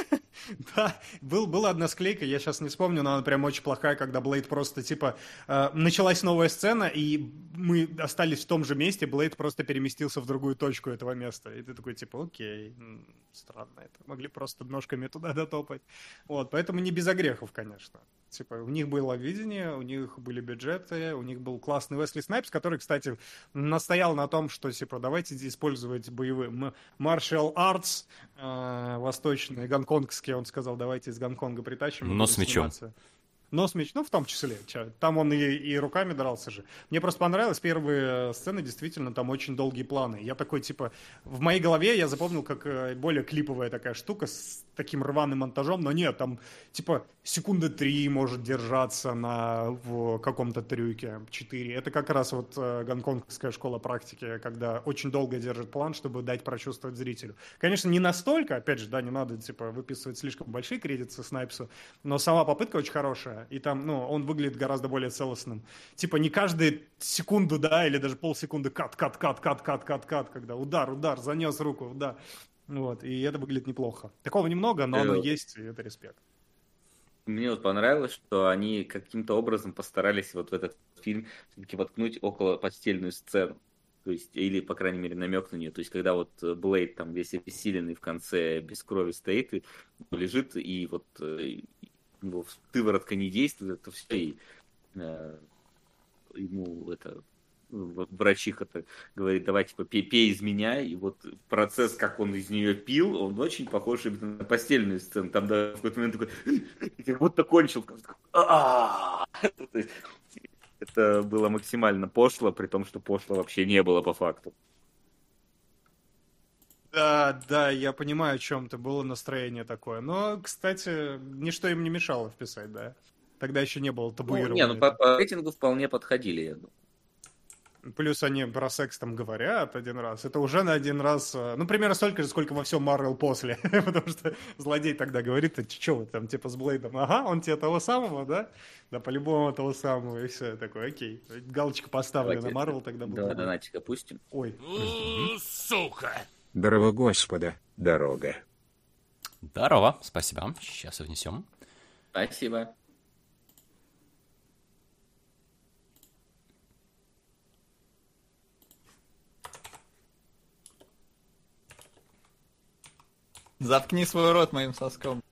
Да, был, была одна склейка, я сейчас не вспомню, но она прям очень плохая, когда Блейд просто, типа, э, началась новая сцена, и мы остались в том же месте, Блейд просто переместился в другую точку этого места. И ты такой, типа, окей, м, странно это. Могли просто ножками туда дотопать. Вот, поэтому не без огрехов, конечно. Типа, у них было видение, у них были бюджеты, у них был классный Уэсли Снайпс, который, кстати, настоял на том, что, типа, давайте использовать боевые м- martial arts, э, восточные, гонконгские, он сказал, давайте из Гонконга притащим. и Но будем с мечом. сниматься. Но с меч, ну, в том числе. Чё, там он и, и руками дрался же. Мне просто понравилось, первые сцены, действительно, там очень долгие планы. Я такой, типа, в моей голове я запомнил, как э, более клиповая такая штука с таким рваным монтажом, но нет, там, типа, секунды три может держаться на в каком-то трюке, четыре. Это как раз вот э, гонконгская школа практики, когда очень долго держит план, чтобы дать прочувствовать зрителю. Конечно, не настолько, опять же, да, не надо, типа, выписывать слишком большие кредиты Снайпсу, но сама попытка очень хорошая, и там, ну, он выглядит гораздо более целостным. Типа, не каждую секунду, да, или даже полсекунды кат, кат, кат, кат, кат, кат, кат, когда удар, удар, занес руку, да. Вот, и это выглядит неплохо. Такого немного, но оно Э, есть, и это респект. Мне вот понравилось, что они каким-то образом постарались вот в этот фильм все-таки воткнуть около постельную сцену. То есть, или, по крайней мере, намек на нее. То есть, когда вот Блейд там весь обессиленный в конце без крови стоит и лежит, и вот э, его сыворотка не действует, это все, и э, ему это врачиха-то говорит, давай, типа, пей, пей из меня, и вот процесс, как он из нее пил, он очень похож именно на постельную сцену. Там да, в какой-то момент такой, как будто кончил. Это было максимально пошло, при том, что пошло вообще не было по факту. Да, да, я понимаю, о чем-то было настроение такое. Но, кстати, ничто им не мешало вписать, да. Тогда еще не было табуировано. Ну, не, ну по, по рейтингу вполне подходили, я думаю. Плюс они про секс там говорят один раз. Это уже на один раз, ну, примерно столько же, сколько во всем Марвел после. Потому что злодей тогда говорит, ты что вы там, типа, с Блейдом? Ага, он тебе того самого, да? Да, по-любому того самого. И все, такой, окей. Галочка поставлена на Марвел тогда. Давай донатик опустим. Ой. Сука. Здорово, Господа, дорога. Здорово, спасибо. Сейчас внесем. Спасибо. Заткни свой рот моим соском.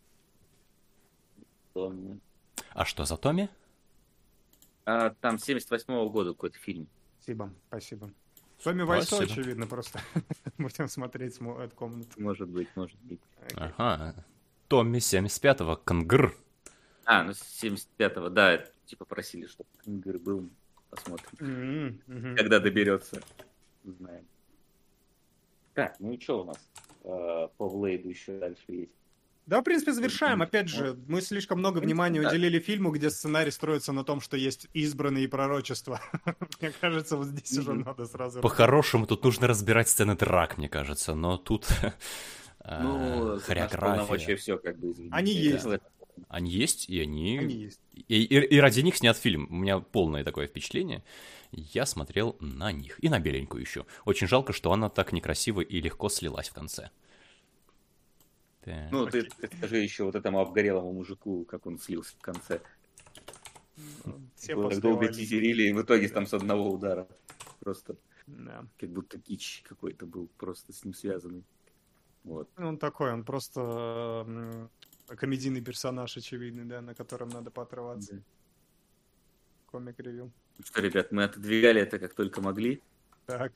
А что за Томми? А, там семьдесят восьмого года какой-то фильм. Спасибо, спасибо. Томми Вайсо, очевидно, просто. Будем смотреть эту комнату. Может быть, может быть. Okay. Ага. Томми семьдесят пятого, Кангр. А, ну семьдесят пятого, да, типа просили, чтобы Кангр был. Посмотрим. Mm-hmm. Mm-hmm. Когда доберется. Узнаем. Так, ну и что у нас? По Блейду еще дальше есть. Да, в принципе, завершаем. Опять же, мы слишком много внимания уделили фильму, где сценарий строится на том, что есть избранные пророчества. Мне кажется, вот здесь уже надо сразу... По-хорошему, тут нужно разбирать сцены драк, мне кажется, но тут ну, хореография. Все как бы извините. Они есть. Они есть, и они... Они есть. И, и, и ради них снят фильм. У меня полное такое впечатление. Я смотрел на них. И на беленькую еще. Очень жалко, что она так некрасиво и легко слилась в конце. Так. Ну, ты, ты скажи еще вот этому обгорелому мужику, как он слился в конце. Все так долго тизерили, и в итоге там с одного удара. Просто да. Как будто кич какой-то был просто с ним связанный. Вот. Он такой, он просто комедийный персонаж, очевидный, да, на котором надо поотрываться. Да. Комик-ревью. Ну что, ребят, мы отодвигали это как только могли. Так.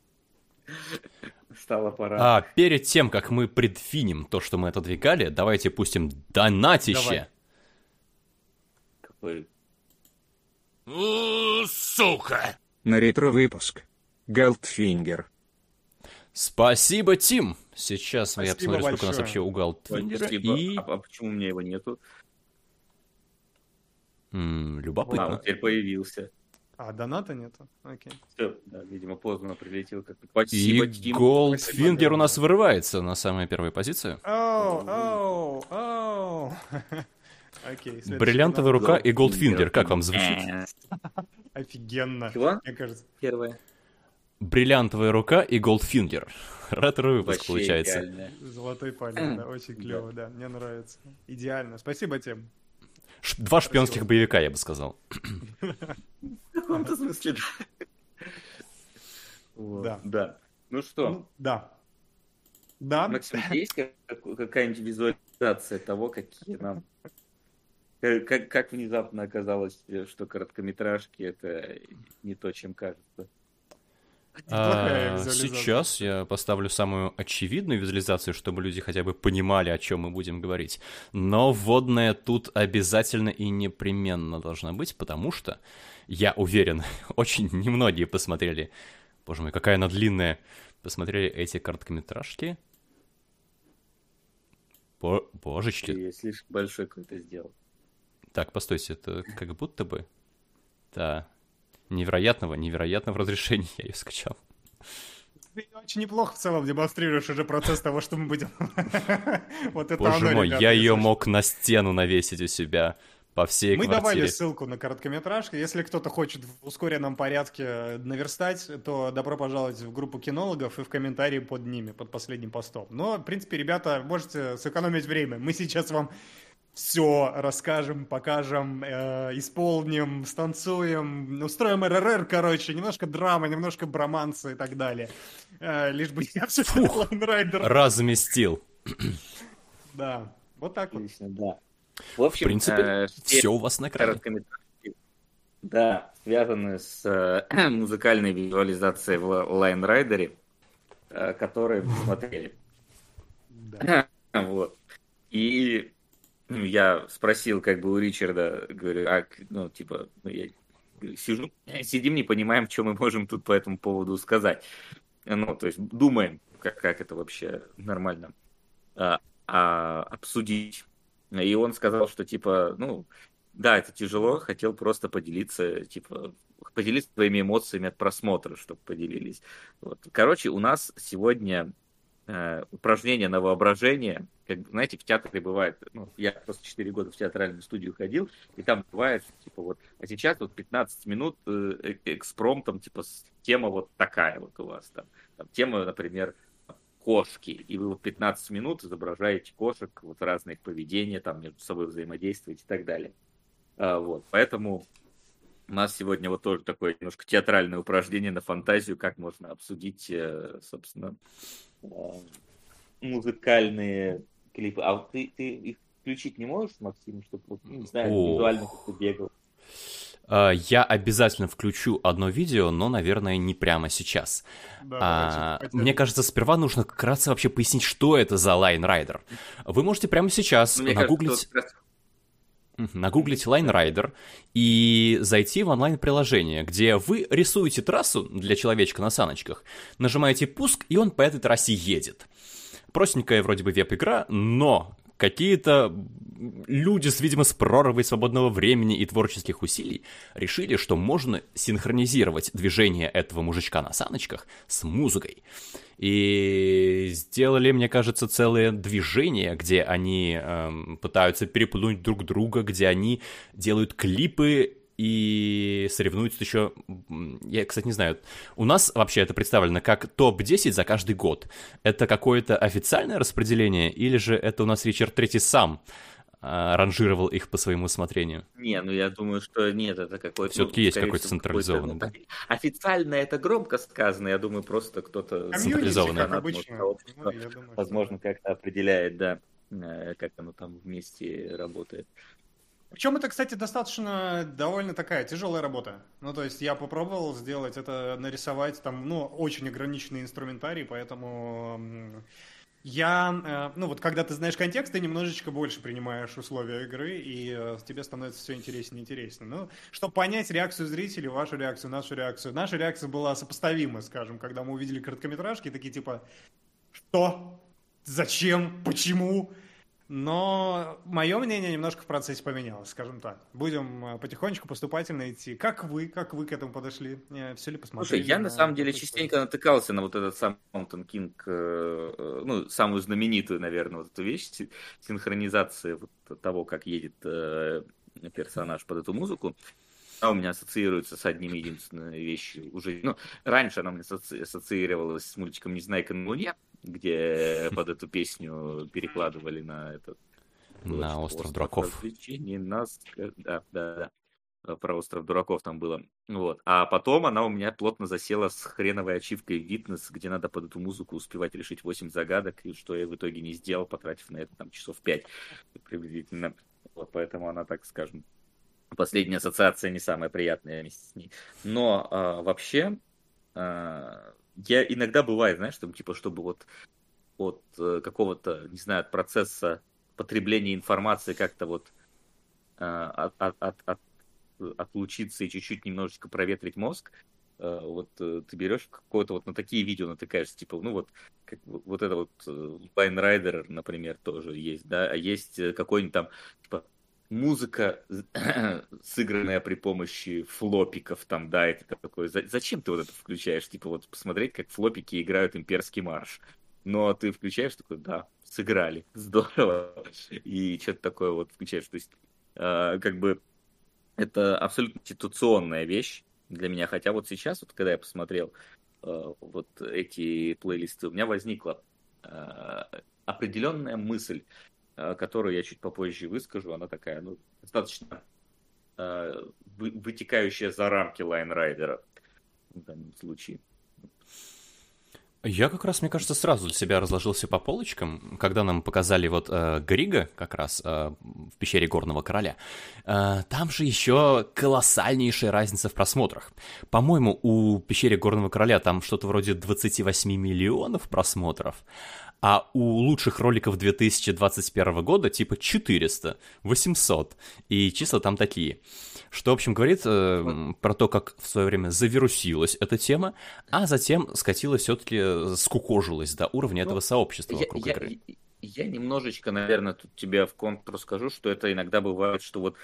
Стало пора. А перед тем, как мы предфиним то, что мы отодвигали, давайте пустим донатище. Какой? Сука! На ретро-выпуск. Галдфингер. Спасибо, Тим. Сейчас Спасибо я посмотрю, большое. сколько у нас вообще у Галдфингера. И... А, а почему у меня его нету? М-м, любопытно. А, он теперь появился. А, доната нету? Окей. Все, да, видимо, поздно прилетел. Как... Спасибо, И Тим. Голдфингер у нас вырывается на самую первую позицию. Оу, оу, оу. Окей. Бриллиантовая рука и Голдфингер. Как вам звучит? Офигенно. Чего? Мне кажется. Первое. Бриллиантовая рука и Голдфингер. Ретро-выпуск получается. Идеально. Золотой палец, да, очень клево, да, мне нравится. Идеально. Спасибо, Тим. Два шпионских боевика, я бы сказал. В каком-то смысле, да. Да. Ну что? Ну, да. Да. Максим, есть какая-нибудь визуализация того, какие нам... Как, как внезапно оказалось, что короткометражки — это не то, чем кажется? А, сейчас я поставлю самую очевидную визуализацию, чтобы люди хотя бы понимали, о чем мы будем говорить. Но вводная тут обязательно и непременно должна быть, потому что, я уверен, очень немногие посмотрели... Боже мой, какая она длинная! Посмотрели эти короткометражки. Бо... Божечки. Ты слишком большой какой-то сделал. Так, постойте, это как будто бы... Да... Невероятного, невероятного разрешения я ее скачал. Ты очень неплохо в целом демонстрируешь уже процесс того, что мы будем... вот это Боже оно, мой, ребята, я ее мог на стену навесить у себя по всей мы квартире. Мы давали ссылку на короткометражку. Если кто-то хочет в ускоренном порядке наверстать, то добро пожаловать в группу кинологов и в комментарии под ними, под последним постом. Но, в принципе, ребята, можете сэкономить время. Мы сейчас вам все расскажем, покажем, э, исполним, станцуем, устроим эр эр эр, короче, немножко драмы, немножко броманса и так далее. Э, лишь бы я все Лайнрайдер. Разместил. Да, вот так вот. Отлично, да. В общем, В принципе, э, все у вас на экране. короткометражки, да, связаны с э, музыкальной визуализацией в Лайнрайдере, э, которые вы смотрели. Да. Вот. И ну, я спросил как бы у Ричарда, говорю, а, ну, типа, ну, я сижу, сидим, не понимаем, что мы можем тут по этому поводу сказать. Ну, то есть думаем, как, как это вообще нормально а, а, обсудить. И он сказал, что, типа, ну, да, это тяжело, хотел просто поделиться, типа, поделиться своими эмоциями от просмотра, чтобы поделились. Вот. Короче, у нас сегодня э, упражнение на воображение. Как, знаете, в театре бывает, ну, я просто четыре года в театральную студию ходил, и там бывает, типа, вот, а сейчас вот пятнадцать минут э, экспромтом, типа, тема вот такая вот у вас там. Там тема, например, кошки, и вы вот пятнадцать минут изображаете кошек, вот разные их поведения, там между собой взаимодействуете и так далее. А, вот, поэтому у нас сегодня вот тоже такое немножко театральное упражнение на фантазию, как можно обсудить, собственно, музыкальные клипы. А вот ты, ты их включить не можешь, Максим, чтобы, не знаю, О. визуально как-то бегал? Я обязательно включу одно видео, но, наверное, не прямо сейчас. Да, А, давайте, мне кажется, сперва нужно вкратце вообще пояснить, что это за Лайнрайдер. Вы можете прямо сейчас Ну, мне нагуглить... кажется, вот как раз- Мгм, нагуглить Лайнрайдер и зайти в онлайн-приложение, где вы рисуете трассу для человечка на саночках, нажимаете пуск, и он по этой трассе едет. Простенькая вроде бы веб-игра, но какие-то люди, с, видимо, с прорвой свободного времени и творческих усилий решили, что можно синхронизировать движение этого мужичка на саночках с музыкой. И сделали, мне кажется, целое движение, где они эм, пытаются переплюнуть друг друга, где они делают клипы и соревнуются еще... Я, кстати, не знаю. У нас вообще это представлено как топ десять за каждый год. Это какое-то официальное распределение, или же это у нас Ричард Третий сам а, ранжировал их по своему усмотрению? Не, ну я думаю, что нет, это какой-то... Все-таки ну, есть скорее какой-то всего, централизованный, какой-то, да? ну, официально это громко сказано, я думаю, просто кто-то... Централизованный. Комьюнити, как обычно. сообщество, Ну, я думаю, что возможно, да. как-то определяет, да, э, как оно там вместе работает. Причем это, кстати, достаточно довольно такая тяжелая работа. Ну, то есть я попробовал сделать это, нарисовать там, ну, очень ограниченный инструментарий, поэтому м, я, э, ну, вот когда ты знаешь контекст, ты немножечко больше принимаешь условия игры, и э, тебе становится все интереснее и интереснее. Ну, чтобы понять реакцию зрителей, вашу реакцию, нашу реакцию. Наша реакция была сопоставима, скажем, когда мы увидели короткометражки, такие типа, что? Зачем? Почему? Но мое мнение немножко в процессе поменялось, скажем так. Будем э, потихонечку поступательно идти. Как вы, как вы к этому подошли? Э, Все ли посмотрели? Слушай, я на самом деле эту историю? частенько натыкался на вот этот сам Mountain King, э, э, ну, самую знаменитую, наверное, вот эту вещь, си- синхронизация вот того, как едет э, персонаж под эту музыку. Она у меня ассоциируется с одним единственной вещью уже. Ну, раньше она у меня асоци- ассоциировалась с мультиком «Незнайка на Луне», где под эту песню перекладывали на этот... было На что-то, остров дураков. развлечений, нас... Да, да, да. Про остров дураков там было. Вот. А потом она у меня плотно засела с хреновой ачивкой «Витнес», где надо под эту музыку успевать решить восемь загадок, и что я в итоге не сделал, потратив на это там часов пять приблизительно. Вот поэтому она, так скажем, последняя ассоциация не самая приятная вместе с ней. Но а, вообще, а, я иногда бывает, знаешь, там, типа, чтобы вот от э, какого-то, не знаю, от процесса потребления информации как-то вот а, от, от, от, от, отлучиться и чуть-чуть немножечко проветрить мозг, а, вот э, ты берешь какое-то вот на такие видео натыкаешься, типа, ну вот, как, вот это вот Лайнрайдер, например, тоже есть, да, а есть э, какой-нибудь там, типа, музыка, сыгранная при помощи флопиков, там, да, это такое. Зачем ты вот это включаешь? Типа вот посмотреть, как флопики играют имперский марш. Но ты включаешь такой, да, сыграли, здорово. И что-то такое вот включаешь. То есть, э, как бы, это абсолютно ситуационная вещь для меня. Хотя вот сейчас, вот когда я посмотрел э, вот эти плейлисты, у меня возникла э, определенная мысль. э, которую я чуть попозже выскажу. Она такая, ну, достаточно э, вы, вытекающая за рамки лайнрайдера в данном случае. Я как раз, мне кажется, сразу для себя разложился по полочкам, когда нам показали вот э, Грига, как раз э, в пещере Горного Короля. Э, там же еще колоссальнейшая разница в просмотрах. По-моему, у пещеры Горного Короля там что-то вроде двадцать восемь миллионов просмотров, а у лучших роликов две тысячи двадцать первого года типа четыреста, восемьсот, и числа там такие. Что, в общем, говорит э, про то, как в свое время завирусилась эта тема, а затем скатилась все-таки, скукожилась до уровня ну, этого сообщества я, вокруг я, игры. Я, я немножечко, наверное, тут тебе в контру скажу, что это иногда бывает, что вот,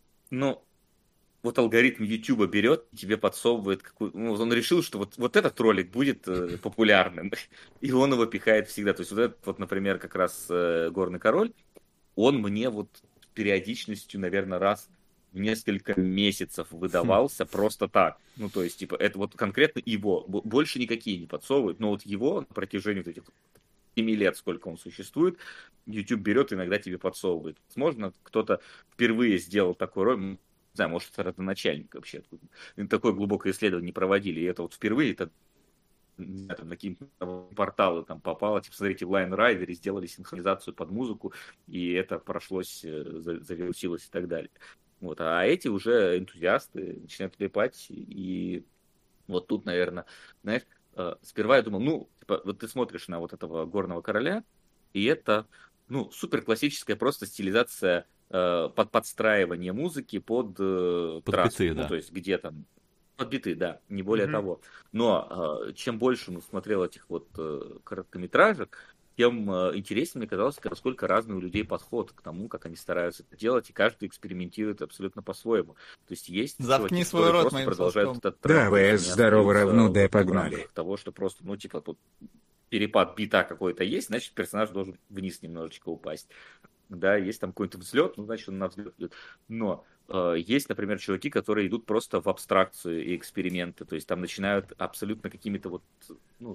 ну, вот алгоритм YouTube берет и тебе подсовывает какую... Ну, он решил, что вот, вот этот ролик будет э, популярным, и он его пихает всегда. То есть вот этот, вот, например, как раз э, Горный Король, он мне вот периодичностью, наверное, раз в несколько месяцев выдавался хм. просто так. Ну, то есть, типа, это вот конкретно его. Больше никакие не подсовывают, но вот его на протяжении вот этих семи лет, сколько он существует, YouTube берет и иногда тебе подсовывает. Возможно, кто-то впервые сделал такой ролик, не знаю, может, это родоначальник вообще. Такое глубокое исследование не проводили, и это вот впервые, это не знаю, там, на какие-то порталы там попало, типа, смотрите, в Лайнрайдере сделали синхронизацию под музыку, и это прошлось, завирусилось и так далее. Вот, а эти уже энтузиасты начинают клепать, и вот тут, наверное, знаешь, сперва я думал, ну, типа, вот ты смотришь на вот этого Горного Короля, и это, ну, супер классическая просто стилизация э, под подстраивание музыки под, э, под трассу, биты, ну, да. то есть где там, под биты, да, не более mm-hmm. того. Но э, чем больше ну, смотрел этих вот э, короткометражек, тем интереснее мне казалось, насколько разный у людей подход к тому, как они стараются это делать, и каждый экспериментирует абсолютно по-своему. То есть есть Заткни свой рот моим продолжают соском. этот тренд. Да, вэ эс здорово равно, да, погнали. Того, что просто, ну, типа, тут перепад бита какой-то есть, значит, персонаж должен вниз немножечко упасть. Да, есть там какой-то взлет, ну, значит, он на взлет идет. Но э, есть, например, чуваки, которые идут просто в абстракцию и эксперименты. То есть там начинают абсолютно какими-то вот, ну,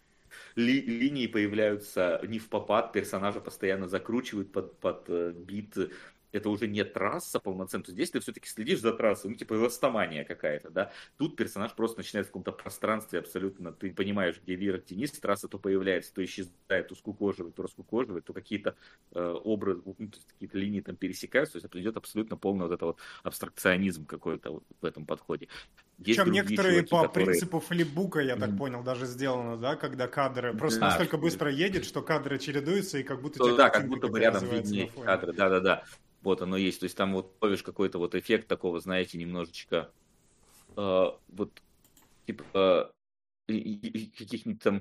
Ли, линии появляются не в попад, персонажа постоянно закручивают под, под э, бит. Это уже не трасса полноценная. То есть здесь ты все-таки следишь за трассой, ну типа эластомания какая-то, да. Тут персонаж просто начинает в каком-то пространстве абсолютно, ты понимаешь, где вверх, где низ, трасса то появляется, то исчезает, то скукоживает, то раскукоживает, то какие-то э, образы, ну, то есть какие-то линии там пересекаются, то есть идет абсолютно полный вот это вот абстракционизм какой-то вот в этом подходе. Есть Причем некоторые чуваки, по которые... принципу флипбука, я так mm-hmm. понял, даже сделано, да, когда кадры просто да, настолько быстро едет, что кадры чередуются, и как будто... То, да, как будто бы рядом виднее кадры, да-да-да. Вот оно есть. То есть там вот ловишь какой-то вот эффект такого, знаете, немножечко э, вот типа э, каких-нибудь там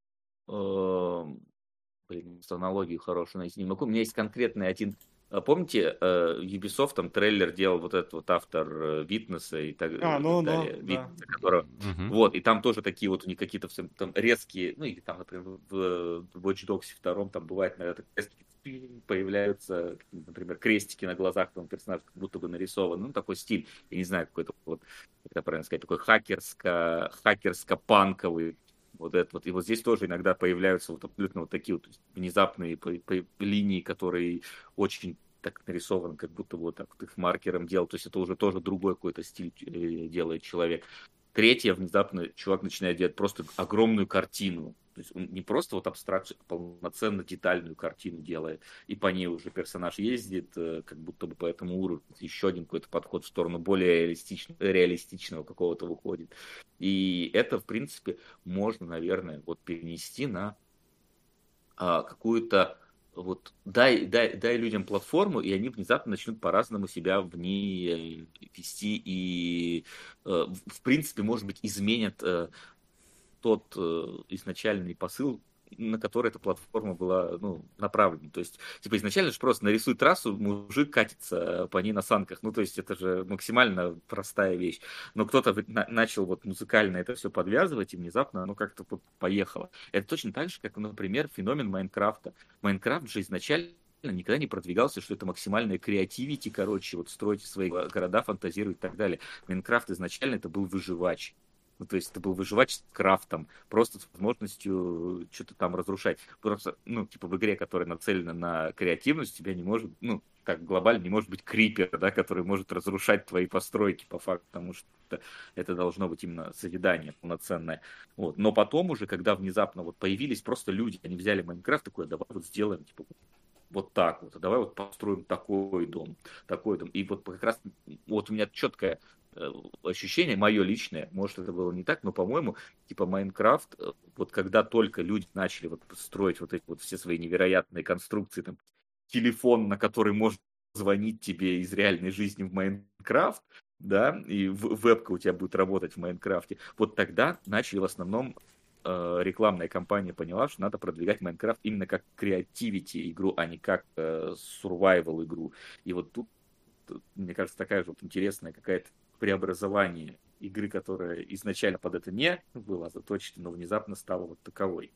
э, блин, аналогию хорошую найти не могу. У меня есть конкретный один. Помните, э, Ubisoft там трейлер делал вот этот вот автор Витнеса и так, а, ну, и так далее, ну, Витнеса, да. которого... Uh-huh. Вот, и там тоже такие вот у них какие-то там резкие, ну, или там, например, в Watch Dogs два там бывает, наверное, появляются, например, крестики на глазах там персонажа, как будто бы нарисован, ну, такой стиль, я не знаю, какой-то вот, как это правильно сказать, такой хакерско, хакерско-панковый, вот это вот. И вот здесь тоже иногда появляются вот абсолютно вот такие вот внезапные по, по, линии, которые очень так нарисованы, как будто вот так вот их маркером делал. То есть это уже тоже другой какой-то стиль делает человек. Третье, внезапно чувак начинает делать просто огромную картину. То есть он не просто вот абстракцию, а полноценно детальную картину делает. И по ней уже персонаж ездит, как будто бы по этому уровню. Еще один какой-то подход в сторону более реалистичного, реалистичного какого-то выходит. И это, в принципе, можно, наверное, вот перенести на а, какую-то вот дай, дай, дай людям платформу, и они внезапно начнут по-разному себя в ней вести. И, э, в принципе, может быть, изменят э, тот э, изначальный посыл, на который эта платформа была ну, направлена. То есть, типа, изначально же просто нарисуй трассу, мужик катится по ней на санках. Ну, то есть, это же максимально простая вещь. Но кто-то на- начал вот музыкально это все подвязывать, и внезапно оно как-то вот поехало. Это точно так же, как, например, феномен Майнкрафта. Майнкрафт же изначально никогда не продвигался, что это максимальное креативити, короче, вот стройте свои города, фантазируйте и так далее. Майнкрафт изначально это был выживач. Ну, то есть это был выживач с крафтом, просто с возможностью что-то там разрушать. Просто, ну, типа в игре, которая нацелена на креативность, у тебя не может, ну, так глобально не может быть крипер, да, который может разрушать твои постройки по факту, потому что это должно быть именно созидание полноценное. Вот. Но потом уже, когда внезапно вот появились просто люди, они взяли Майнкрафт, такое, давай вот сделаем, типа, вот так вот, а давай вот построим такой дом, такой дом. И вот как раз вот у меня четкое ощущение, мое личное, может это было не так, но по-моему, типа Майнкрафт, вот когда только люди начали вот строить вот эти вот все свои невероятные конструкции, там, телефон, на который можно звонить тебе из реальной жизни в Майнкрафт, да, и вебка у тебя будет работать в Майнкрафте, вот тогда начали в основном э, рекламная кампания поняла, что надо продвигать Майнкрафт именно как креативити игру, а не как э, survival игру. И вот тут, тут, мне кажется, такая же вот интересная какая-то преобразование игры, которая изначально под это не была заточена, но внезапно стала вот таковой.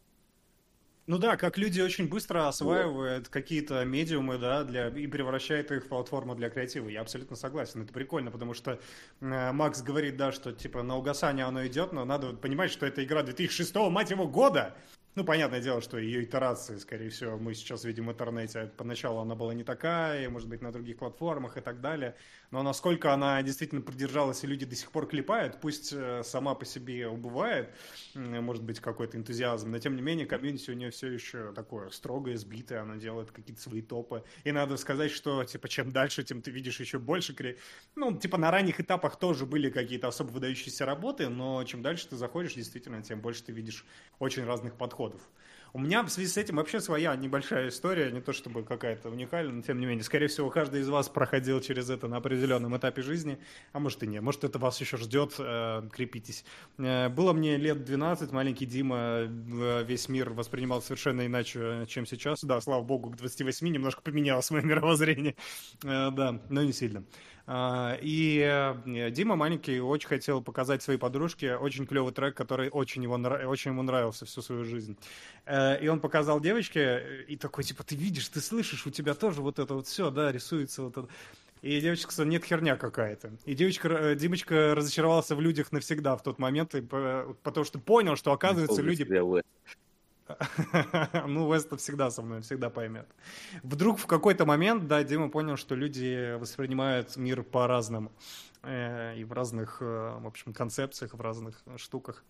Ну да, как люди очень быстро осваивают вот. какие-то медиумы, да, для, и превращают их в платформу для креатива. Я абсолютно согласен, это прикольно, потому что э, Макс говорит, да, что типа на угасание оно идет, но надо понимать, что это игра две тысячи шестого, мать его, года. Ну, понятное дело, что ее итерации, скорее всего, мы сейчас видим в интернете. Поначалу она была не такая, может быть, на других платформах и так далее. Но насколько она действительно продержалась, и люди до сих пор клепают, пусть сама по себе убывает, может быть, какой-то энтузиазм, но, тем не менее, комьюнити у нее все еще такое строгое, сбитое, она делает какие-то свои топы. И надо сказать, что, типа, чем дальше, тем ты видишь еще больше. Кре... Ну, типа, на ранних этапах тоже были какие-то особо выдающиеся работы, но чем дальше ты заходишь, действительно, тем больше ты видишь очень разных подходов. У меня в связи с этим вообще своя небольшая история, не то чтобы какая-то уникальная, но тем не менее, скорее всего, каждый из вас проходил через это на определенном этапе жизни, а может и не, может это вас еще ждет, э, крепитесь. Э, было мне лет двенадцать, маленький Дима весь мир воспринимал совершенно иначе, чем сейчас. Да, слава богу, к двадцати восьми немножко поменялось мое мировоззрение, э, да, но не сильно. И Дима маленький очень хотел показать своей подружке очень клевый трек, который очень, его, очень ему нравился всю свою жизнь. И он показал девочке, и такой, типа, ты видишь, ты слышишь, у тебя тоже вот это вот все, да, рисуется вот это. И девочка сказала, нет, херня какая-то. И девочка, Димочка разочаровался в людях навсегда в тот момент, потому что понял, что, оказывается, люди... Ну, Веста всегда со мной, всегда поймет. Вдруг в какой-то момент, да, Дима понял, что люди воспринимают мир по-разному. И в разных, в общем, концепциях, в разных штуках.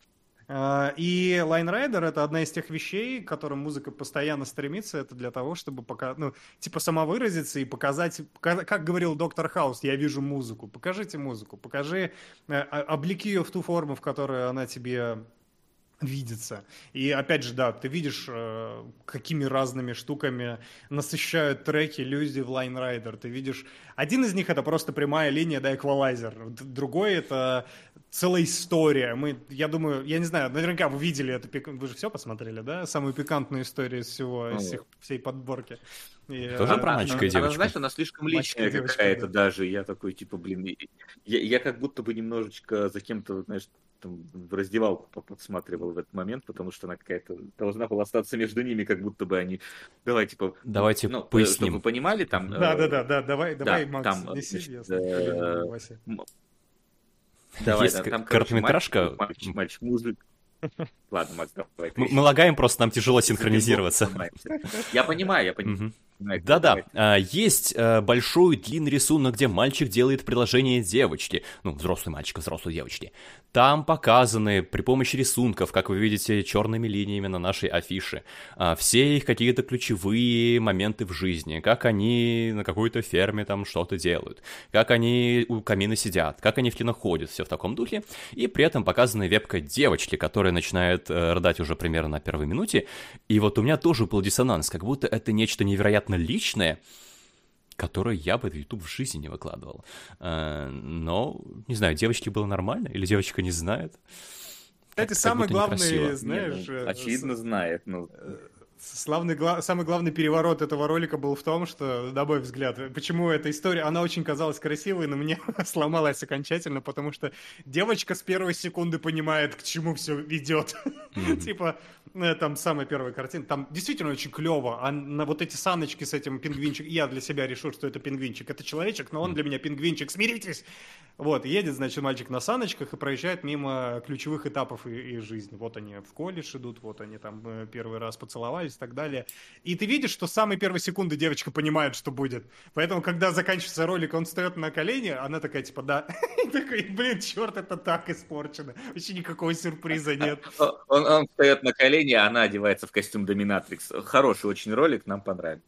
И Line Rider — это одна из тех вещей, к которым музыка постоянно стремится. Это для того, чтобы пока, ну, типа самовыразиться и показать, как говорил доктор Хаус, я вижу музыку. Покажите музыку, покажи, облеки ее в ту форму, в которой она тебе видится. И опять же, да, ты видишь, э, какими разными штуками насыщают треки люди в Line Rider. Ты видишь, один из них это просто прямая линия, да, эквалайзер. Другой это целая история. Мы, я думаю, я не знаю, наверняка вы видели это, вы же все посмотрели, да? Самую пикантную историю из всего, из всех, всей подборки. И, Тоже а, про мальчика и девочку. Она, знаешь, она слишком личная какая-то да. даже. Я такой, типа, блин, я, я как будто бы немножечко за кем-то, знаешь, там, в раздевалку подсматривал в этот момент, потому что она какая-то должна была остаться между ними, как будто бы они... Давай, типа... Давайте ну, поясним. Чтобы вы понимали, там... Да-да-да, да, давай, да, давай, Макс, там, неси, значит, ясно. Э... Вася. Давай, Есть да, там, короткометражка. Мальчик, мальчик, мужик. Ладно, Макс, давай. Мы, мы лагаем, просто нам тяжело синхронизироваться. Я понимаю, я понимаю. Да-да, есть большой длинный рисунок, где мальчик делает предложение девочке, ну, взрослый мальчик, взрослой девочке. Там показаны при помощи рисунков, как вы видите, черными линиями на нашей афише, все их какие-то ключевые моменты в жизни, как они на какой-то ферме там что-то делают, как они у камина сидят, как они в кино ходят, все в таком духе, и при этом показана вебка девочки, которая начинает рыдать уже примерно на первой минуте, и вот у меня тоже был диссонанс, как будто это нечто невероятно личное, которое я бы в YouTube в жизни не выкладывал. Но, не знаю, девочке было нормально, или девочка не знает. Кстати, самый главный, знаешь... Нет, ну, очевидно, знает, ну... Славный, самый главный переворот этого ролика был в том, что, на мой взгляд, почему эта история, она очень казалась красивой, но мне сломалась окончательно, потому что девочка с первой секунды понимает, к чему все ведет. Mm-hmm. Типа, э, там самая первая картина, там действительно очень клево, а на вот эти саночки с этим пингвинчиком, я для себя решил, что это пингвинчик, это человечек, но он для меня пингвинчик, смиритесь! Вот, едет, значит, мальчик на саночках и проезжает мимо ключевых этапов и, и жизни. Вот они в колледж идут, вот они там э, первый раз поцеловались и так далее. И ты видишь, что с самой первой секунды девочка понимает, что будет. Поэтому, когда заканчивается ролик, он встает на колени, она такая, типа, да. И такой, блин, черт, это так испорчено. Вообще никакого сюрприза нет. Он, он встает на колени, а она одевается в костюм Доминатрикс. Хороший очень ролик, нам понравился.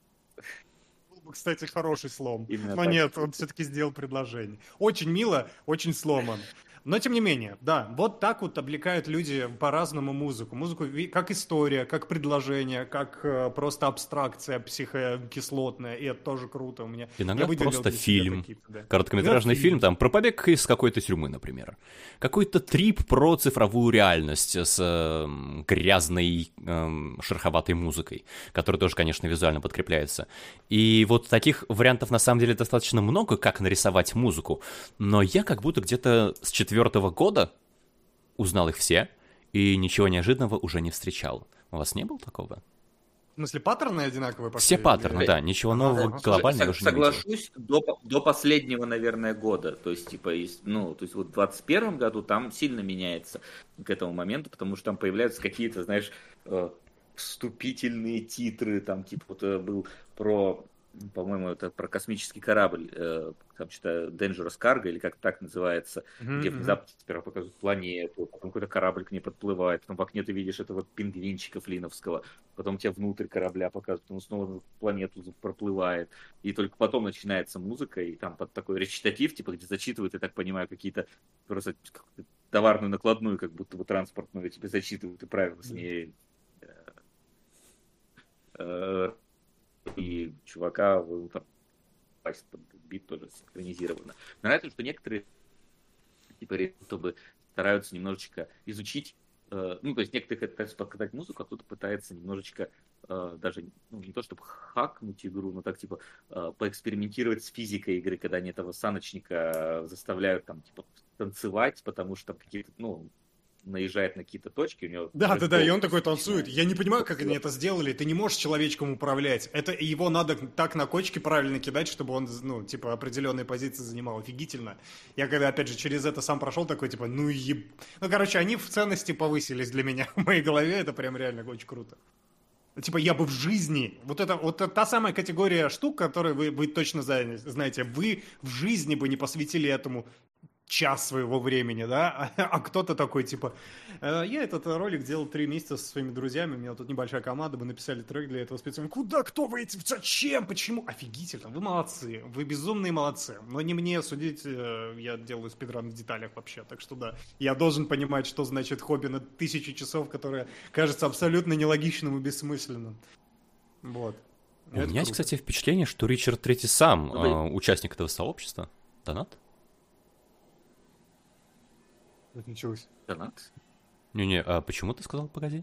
Кстати, хороший слом. Именно Но так. нет, он все-таки сделал предложение. Очень мило, очень сломан. Но, тем не менее, да, вот так вот облекают люди по-разному музыку. Музыку ви- как история, как предложение, как э, просто абстракция психокислотная, и это тоже круто у меня. Иногда Я выделил просто для себя фильм, какие-то, да. короткометражный Да, фильм, там, про побег из какой-то тюрьмы, например. Какой-то трип про цифровую реальность с э, грязной, э, шероховатой музыкой, которая тоже, конечно, визуально подкрепляется. И вот таких вариантов, на самом деле, достаточно много, как нарисовать музыку, но я как будто где-то с четвертого года узнал их все, и ничего неожиданного уже не встречал. У вас не было такого? В смысле, паттерны одинаковые пошли? Все паттерны, Или- да, ничего нового Слушай, глобального сог- уже не видел. Соглашусь, до, до последнего, наверное, года. То есть, типа, есть, ну, то есть, вот в двадцать первом году там сильно меняется к этому моменту, потому что там появляются какие-то, знаешь, э, вступительные титры, там, типа, вот э, был про, по-моему, это про космический корабль, э, там что-то Dangerous Cargo, или как так называется, Мгм, где мгм. внезапно сперва показывают планету, потом какой-то корабль к ней подплывает, потом в окне ты видишь этого пингвинчика флиновского, потом тебя внутрь корабля показывают, потом снова планету проплывает, и только потом начинается музыка, и там под такой речитатив, типа, где зачитывают, я так понимаю, какие-то просто какую-то товарную накладную, как будто бы транспортную, тебе зачитывают, и правильно с ней э, э, и чувака ну, там пасть под бит тоже синхронизировано. Мне нравится, что некоторые типа чтобы стараются немножечко изучить, э, ну, то есть некоторые пытаются подкатать музыку, а кто-то пытается немножечко э, даже, ну, не то чтобы хакнуть игру, но так, типа, э, поэкспериментировать с физикой игры, когда они этого саночника заставляют, там, типа, танцевать, потому что там какие-то, ну, наезжает на какие-то точки, у него... Да, да, да, и он такой начинает. танцует. Я не понимаю, как они это сделали. Ты не можешь человечком управлять. Это его надо так на кочки правильно кидать, чтобы он, ну, типа, определенные позиции занимал. Офигительно. Я когда, опять же, через это сам прошел, такой, типа, ну еб... Ну, короче, они в ценности повысились для меня. В моей голове это прям реально очень круто. Типа, я бы в жизни... Вот это вот та самая категория штук, которую вы, вы точно знаете. Вы в жизни бы не посвятили этому час своего времени, да, а, а кто-то такой, типа, э, я этот ролик делал три месяца со своими друзьями, у меня вот тут небольшая команда, мы написали трек для этого специально. Куда, кто вы эти, зачем, почему? Офигительно, вы молодцы, вы безумные молодцы, но не мне судить, э, я делаю спидран в деталях вообще, так что да, я должен понимать, что значит хобби на тысячу часов, которое кажется абсолютно нелогичным и бессмысленным. Вот. У Это меня есть, круто. кстати, впечатление, что Ричард Третий сам Ну, да. э, участник этого сообщества. Донат? Тут началось. Донат? Не-не, а почему ты сказал «погоди»?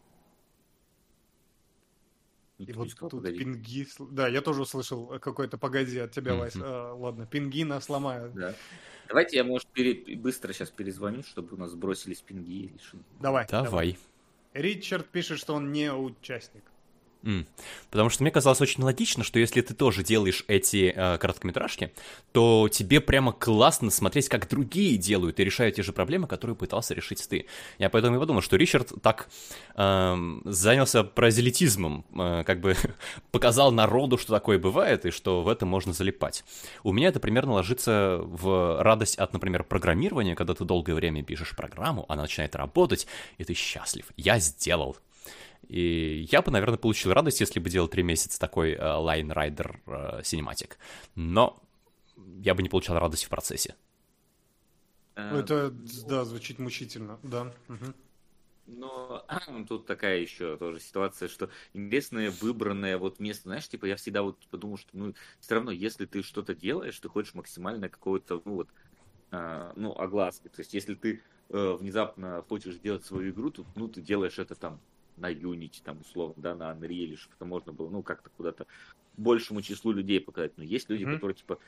И Никто вот не сказал, тут погоди. пинги... сл- Да, я тоже услышал какой-то «погоди» от тебя, Вась. Мгм. А, ладно, пинги нас сломают. Да. Давайте я, может, пере- быстро сейчас перезвоню, чтобы у нас сбросились пинги или что-нибудь. Давай, Давай. Ричард пишет, что он не участник. М. Потому что мне казалось очень логично, что если ты тоже делаешь эти э, короткометражки, то тебе прямо классно смотреть, как другие делают и решают те же проблемы, которые пытался решить ты. Я поэтому и подумал, что Ричард так эм, занялся паразелитизмом, э, как бы показал народу, что такое бывает, и что в это можно залипать. У меня это примерно ложится в радость от, например, программирования, когда ты долгое время пишешь программу, она начинает работать, и ты счастлив. Я сделал. И я бы, наверное, получил радость, если бы делал три месяца такой э, Line Rider э, Cinematic. Но я бы не получал радость в процессе. Э, Это, да, звучит мучительно, да. Мгм. Но тут такая еще тоже ситуация, что интересное выбранное вот место, знаешь, типа я всегда вот подумал, что ну все равно, если ты что-то делаешь, ты хочешь максимально какого-то, ну вот, а, ну огласки. То есть если ты э, внезапно хочешь сделать свою игру, то ну ты делаешь это там на Unity, там условно, да, на Unreal, чтобы это можно было, ну как-то куда-то большему числу людей показать. Но есть люди, Мгм. которые типа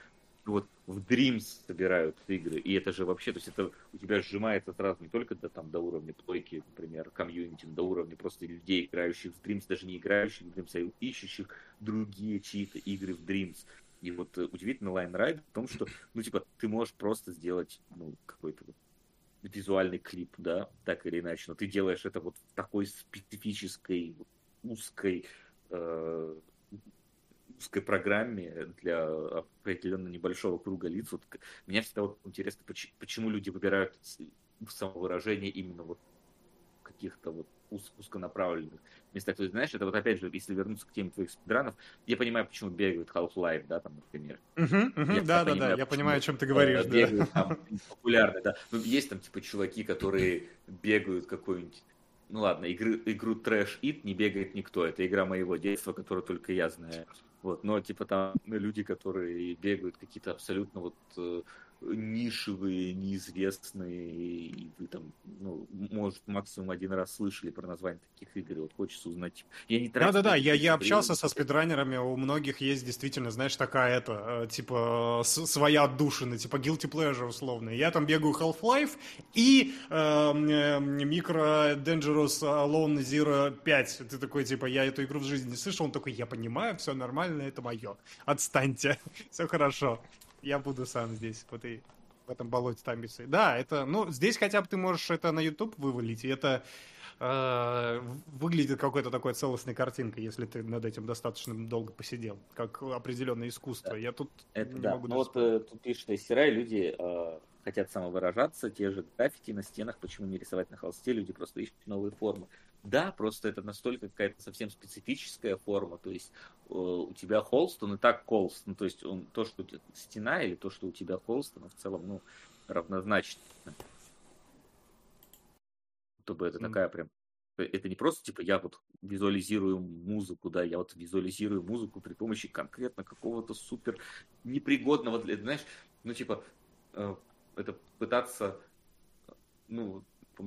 вот в Dreams собирают игры, и это же вообще, то есть это у тебя сжимается сразу не только до, там, до уровня плойки, например, комьюнити, до уровня просто людей, играющих в Dreams, даже не играющих в Dreams, а ищущих другие чьи-то игры в Dreams. И вот э, удивительно Line Ride в том, что, ну, типа, ты можешь просто сделать, ну, какой-то вот визуальный клип, да, так или иначе, но ты делаешь это вот в такой специфической, узкой, э, узкой программе для определенно небольшого круга лиц. Вот меня всегда вот интересно, почему, почему люди выбирают самовыражение именно вот в каких-то вот уз, узконаправленных местах. То есть, знаешь, это вот опять же, если вернуться к теме твоих спидранов, я понимаю, почему бегают Half-Life, да, там, например. Да, да, да, я понимаю, о чем ты говоришь, да. Бегают там популярны, да. Ну, есть там, типа, чуваки, которые бегают какой-нибудь. Ну ладно, игры, игру Trash It не бегает никто. Это игра моего детства, которую только я знаю. Вот, но типа там люди, которые бегают какие-то абсолютно вот э, нишевые, неизвестные, и вы там, ну, может, максимум один раз слышали про название таких игр, и вот хочется узнать. Типа, я не трачу. Да-да-да, я, я общался со спидранерами, у многих есть действительно, знаешь, такая это, типа, с, своя отдушина, типа guilty pleasure условно. Я там бегаю Half-Life и э, Micro Dangerous Alone Zero пять. Ты такой, типа, я эту игру в жизни не слышал, он такой, я понимаю, все нормально, это мое. Отстаньте, все хорошо. Я буду сам здесь, в, этой, в этом болоте тамбицы. Да, это, ну, здесь хотя бы ты можешь это на YouTube вывалить, и это э, выглядит какой-то такой целостной картинкой, если ты над этим достаточно долго посидел, как определенное искусство. Да. Я тут это не да. могу Ну вот э, тут пишет Айсера, люди э, хотят самовыражаться, те же граффити на стенах, почему не рисовать на холсте, люди просто ищут новые формы. Да, просто это настолько какая-то совсем специфическая форма, то есть э, у тебя холст, он и так холст, ну то есть он, то, что у тебя стена или то, что у тебя холст, оно в целом, ну, равнозначно. Чтобы это mm. такая прям, это не просто типа я вот визуализирую музыку, да, я вот визуализирую музыку при помощи конкретно какого-то супер непригодного, для, знаешь, ну типа э, это пытаться, ну,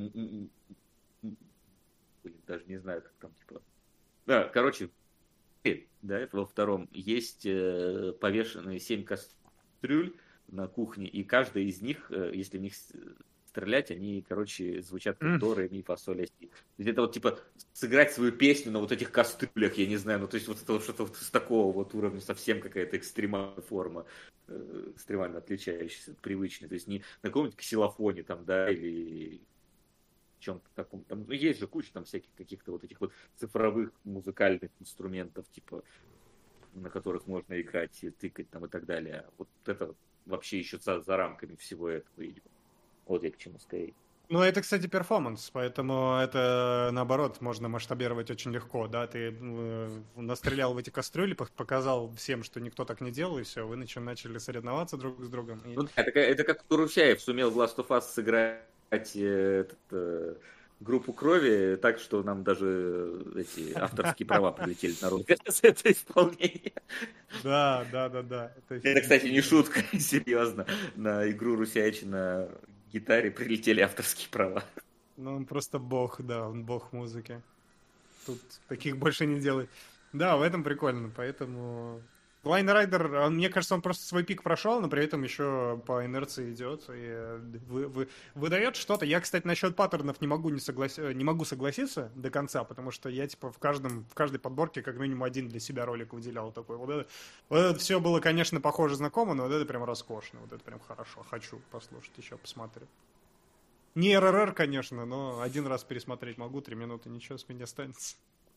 даже не знаю, как там, типа... Да, короче, да, во втором есть э, повешенные семь кастрюль на кухне, и каждая из них, э, если в них стрелять, они, короче, звучат как до, ре, ми, фа, соль, ля, си. То есть это вот, типа, сыграть свою песню на вот этих кастрюлях, я не знаю, ну, то есть вот это вот что-то вот с такого вот уровня, совсем какая-то экстремальная форма, э, экстремально отличающаяся от привычной, то есть не на каком-нибудь ксилофоне там, да, или... чем-то таком. Там, ну, есть же куча там всяких каких-то вот этих вот цифровых музыкальных инструментов, типа, на которых можно играть, и тыкать там и так далее. Вот это вообще еще за, за рамками всего этого идет. Вот я к чему скорее. Ну, это, кстати, перформанс, поэтому это, наоборот, можно масштабировать очень легко, да, ты э, настрелял в эти кастрюли, показал всем, что никто так не делал, и все, вы начали соревноваться друг с другом. И... Ну, да, это, это как Турусяев сумел в Last of Us сыграть этот, э, группу крови так, что нам даже эти авторские права прилетели на ролик. Это исполнение. Да, да, да, да. Это, кстати, не шутка, серьезно. На игру Русяича на гитаре прилетели авторские права. Ну, он просто бог, да, он бог музыки. Тут таких больше не делает. Да, в этом прикольно, поэтому... Line Rider, он, мне кажется, он просто свой пик прошел, но при этом еще по инерции идет и вы, вы, выдает что-то. Я, кстати, насчет паттернов не могу, не, соглас... не могу согласиться до конца, потому что я, типа, в, каждом, в каждой подборке как минимум один для себя ролик выделял такой. Вот это, вот это все было, конечно, похоже, знакомо, но вот это прям роскошно, вот это прям хорошо. Хочу послушать еще, посмотрю. Не эр эр эр, конечно, но один раз пересмотреть могу, три минуты, ничего с меня останется.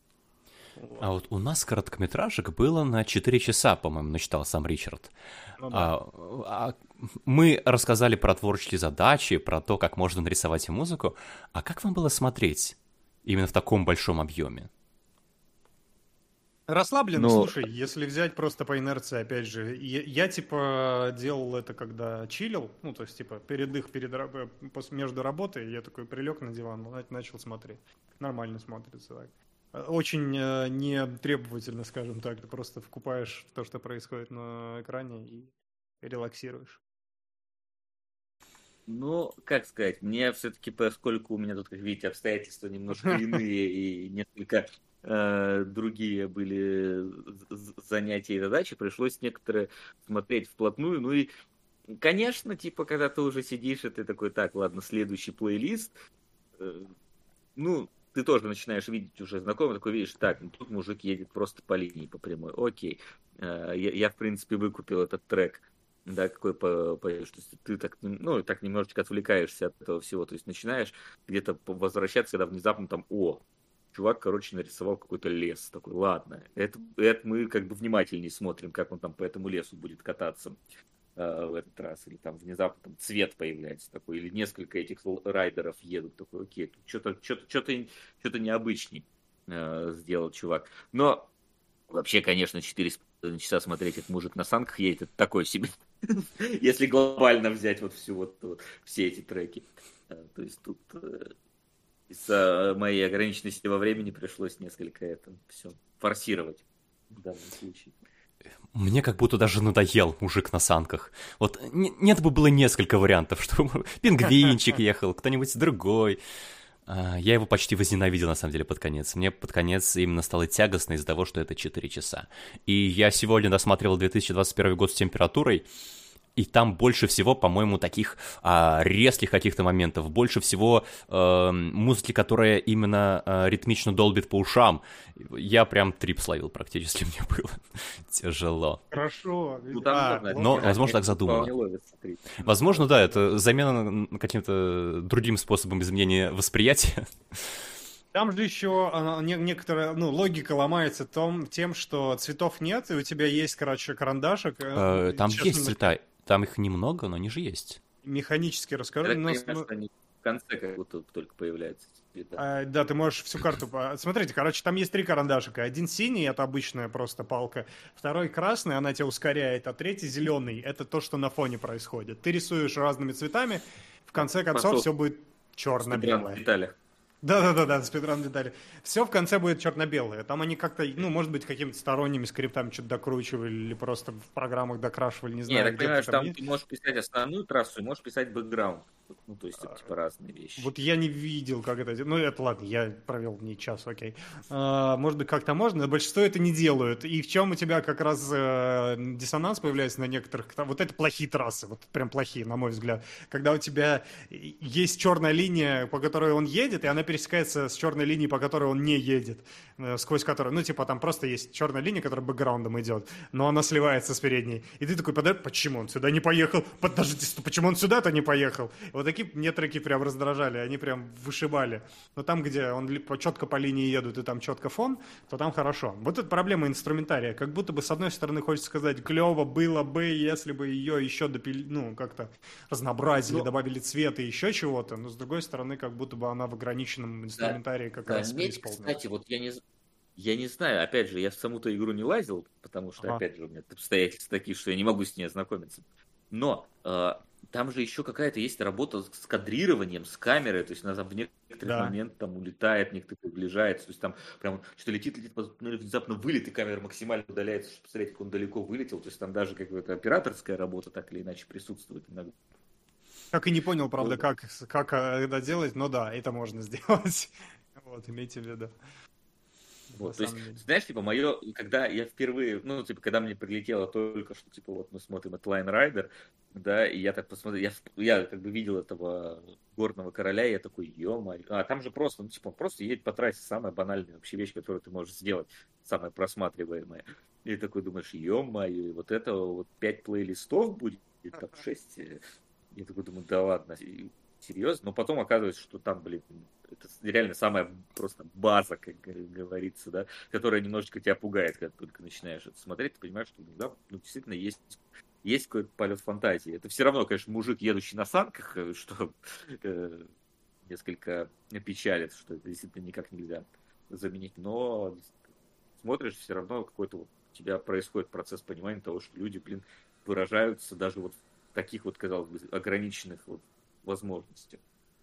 А вот у нас короткометражек было на четыре часа, по-моему, начитал сам Ричард. Ну, да. а, а, мы рассказали про творческие задачи, про то, как можно нарисовать музыку. А как вам было смотреть именно в таком большом объеме? Расслабленно, Но... слушай, если взять просто по инерции, опять же, я, я, типа, делал это, когда чилил, ну, то есть, типа, передых перед, между работой, я такой прилег на диван, начал смотреть. Нормально смотрится, так. Очень э, не требовательно, скажем так. Ты просто вкупаешь в то, что происходит на экране, и релаксируешь. Ну, как сказать, мне все-таки, поскольку у меня тут, как видите, обстоятельства немножко иные и несколько э, другие были занятия и задачи, пришлось некоторые смотреть вплотную. Ну и, конечно, типа, когда ты уже сидишь, и ты такой, так, ладно, следующий плейлист, э, ну, ты тоже начинаешь видеть уже знакомый, такой видишь, так, ну, тут мужик едет просто по линии, по прямой, окей, э, я, я, в принципе, выкупил этот трек. Да, какой по, по, что ты так, ну, так немножечко отвлекаешься от этого всего, то есть начинаешь где-то возвращаться, когда внезапно там, о, чувак, короче, нарисовал какой-то лес, такой, ладно, это, это мы как бы внимательнее смотрим, как он там по этому лесу будет кататься э, в этот раз, или там внезапно там цвет появляется такой, или несколько этих райдеров едут, такой, окей, тут что-то, что-то, что-то, что-то необычней э, сделал чувак, но вообще, конечно, четыре часа смотреть, этот мужик на санках едет, это такой себе. Если глобально взять вот всю вот, вот все эти треки. То есть тут э, из-за моей ограниченности во времени пришлось несколько это все форсировать в данном случае. Мне как будто даже надоел мужик на санках. Вот н- нет бы было несколько вариантов, чтобы пингвинчик ехал, кто-нибудь другой. Я его почти возненавидел, на самом деле, под конец. Мне под конец именно стало тягостно из-за того, что это четыре часа. И я сегодня досматривал две тысячи двадцать первый год с температурой, и там больше всего, по-моему, таких а, резких каких-то моментов, больше всего а, музыки, которая именно а, ритмично долбит по ушам. Я прям трип словил практически, мне было тяжело. Хорошо. Ну, там А, можно, Но, вот. возможно, так задумано. Возможно, да, это замена каким-то другим способом изменения восприятия. Там же еще а, не- некоторая, ну, логика ломается том, тем, что цветов нет, и у тебя есть, короче, карандашик. Э, Там Сейчас есть немножко цвета, там их немного, но они же есть. механически расскажу. Я так но- понимаю, ну, что они в конце как будто только появляются цвета. а, да, ты можешь всю карту... по- Смотрите, короче, там есть три карандашика. Один синий, это обычная просто палка. Второй красный, она тебя ускоряет. А третий зеленый, это то, что на фоне происходит. Ты рисуешь разными цветами, в конце концов Пошел. все будет В черно-белое. деталях. Да-да-да, спидран детали. Все в конце будет черно-белое. Там они как-то, ну, может быть, какими-то сторонними скриптами что-то докручивали или просто в программах докрашивали, не Не, знаю, я так где-то понимаю, что там там есть. ты можешь писать основную трассу и можешь писать бэкграунд. Ну, то есть это типа разные вещи. Вот я не видел, как это... Ну, это ладно, я провел в ней час, окей. А, может быть, как-то можно, но большинство это не делают. И в чем у тебя как раз э, диссонанс появляется на некоторых... Вот это плохие трассы, вот прям плохие, на мой взгляд. Когда у тебя есть черная линия, по которой он едет, и она пересекается с черной линией, по которой он не едет, э, сквозь которую... Ну, типа, там просто есть черная линия, которая бэкграундом идет, но она сливается с передней. И ты такой, подожди, почему он сюда не поехал? Подождите, почему он сюда-то не поехал? Вот такие мне треки прям раздражали, они прям вышибали. Но там, где он четко по линии едут и там четко фон, то там хорошо. Вот это проблема инструментария. Как будто бы, с одной стороны, хочется сказать, клево было бы, если бы ее еще допили, ну, как-то разнообразили, Ну, добавили цвет и еще чего-то. Но, с другой стороны, как будто бы она в ограниченном инструментарии как да, раз заметь, преисполнилась. кстати, вот я не, з- я не знаю, опять же, я в саму-то игру не лазил, потому что, Ага. опять же, у меня обстоятельства такие, что я не могу с ней ознакомиться. Но э, там же еще какая-то есть работа с кадрированием, с камерой, то есть она там в некоторых Да. моментах там улетает, в некоторых приближается, то есть там прям что-то летит, летит, потом внезапно вылет, и камера максимально удаляется, чтобы посмотреть, как он далеко вылетел, то есть там даже какая-то операторская работа так или иначе присутствует иногда. Так и не понял, правда, Ну, как, как э, это делать, но да, это можно сделать. Вот, имейте в виду. На Вот, то есть, самом деле. знаешь, типа, мое, когда я впервые, ну, типа, когда мне прилетело только что, типа, вот мы смотрим этот Line Rider, да, и я так посмотрел, я, я как бы видел этого горного короля, и я такой, ё-моё, а там же просто, ну, типа, он просто едет по трассе, самая банальная вообще вещь, которую ты можешь сделать, самая просматриваемая. И такой думаешь, ё-моё, и вот это вот пять плейлистов будет, там шесть. Я такой думаю, да ладно, серьезно? Но потом оказывается, что там, блин, это реально самая просто база, как говорится, да, которая немножечко тебя пугает, когда ты только начинаешь это смотреть, ты понимаешь, что да, ну, действительно есть, есть какой-то полет фантазии. Это все равно, конечно, мужик, едущий на санках, что э, несколько печалит, что это действительно никак нельзя заменить, но смотришь, все равно какой-то вот у тебя происходит процесс понимания того, что люди, блин, выражаются даже вот в таких вот, казалось бы, ограниченных вот возможностях.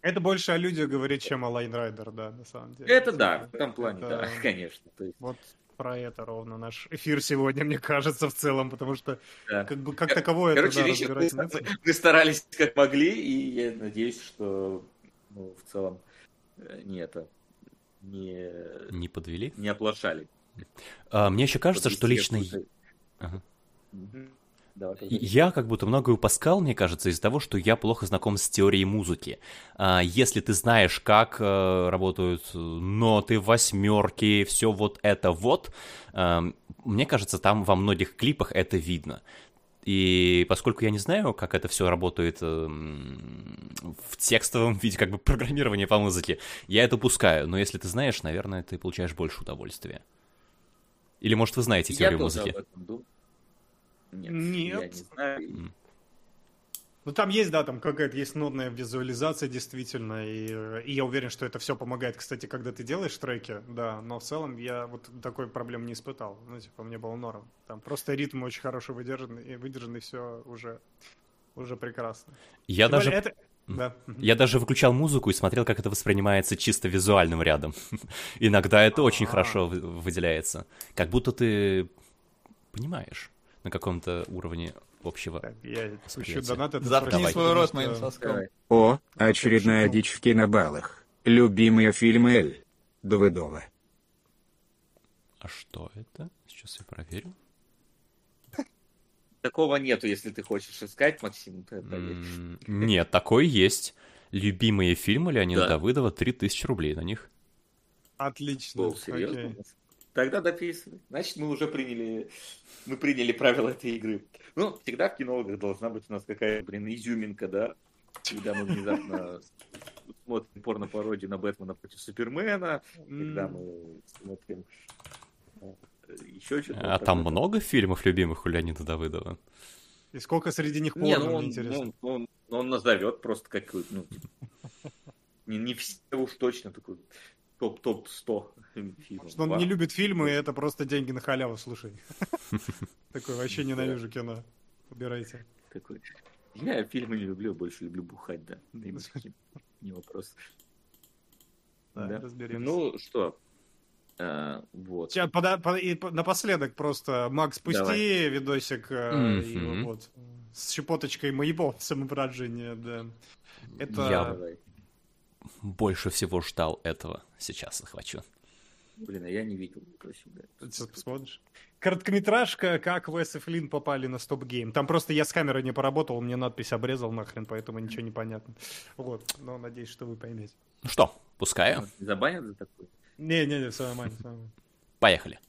Это больше о людях говорит, чем о Лайн Райдер, да, на самом деле. Это да, в этом плане, Это- да, конечно. То есть, Вот про это ровно наш эфир сегодня, мне кажется, в целом, потому что да. как бы как таковое это, Короче, да, Ричард, мы, разбирать не мы- мы старались как могли, и я надеюсь, что ну, в целом э, не это не, Не подвели? не оплошали. А, мне еще кажется, что Подвести лично какую-то- Ага. Мгм. Давай, говори. я как будто многое упускал, мне кажется, из-за того, что я плохо знаком с теорией музыки. А, если ты знаешь, как э, работают ноты, восьмерки, все вот это вот, э, мне кажется, там во многих клипах это видно. И поскольку я не знаю, как это все работает эм, в текстовом виде, как бы программирования по музыке, я это упускаю. Но если ты знаешь, наверное, ты получаешь больше удовольствия. Или, может, вы знаете Я теорию тоже музыки? об этом думал. Нет, Нет. я не знаю. М. Ну, там есть, да, там какая-то есть нотная визуализация, действительно, и, э, и я уверен, что это все помогает, кстати, когда ты делаешь треки, да, но в целом я вот такой проблемы не испытал, ну, типа, мне было норм. Там просто ритм очень хорошо выдержан, и выдержан, и все уже, уже прекрасно. Я Тем даже... более это... Да. Я даже выключал музыку и смотрел, как это воспринимается чисто визуальным рядом. Иногда это очень А. хорошо вы- выделяется. Как будто ты понимаешь на каком-то уровне общего. Так, я пущу Восприятие. донат. это Заткни спросить, свой потому рот что- моим соском. Давай. О, очередная шутку. дичь в кинобалах. Любимые фильмы Эль Давыдова. А что это? Сейчас я проверю. Такого нету, если ты хочешь искать, Максим. ты поверь. М, Нет, такой есть. Любимые фильмы Леонида Да. Давыдова, три тысячи рублей на них. Отлично. О, серьезно? окей. Тогда дописывай. Значит, мы уже приняли, мы приняли правила этой игры. Ну, всегда в кинологах должна быть у нас какая-то, блин, изюминка, да? Когда мы внезапно смотрим порно-пародию на Бэтмена против Супермена, когда М, мы смотрим э, еще что-то. А вот там такое. много фильмов любимых у Леонида Давыдова? И сколько среди них Не, порно, ну мне он, интересно. ну, он, он назовет просто какую-то, ну, типа, не, не все уж точно такой топ-топ сто фильмов. Что он Два. не любит фильмы, и это просто деньги на халяву, слушай. Такой, вообще ненавижу кино. Убирайте. Такой. Я фильмы не люблю, больше люблю бухать, да. Да и мужики. Не вопрос. Да, Да. разберемся. Ну что, а, вот. Сейчас, пода- по- и по- напоследок просто, Макс, пусти Давай. видосик э, и Мгм. вот с щепоточкой моего самовыражения, да. Это... Я- Давай. Больше всего ждал этого. Сейчас захвачу. Блин, а я не видел. Сюда. Ты сейчас посмотришь. Короткометражка, как Вес и Флинн попали на стоп-гейм. Там просто я с камерой не поработал, мне надпись обрезал нахрен, поэтому ничего не понятно. Вот, но надеюсь, что вы поймете. Ну что, пускаю. Нас не забанят за такое? Не-не-не, все нормально, всё нормально. Поехали.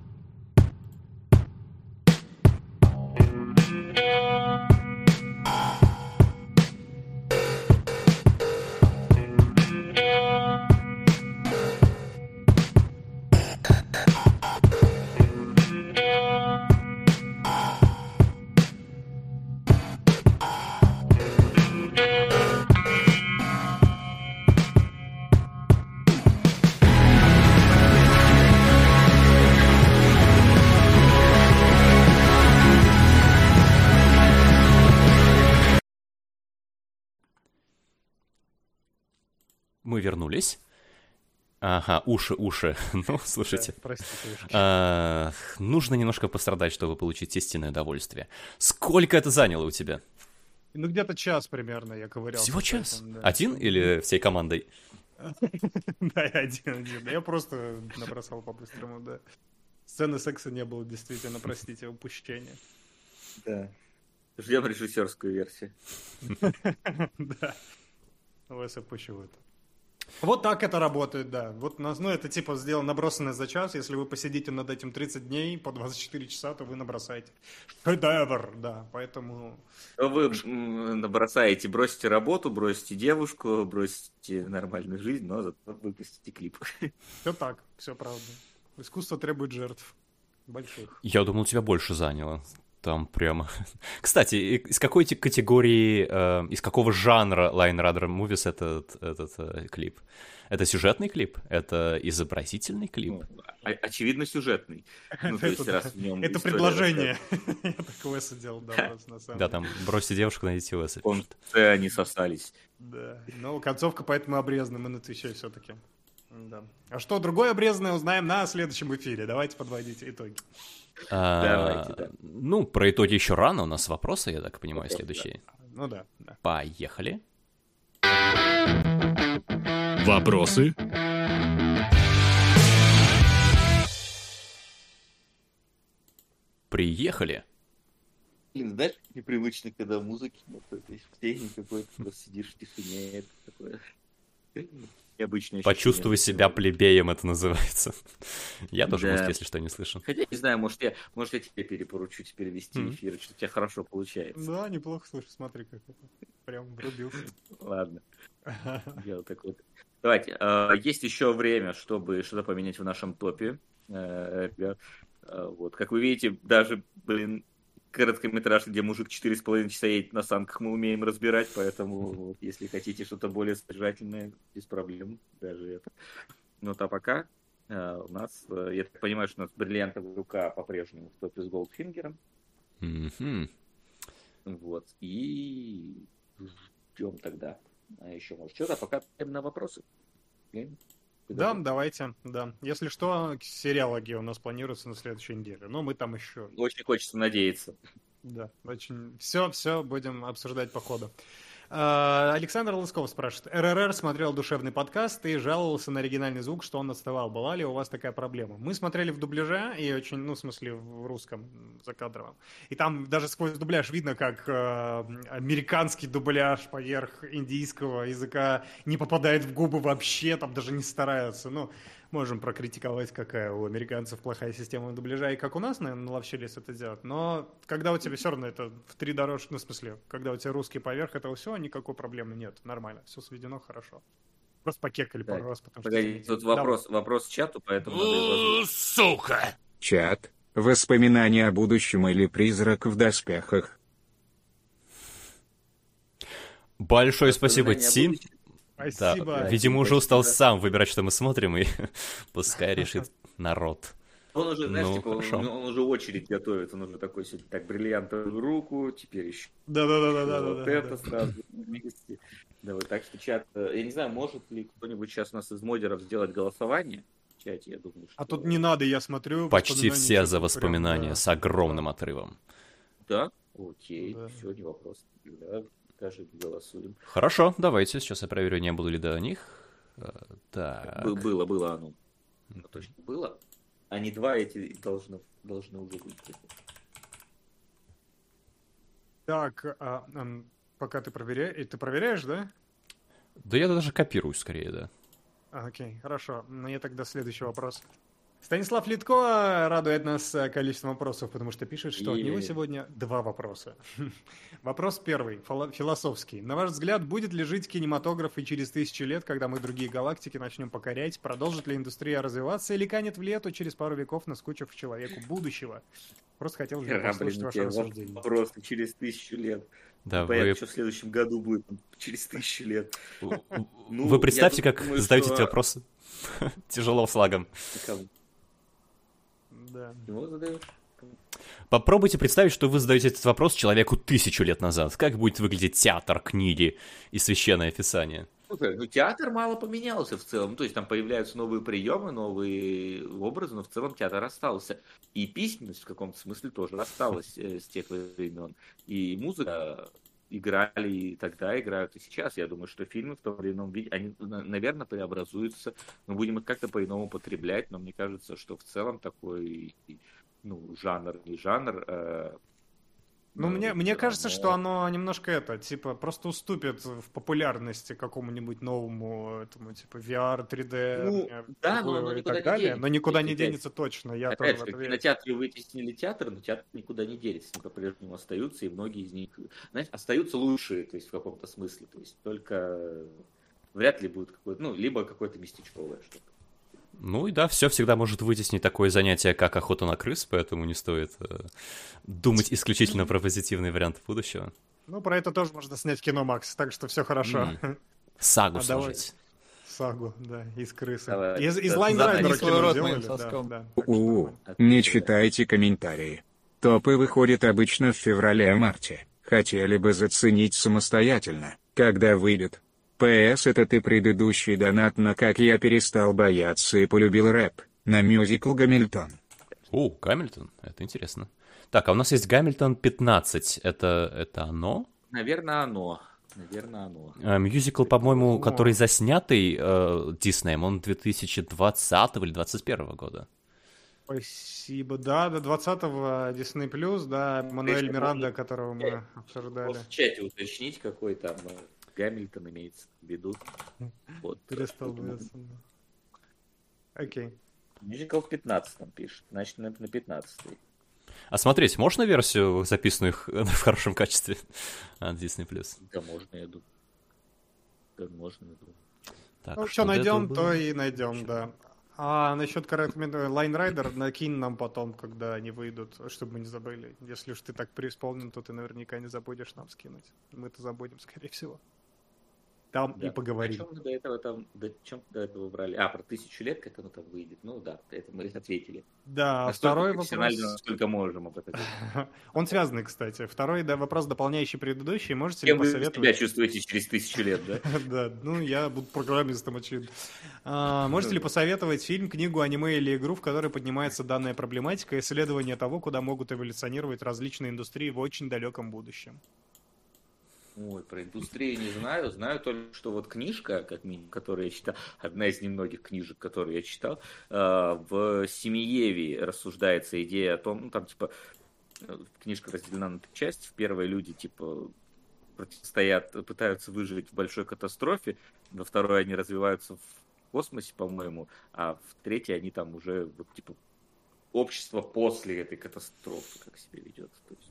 Мы вернулись. Ага, уши, уши. Ну, слушайте. Да, простите. уж. А, нужно немножко пострадать, чтобы получить истинное удовольствие. Сколько это заняло у тебя? Ну, где-то час примерно я ковырялся. Всего с час? этим, да. Один или всей командой? Да, я один-один. Я просто набросал по-быстрому, да. Сцены секса не было, действительно, простите, упущение. Да. Ждем режиссерскую версию. Да. Веса почему-то. Вот так это работает, да. Вот, нас- ну, это типа сделано набросанное за час. Если вы посидите над этим тридцать дней по двадцать четыре часа, то вы набросаете. Шедевр, да. Поэтому... Вы м, набросаете, бросите работу, бросите девушку, бросите нормальную жизнь, но зато выпустите клип. Все так, все правда. Искусство требует жертв. Больших. Я думал, тебя больше заняло. Там прямо... Кстати, из какой категории, э, из какого жанра Line Runner Movies этот, этот э, клип? Это сюжетный клип? Это изобразительный клип? Ну, очевидно, сюжетный. Ну, то есть, раз в нем это предложение. Я так Уэса делал, да, просто на самом деле. Да, там бросьте девушку, найдите Уэса. В конце они сосались. Да, но концовка поэтому обрезана минуты еще все-таки. Да. А что другое обрезанное, узнаем на следующем эфире. Давайте подводить итоги. А, Давайте, да. Ну, про итоги еще рано, у нас вопросы, я так понимаю, Вопрос, следующие. Да. Ну да, да. Поехали. Вопросы? Приехали. Блин, знаешь, непривычно, когда музыки нет, то есть в тени какой-то, просто сидишь в тишине, это такое необычное ощущение. Почувствуй себя плебеем, это называется. Я тоже Да. музыки, если что, не слышу. Хотя, не знаю, может, я, может, я тебе перепоручу теперь вести Мгм. эфир, что у тебя хорошо получается. Да, неплохо, слушай, смотри, как это. Прям врубился. Ладно, дело такое. Давайте, э, есть еще время, чтобы что-то поменять в нашем топе. Э, ребят, э, вот, как вы видите, даже, блин, короткометражки, где мужик четыре с половиной часа едет на санках, мы умеем разбирать, поэтому вот, если хотите что-то более содержательное, без проблем, даже это. Ну, а пока э, у нас, э, я так понимаю, что у нас бриллиантовая рука по-прежнему в топе с Голдфингером. Мгм. Вот, и ждем тогда. А еще, может, что-то, а пока на вопросы. Окей? Да, давайте, да. Если что, сериалоги у нас планируются на следующей неделе. Но мы там еще. Очень хочется надеяться. Да, очень. Все, все будем обсуждать по ходу. А, Александр Лысков спрашивает. РРР смотрел душевный подкаст и жаловался на оригинальный звук, что он отставал. Была ли у вас такая проблема? Мы смотрели в дубляже и очень, ну, в смысле, в русском закадровом. И там даже сквозь дубляж видно, как э, американский дубляж поверх индийского языка не попадает в губы вообще, там даже не стараются. Ну, можем прокритиковать, какая у американцев плохая система дубляжа и как у нас, наверное, наловчились это делать. Но когда у тебя все равно это в три дорожки, ну, в смысле, когда у тебя русский поверх этого всего, никакой проблемы нет. Нормально, все сведено хорошо. Просто покекали Так, пару раз, потому Погоди, что... тут вопрос, вопрос к чату, поэтому надо его У, озвучить. Сука! Чат. Воспоминания о будущем или призрак в доспехах. Большое спасибо, Воспоминания о Тим. будущем. Да, Спасибо. видимо, уже Спасибо. устал сам выбирать, что мы смотрим, и пускай решит народ. Он уже, знаешь, Ну, типа, он, хорошо. он уже очередь готовит, он уже такой сидит, так, бриллиантовую руку, теперь еще Да-да-да-да-да. вот это сразу вместе. Давай, так что чат, э, я не знаю, может ли кто-нибудь сейчас у нас из модеров сделать голосование в чате, я думаю, что... А тут не надо, я смотрю... Почти воспоминания все что-то за прям, воспоминания да. с огромным отрывом. Да? Окей, Да. все, не вопрос. Да, даже голосуем. Хорошо, давайте, сейчас я проверю, не было ли до них. Э, Так. Бы- Было, было оно. Ну, точно было. А не два эти должны, должны уже выйти. Так, а, ам, пока ты проверяешь... Ты проверяешь, да? Да я даже копирую скорее, да. А, окей, хорошо. Ну, я тогда следующий вопрос. Станислав Литко радует нас э, количеством вопросов, потому что пишет, что от него Е. сегодня два вопроса. Вопрос первый, фило- философский. На ваш взгляд, будет ли жить кинематограф и через тысячу лет, когда мы другие галактики начнем покорять? Продолжит ли индустрия развиваться или канет в лету через пару веков, наскучив человеку будущего? Просто хотел бы Ага, послушать блин, ваше у тебя рассуждение. вопрос через тысячу лет. Да, Понятно, вы, что в следующем году будет через тысячу лет. Ну, вы представьте, я как думаю, задаете что- эти вопросы. Тяжело флагом. Кому? Да. Его задаешь? Попробуйте представить, что вы задаете этот вопрос человеку тысячу лет назад. Как будет выглядеть театр, книги и священное писание? Слушай, ну театр мало поменялся в целом. То есть там появляются новые приемы, новые образы, но в целом театр остался. И письменность в каком-то смысле тоже осталась э, с тех времен. И музыка играли и тогда, играют и сейчас. Я думаю, что фильмы в том или ином виде, они, на- наверное, преобразуются. Мы будем их как-то по-иному потреблять, но мне кажется, что в целом такой, ну, жанр, не жанр. э, Ну, но мне, вот мне всё кажется, равно- что оно немножко это, типа, просто уступит в популярности какому-нибудь новому, этому, типа, ви ар, три дэ Ну, э, да, но такую оно и никуда так не далее, денется. но никуда не Опять- денется точно, я Опять тоже же, в это верю. кинотеатры вытеснили театр, но театр никуда не делится, они по-прежнему остаются, и многие из них, знаешь, остаются лучшие, то есть в каком-то смысле, то есть только вряд ли будет какое-то, ну, либо какое-то местечковое что-то. Ну и да, все всегда может вытеснить такое занятие, как охота на крыс, поэтому не стоит э, думать исключительно про позитивные варианты будущего. Ну, про это тоже можно снять кино, Макс, так что все хорошо. М. Сагу А давай- сложить. Сагу, да, из крысы. Давай. Из, из Да, Лайнрайдера заткни свой кино рот делали, моим да, соском. да. Так что У, нормально. не читайте комментарии. Топы выходят обычно в феврале-марте. Хотели бы заценить самостоятельно, когда выйдет. ПС это ты предыдущий донат на «Как я перестал бояться и полюбил рэп» на мюзикл «Гамильтон». О, Гамильтон, это интересно. Так, а у нас есть Гамильтон пятнадцать, это, это оно? Наверное, оно. Наверное, оно. Э, Мюзикл, по-моему, О. который заснятый э, Диснеем, он две тысячи двадцатого или двадцать первого года. Спасибо. Да, до двадцатого Disney+, да, Мануэль Конечно, Миранда, можно- которого мы обсуждали. В чате уточнить, какой там э, Гамильтон имеется в виду. Вот. Перестал бояться. да. Окей. Мюзикл в пятнадцатом пишет, значит, на, на пятнадцатый. А смотреть можно версию, записанную их в хорошем качестве от Disney+. Да можно, я думаю. Да можно, я думаю. Так, Ну, что что до этого найдем, было? то и найдем, да. А насчет Лайнрайдер накинь нам потом, когда они выйдут, чтобы мы не забыли. Если уж ты так преисполнен, то ты наверняка не забудешь нам скинуть. Мы-то забудем, скорее всего. Там Да. и поговорим. О чем мы до этого там, до чем до этого брали? А, про тысячу лет, как оно там выйдет. Ну да, это мы ответили. Да, Настолько второй профессионально, вопрос... насколько можем об этом. Он связанный, кстати. Второй да, вопрос, дополняющий предыдущий. Можете ли Кем вы себя посоветовать... чувствуете через тысячу лет, да? Да, ну я буду программистом, очевидно. А, можете ли посоветовать фильм, книгу, аниме или игру, в которой поднимается данная проблематика, исследование того, куда могут эволюционировать различные индустрии в очень далеком будущем? Ой, про индустрию не знаю. Знаю только, что вот книжка, как минимум, которую я читал, одна из немногих книжек, которые я читал, э, в Семиеве рассуждается идея о том, ну там типа э, книжка разделена на три части. В первой люди типа противостоят, пытаются выжить в большой катастрофе, во второй они развиваются в космосе, по-моему, а в третьей они там уже вот типа общество после этой катастрофы как себя ведет. То есть,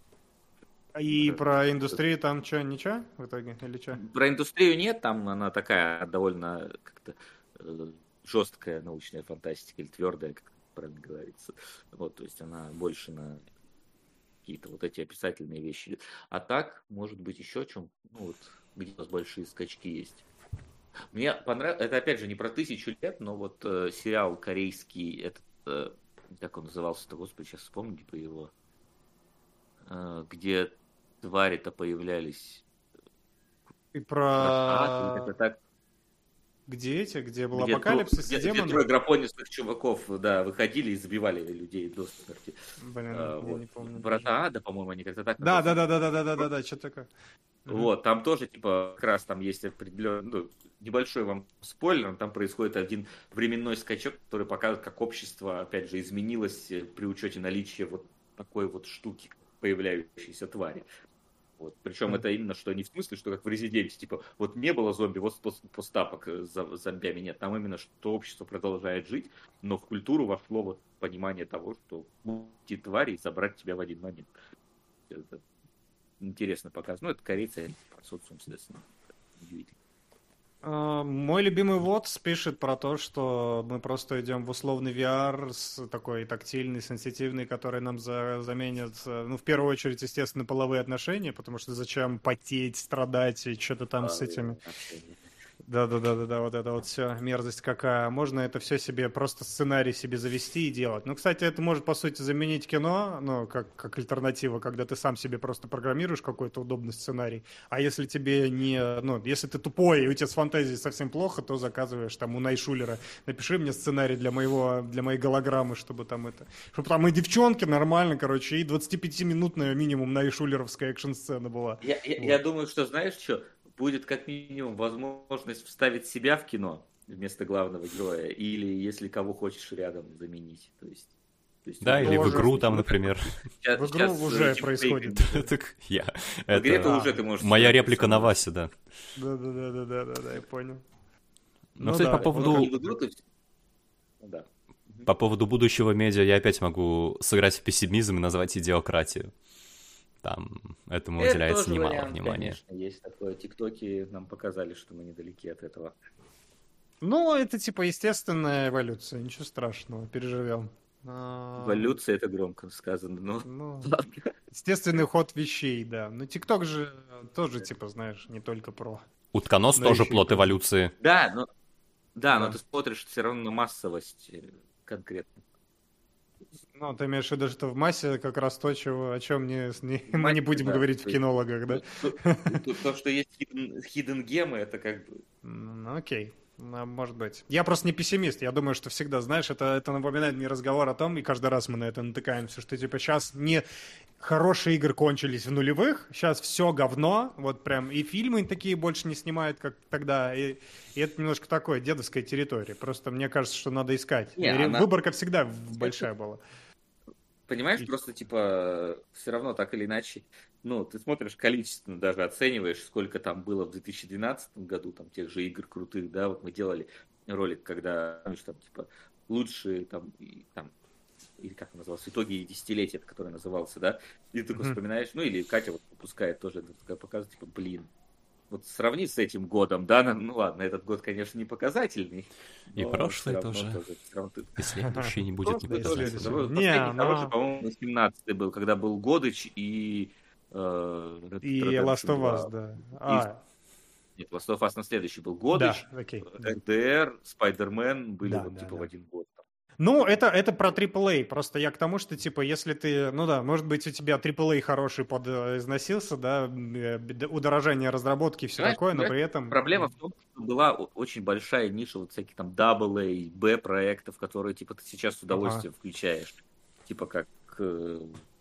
И Да. про индустрию там что, ничего в итоге? Или что? про индустрию нет, там она такая довольно как-то э, жесткая научная фантастика или твердая, как правильно говорится. Вот, то есть она больше на какие-то вот эти описательные вещи. А так, может быть, еще о чем, ну вот, где у нас большие скачки есть. Мне понравилось, это опять же не про тысячу лет, но вот э, сериал корейский, этот, э, как он назывался-то, господи, сейчас вспомнить бы его, э, где твари-то появлялись. И А, про... как-то так. Где эти? Где был Где апокалипсис трое- и где- где демоны? трое грапонистых чуваков, да, выходили и забивали людей до смерти. Блин, А, я вот. не помню. Врата Ада, по-моему, они как-то так Да, да, называются. да, да, да, да, да, да, да, что такое? Мгм. Вот, там тоже, типа, как раз там есть определенный, ну, небольшой вам спойлер, но там происходит один временной скачок, который показывает, как общество, опять же, изменилось э, при учете наличия вот такой вот штуки, появляющейся твари. Вот. Причем Мгм. это именно что не в смысле, что как в Резиденте, типа, вот не было зомби, вот пост- постапок э, за зомбями нет. Там именно, что общество продолжает жить, но в культуру вошло вот понимание того, что эти твари и забрать тебя в один момент. Это интересно показано. Ну, это корейцы, про социум, соответственно. Удивительно. А, Мой любимый Вотс пишет про то, что мы просто идем в условный ви ар с такой тактильный, сенситивный, который нам за- заменит, э, ну, в первую очередь, естественно, половые отношения, потому что зачем потеть, страдать и что-то там с этими... Да-да-да-да-да, вот это вот все, мерзость какая. Можно это все себе, просто сценарий себе завести и делать. Ну, кстати, это может, по сути, заменить кино, ну, как, как альтернатива, когда ты сам себе просто программируешь какой-то удобный сценарий. А если тебе не, ну, если ты тупой и у тебя с фантазией совсем плохо, то заказываешь там у Найшулера. Напиши мне сценарий для моего, для моей голограммы, чтобы там это... Чтобы там и девчонки нормально, короче, и двадцатипятиминутная минимум Найшулеровская экшн-сцена была. Я, я, Вот. я думаю, что знаешь что? Будет как минимум возможность вставить себя в кино вместо главного героя, или если кого хочешь рядом заменить. То есть, то есть Да, вот или в Тоже. игру там, например. сейчас- В игру сейчас, уже э, дипфейк- происходит. Так я. В игре Это ты уже ты можешь... моя сделать реплика на сам. Васе, да. Да-да-да-да-да, я понял. Ну, кстати, по да, поводу- Ну, в игру ты- Ну, да. По поводу будущего медиа я опять могу сыграть в пессимизм и назвать идиократию. Там этому Это уделяется тоже немало вариант, внимания. конечно, есть такое. Тиктоки нам показали, что мы недалеки от этого. Ну, это типа естественная эволюция, ничего страшного, переживем. А, Эволюция — это громко сказано, но Ну, ладно. естественный ход вещей, да. Но ТикТок же тоже, типа, знаешь, не только про... Утконос Но тоже еще и плод про- эволюции. Да, но да, но Да. ты смотришь все равно на массовость э, конкретно. Ну, ты имеешь в виду, что в массе как раз то, чего, о чем не, с- не- В мы не массе, будем да. говорить в То есть, кинологах, да? То, то- то, что есть hidden, hidden гемы, это как бы... Ну, окей. Ну, может быть. Я просто не пессимист. Я думаю, что всегда, знаешь, это, это напоминает мне разговор о том, и каждый раз мы на это натыкаемся, что типа сейчас не хорошие игры кончились в нулевых, сейчас все говно, вот прям и фильмы такие больше не снимают, как тогда, и, и это немножко такое, дедовская территория. Просто мне кажется, что надо искать. Не, И она- Выборка всегда в- большая была. Понимаешь, И- просто типа все равно так или иначе, ну, ты смотришь количественно, даже оцениваешь, сколько там было в две тысячи двенадцатом году, там тех же игр крутых, да, вот мы делали ролик, когда, ну, что там, типа, лучшие там, и, там, или как он назывался, итоги десятилетия, который назывался, да, и ты такой Мгм. вспоминаешь, ну, или Катя вот выпускает тоже, это такая показывает, типа, блин, вот сравни с этим годом, да, ну, ну ладно, этот год, конечно, не показательный. И но прошлый всё равно тоже. всё равно ты- И следующий не будет Просто не это показательным. следующий. Последний Не, но- хороший, по-моему, семнадцатый был, когда был Годыч и... э, Red И Dead Last of Redemption Us, два. да. А, Нет, Last of Us на следующий был. да, Годыч, окей. эр ди ар, Spider-Man были Да, вот да, типа да. в один год. Ну, это, это про трипл эй. Просто я к тому, что, типа, если ты... Ну да, может быть, у тебя трипл эй хороший подизносился, да, э, б- удорожание разработки и все Знаешь, такое, но знаешь, при этом... Проблема в том, что была о- очень большая ниша вот всяких там дабл эй, би проектов, которые типа ты сейчас с удовольствием включаешь. Типа как... э,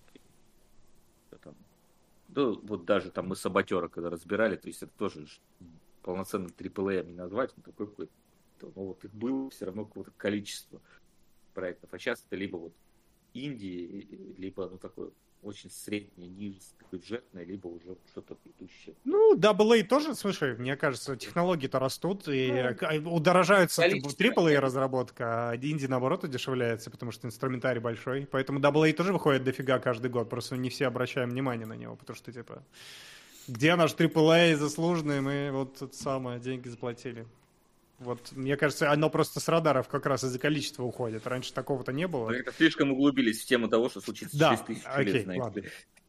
что там, ну, вот даже там мы Саботера когда разбирали, то есть это тоже ж полноценным трипл эй не назвать, но такой какой-то... Ну вот их было все равно какое-то количество проектов. А сейчас это либо вот инди, либо ну такое очень среднее, низкобюджетное, либо уже что-то идущее. Ну, дабл эй тоже, слушай, мне кажется, технологии-то растут, и Ну, к- удорожаются количество, трипл эй нет. разработка, а инди, наоборот, удешевляется, потому что инструментарий большой. Поэтому дабл эй тоже выходит дофига каждый год, просто не все обращаем внимание на него, потому что, типа, где наш трипл эй заслуженный, мы вот это самое, деньги заплатили. Вот, мне кажется, оно просто с радаров как раз из-за количества уходит. Раньше такого-то не было. Мы как-то слишком углубились в тему того, что случится Да, шесть тысяч окей, лет, знаете ладно. ли.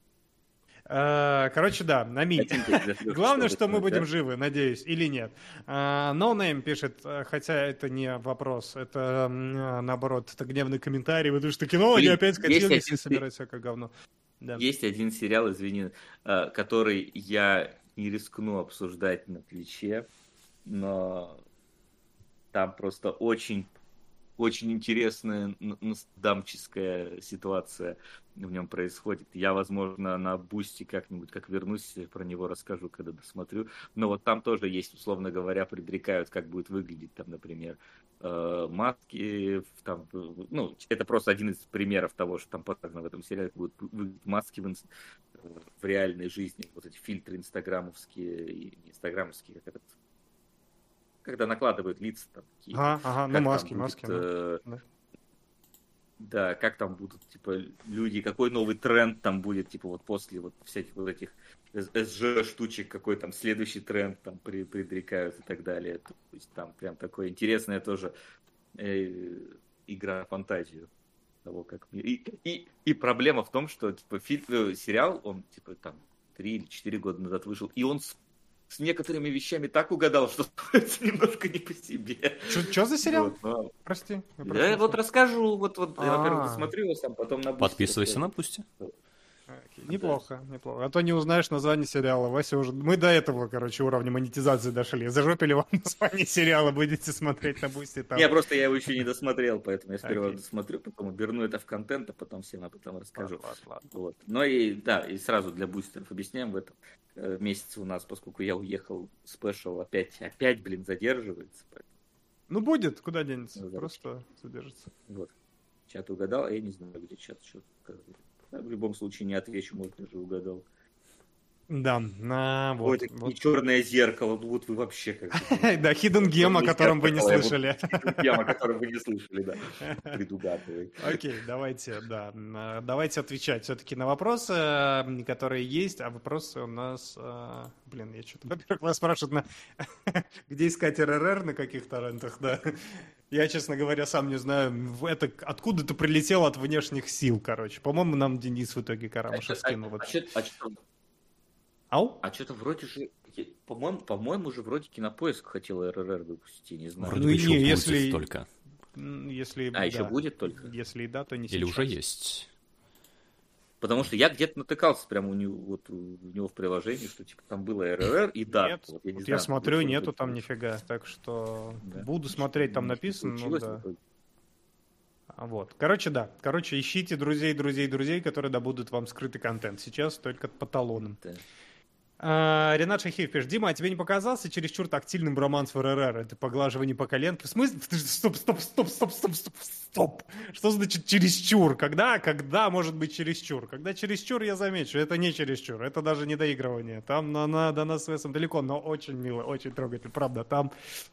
Э, Короче, да, на ми. Хотим петь за Флёшку, Главное, что мы да? будем живы, надеюсь, или нет. А, No Name пишет, э, хотя это не вопрос, это м, а, наоборот, это гневный комментарий, потому что кинологи Блин, опять есть скатились и один- собирают все как говно. Да. Есть один сериал, извини, э, который я не рискну обсуждать на плече, но там просто очень, очень интересная н- ностальгическая ситуация в нем происходит. Я, возможно, на Бусти как-нибудь, как вернусь, про него расскажу, когда досмотрю. Но вот там тоже есть, условно говоря, предрекают, как будет выглядеть там, например, э, маски, в- там, в- ну, это просто один из примеров того, что там показано в этом сериале, как будут выглядеть маски в, инс- в реальной жизни, вот эти фильтры инстаграмовские, и не инстаграмовские, как этот, когда накладывают лица там такие. Ага, ага, ну Как маски, там будет, маски. да. э, Да. да, как там будут, типа, люди, какой новый тренд там будет, типа, вот после вот всяких вот этих эс жэ штучек, какой там следующий тренд там при, предрекают и так далее. То есть там прям такое интересная тоже э, игра на фантазию того, как... И, и, и проблема в том, что, типа, фильм, э, сериал, он, типа, там, три или четыре года назад вышел, и он с, с некоторыми вещами так угадал, что становится немножко не по себе. Что за сериал? Вот, но- Прости. я Я пропустил. вот расскажу, вот, вот я, во-первых, А. досмотрю его сам, потом на Бусти Подписывайся на расскажу. Пусти. Окей, Неплохо, неплохо. А то не узнаешь название сериала. Вася уже... Мы до этого, короче, уровня монетизации дошли. Зажопили вам название сериала, будете смотреть на Бусти там. Не, просто я его еще не досмотрел, поэтому я сперва Окей. досмотрю, потом оберну это в контент, а потом всем об этом расскажу. Ладно, ладно, ладно. Вот. Но и да, и сразу для бустеров объясняем, в этом э, месяце у нас, поскольку я уехал, спешл опять, опять, блин, задерживается. Поэтому, Ну будет, куда денется. Ну, да. Просто задержится. вот. Чат угадал, а я не знаю, где чат. Что, как бы. Да, в любом случае не отвечу, может, даже угадал. Да, на, вот. Ой, вот. и черное зеркало, ну вот вы вообще как бы... Да, Hidden Gem, о котором вы не слышали. Гем, о котором вы не слышали, да. Предугадывай. Окей, давайте, да, м, давайте отвечать все-таки на вопросы, м, которые есть, а вопросы у нас, а, блин, я что-то, во-первых, вас спрашивают, на... где искать эр эр эр, на каких торрентах, да. Я, честно говоря, сам не знаю, в- это откуда-то прилетело от внешних сил, короче. По-моему, нам Денис в итоге Карамышев скинул. вот. А что-то Ау? а что-то вроде же... е- По-моему, по-моему же вроде Кинопоиск хотел эр эр эр выпустить, я не знаю. Вроде Ну бы и еще не, будет если- только. М, Если, А, еще да. будет только? Если и да, то не Или сейчас. уже есть. Потому что я где-то натыкался прямо у него, вот, у него в приложении, что типа там было эр эр эр и да. Нет, вот, я, не вот знаю, я смотрю, будет, нету будет, там будет. нифига, так что Да. буду смотреть, там Не написано, ну случилось да. в итоге. А Вот. Короче, да. Короче, ищите друзей, друзей, друзей, которые добудут вам скрытый контент. Сейчас только по талонам. Да. А, Ренат Шахиев пишет: Дима, а тебе не показался чересчур тактильным романс в эр эр эр? Это поглаживание по коленке. В смысле? Ты же- Стоп, стоп, стоп, стоп, стоп, стоп, стоп. Что значит чересчур? Когда? Когда может быть чересчур? Когда чересчур, я замечу, это не чересчур. Это даже не доигрывание. Там на, на, до нас с Весом далеко, но очень мило, очень трогательно. Правда, там...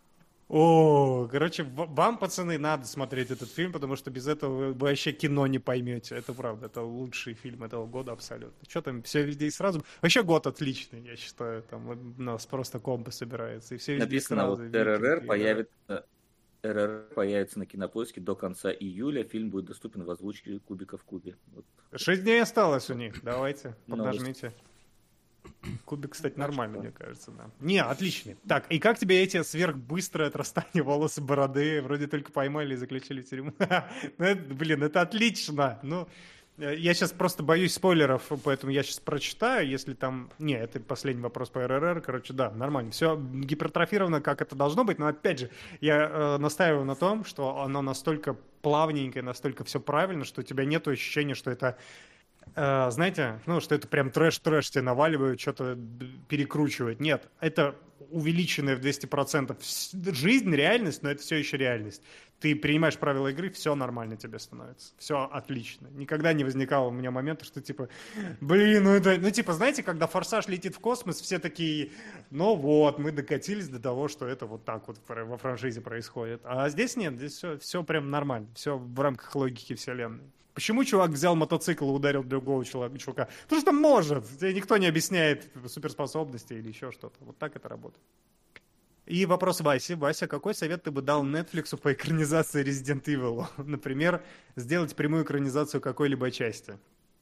О, короче, в- вам, пацаны, надо смотреть этот фильм, потому что без этого вы вообще кино не поймете. Это правда, это лучший фильм этого года абсолютно. Что там, все везде и сразу. Вообще год отличный, я считаю. Там вот у нас просто компы собирается, и все везде и Написано, сразу. вот эр эр эр викинги, появится, эр эр эр появится на Кинопоиске до конца июля. Фильм будет доступен в озвучке Кубика в кубе. Вот. да. Шесть дней осталось у них, давайте, Новость. поднажмите. Кубик, кстати, нормально, мне кажется, да. Не, отличный. Так, и как тебе эти сверхбыстрое отрастание волос и бороды? Вроде только поймали и заключили в тюрьму. Ну, это, блин, это отлично. Ну, э, я сейчас просто боюсь спойлеров, поэтому я сейчас прочитаю, если там... Не, это последний вопрос по эр эр эр. Короче, да, нормально. Все гипертрофировано, как это должно быть. Но, опять же, я э, настаиваю на том, что оно настолько плавненькое, настолько все правильно, что у тебя нет ощущения, что это... Э, знаете, ну, что это прям трэш-трэш тебе наваливают, что-то д- перекручивают. Нет, это увеличенная в двести процентов с- жизнь, реальность, но это все еще реальность. Ты принимаешь правила игры, все нормально тебе становится. Все отлично. Никогда не возникало у меня момента, что типа, блин, ну это... Ну, типа, знаете, когда «Форсаж» летит в космос, все такие, ну вот, мы докатились до того, что это вот так вот фра- во франшизе происходит. А здесь нет, здесь все, все прям нормально. Все в рамках логики вселенной. Почему чувак взял мотоцикл и ударил другого чувак- чувака? Потому что может. Тебе никто не объясняет суперспособности или еще что-то. Вот так это работает. И вопрос Васи. Вася, какой совет ты бы дал Netflix по экранизации Resident Evil? Например, сделать прямую экранизацию какой-либо части.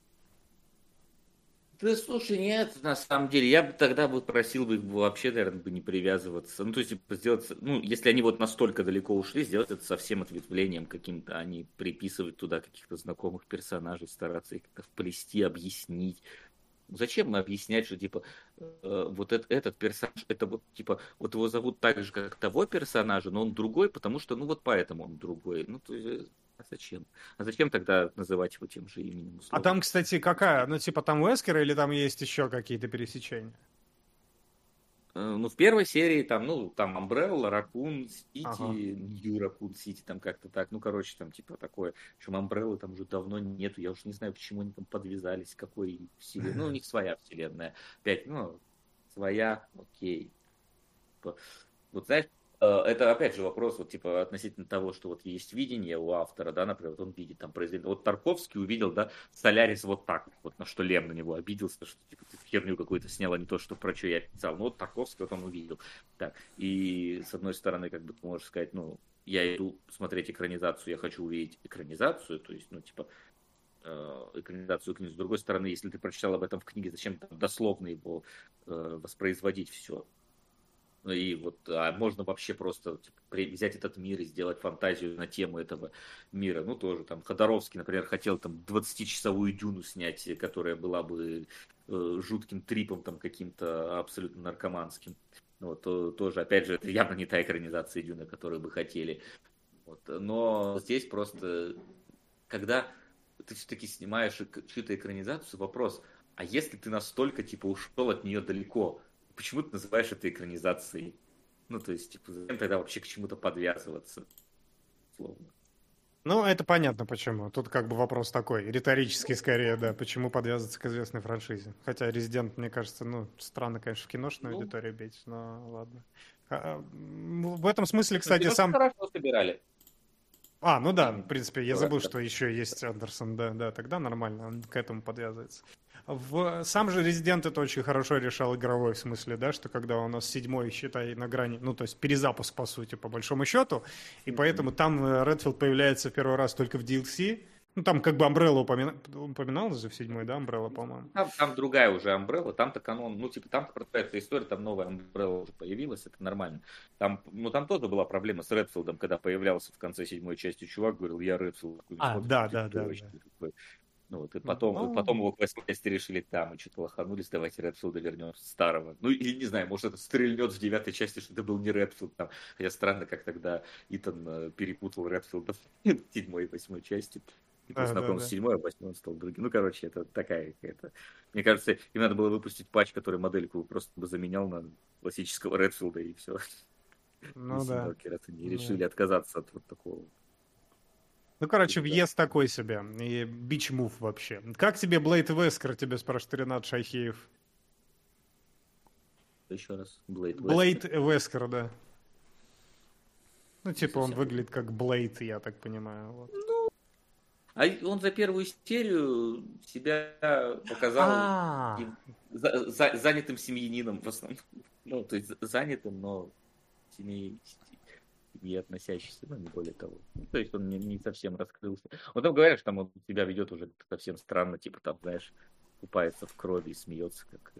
Да слушай, нет, на самом деле, я бы тогда бы просил бы их вообще, наверное, бы не привязываться. Ну, то есть, типа, сделать, ну, если они вот настолько далеко ушли, сделать это совсем ответвлением каким-то, а не приписывать туда каких-то знакомых персонажей, стараться их как-то вплести, объяснить. Зачем мы объяснять, что, типа, э, вот этот, этот персонаж, это вот, типа, вот его зовут так же, как того персонажа, но он другой, потому что, ну, вот поэтому он другой. Ну, то есть, а зачем? А зачем тогда называть его тем же именем? А условно? там, кстати, какая? Ну, типа там Уэскера или там есть еще какие-то пересечения? Э, Ну, в первой серии там, ну, там Umbrella, Raccoon City, Ага. New Raccoon City, там как-то так. Ну, короче, там типа такое. Причем Umbrella там уже давно нету. Я уж не знаю, почему они там подвязались, какой вселенной. Ну, у них своя вселенная. Опять, ну, своя, окей. По- Вот знаешь, э, это опять же вопрос вот типа относительно того, что вот есть видение у автора, да, например, вот он видит там произведение. Вот Тарковский увидел, да, Солярис вот так, вот на что Лем на него обиделся, что типа ты херню какую-то снял, а не то, что про что я писал. Ну вот Тарковский вот он увидел. Так, и с одной стороны, как бы ты можешь сказать, ну, я иду смотреть экранизацию, я хочу увидеть экранизацию, то есть, ну, типа, э, экранизацию книги. С другой стороны, если ты прочитал об этом в книге, зачем там дословно его э, воспроизводить все? Ну и вот а можно вообще просто типа, при- взять этот мир и сделать фантазию на тему этого мира. Ну, тоже там Ходоровский, например, хотел там двадцатичасовую Дюну снять, которая была бы э, жутким трипом там каким-то абсолютно наркоманским. Вот, то- тоже, опять же, это явно не та экранизация Дюны, которую бы хотели. Вот. Но здесь просто, когда ты все-таки снимаешь эк- чью-то экранизацию, вопрос, а если ты настолько, типа, ушел от нее далеко, почему ты называешь это экранизацией? Ну, то есть, типа, зачем тогда вообще к чему-то подвязываться? Словно. Ну, это понятно почему. Тут как бы вопрос такой, риторический скорее, да, почему подвязываться к известной франшизе. Хотя Резидент, мне кажется, ну, странно, конечно, в киношную Ну, аудиторию бить, но ладно. А, м, в этом смысле, ну, кстати, киношку сам... хорошо собирали. А, ну да, в Именно. принципе, я забыл, что еще есть Андерсон, да, да, тогда нормально, он к этому подвязывается. В... Сам же Резидент это очень хорошо решал игровой в смысле, да, что когда у нас седьмой, считай, на грани, ну, то есть перезапуск, по сути, по большому счету, и поэтому там э, Редфилд появляется в первый раз только в ди эл си, ну, там как бы Umbrella упомина... упоминалась же в седьмой, да, Umbrella, по-моему. Там, там другая уже Umbrella, там-то канон, ну, типа, там продолжается история, там новая Umbrella уже появилась, это нормально. Там, ну, там тоже была проблема с Редфилдом, когда появлялся в конце седьмой части чувак, говорил, я Редфилд. А, Смотрит, да, ты да, кто да, вообще да. такой? Ну, вот, и потом, Ну, потом его к восьмой части решили, там, и что-то лоханулись, давайте Редфилда вернем старого. Ну, или, не знаю, может, это стрельнет в девятой части, что это был не Редфилд там. Хотя странно, как тогда Итан э, перепутал Редфилда в седьмой и восьмой части. И да, просто да, знакомился да. с седьмой, а восьмой он стал другим. Ну, короче, это такая какая-то... Мне кажется, им надо было выпустить патч, который модельку просто бы заменял на классического Редфилда, и все. Ну И да. семерки, раз они Да. решили отказаться от вот такого. Ну, короче, Да. въезд такой себе. И бич-мув вообще. Как тебе Блейд Вескер, тебе спрашивает Ренат Шахиев? Еще раз. Блейд Блейд Вескер, да. Ну, Не типа, он совсем выглядит как Блейд, я так понимаю. Вот. А он за первую серию себя показал А, таким за- за- занятым семьянином в основном. Ну, то есть занятым, но семьи, не относящийся, ну, не более того. Ну, то есть он не, не совсем раскрылся. Вот там говорят, что там он себя ведет уже совсем странно, типа там, знаешь, купается в крови и смеется, как...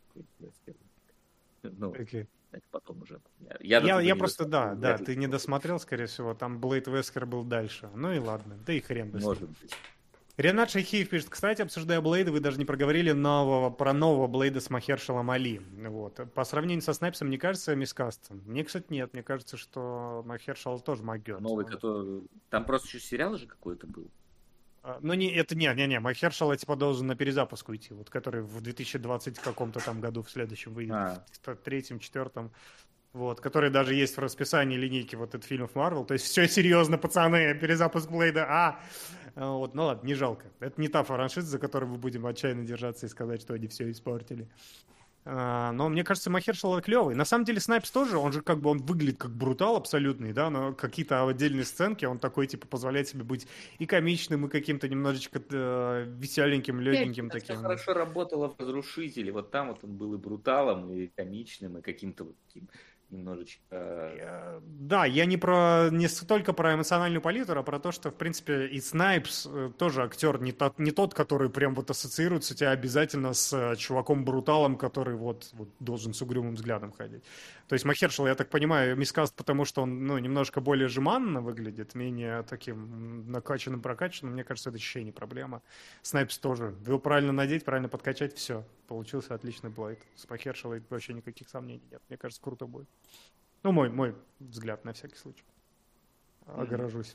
Ну, окей. это потом уже. Я, Я, до туда я не просто, да, досмотрел, да, вряд ли ты не посмотрел. досмотрел, скорее всего. Там Блейд Вескер был дальше. Ну и ладно, да и хрен бы с ним. Может быть. Ренат Шахиев пишет, кстати, обсуждая Блейда, вы даже не проговорили нового, про нового Блейда с Махершалом Али. Вот. По сравнению со Снайпсом, не кажется мискастом? Мне, кстати, нет. Мне кажется, что Махершал тоже могет. Новый, который... Там просто еще сериал же какой-то был. А, Ну, не, это не, не, не, Махершала, типа, должен на перезапуск уйти, вот, который в две тысячи двадцать каком-то там году в следующем выйдет, А. в третьем, четвертом, вот, который даже есть в расписании линейки вот этот фильмов Марвел, то есть все серьезно, пацаны, перезапуск Блейда, а, А, вот, ну ладно, не жалко, это не та франшиза, за которой мы будем отчаянно держаться и сказать, что они все испортили. А, но мне кажется, Махершала клевый. На самом деле Снайпс тоже, он же как бы, он выглядит как брутал абсолютный, да, но какие-то отдельные сценки, он такой, типа, позволяет себе быть и комичным, и каким-то немножечко э, веселеньким, легеньким Это всё таким. хорошо работало в «Разрушителе». Вот там вот он был и бруталом, и комичным, и каким-то вот таким немножечко... Э, Да, я не про не столько про эмоциональную палитру, а про то, что, в принципе, и Снайпс э, тоже актер не тот, не тот, который прям вот ассоциируется у тебя обязательно с э, чуваком-бруталом, который вот, вот должен с угрюмым взглядом ходить. То есть Махершал, я так понимаю, мискаст, потому что он, ну, немножко более жеманно выглядит, менее таким м, накачанным, прокачанным. Мне кажется, это вообще не проблема. Снайпс тоже. Его правильно надеть, правильно подкачать, все. Получился отличный Блейд. С Махершалой вообще никаких сомнений нет. Мне кажется, круто будет. Ну, мой, мой взгляд, на всякий случай. Огорожусь.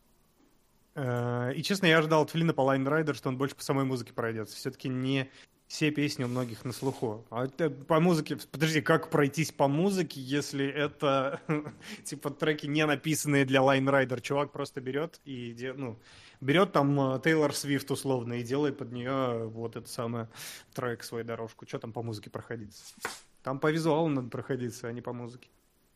Э, И, честно, я ожидал от Флина по Line Rider, что он больше по самой музыке пройдется. Все-таки не все песни у многих на слуху. А это по музыке... Подожди, как пройтись по музыке, если это, типа, треки, не написанные для Line Rider? Чувак просто берет и, де- ну, берет там э, Тейлор Свифт условно и делает под нее вот это самое трек, свою дорожку. Что там по музыке проходиться? Там по визуалу надо проходиться, а не по музыке.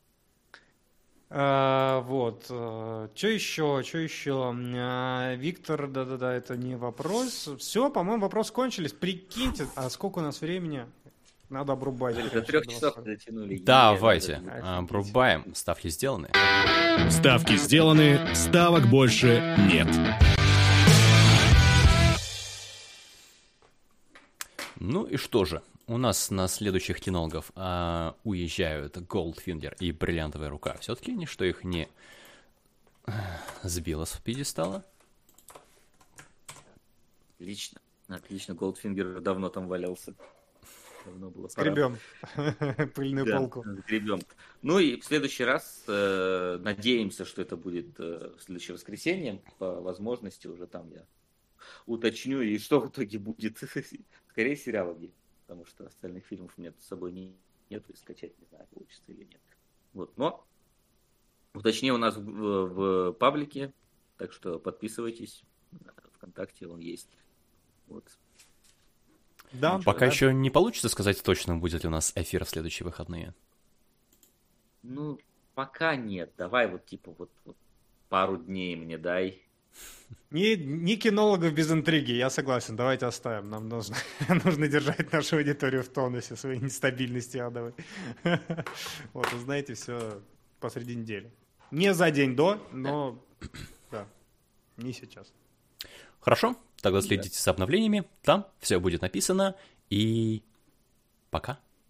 А, вот. Что еще? Что еще? А, Виктор, да-да-да, это не вопрос. Все, по-моему, вопросы кончились. Прикиньте, а сколько у нас времени? Надо обрубать. До трех часов затянули. Давайте, Еле, а, обрубаем. Ставки сделаны. Ставки сделаны, ставок больше нет. Ну и что же? У нас на следующих кинологов а, уезжают Голдфингер и Бриллиантовая рука. Все-таки ничто их не сбило с пьедестала. Отлично. Отлично. Голдфингер давно там валялся. Давно было пора. Скребем пыльную Да, полку. сгребем. Ну и в следующий раз э, надеемся, что это будет э, в следующее воскресенье. По возможности уже там я уточню, и что в итоге будет. Скорее сериалами, потому что остальных фильмов у меня с собой не, нету, и скачать не знаю, получится или нет. Вот, но уточнее у нас в, в паблике Так что подписывайтесь. ВКонтакте он есть. Вот. Да, Пока да. еще не получится сказать точно, будет ли у нас эфир в следующие выходные. Ну, пока нет. Давай вот типа вот, вот пару дней мне дай. Не, не кинологов без интриги, я согласен, давайте оставим. Нам нужно, нужно держать нашу аудиторию в тонусе своей нестабильности адовой. Вот, вы знаете, все посреди недели. Не за день до, но да, не сейчас. Хорошо, тогда следите за обновлениями, там все будет написано, и пока.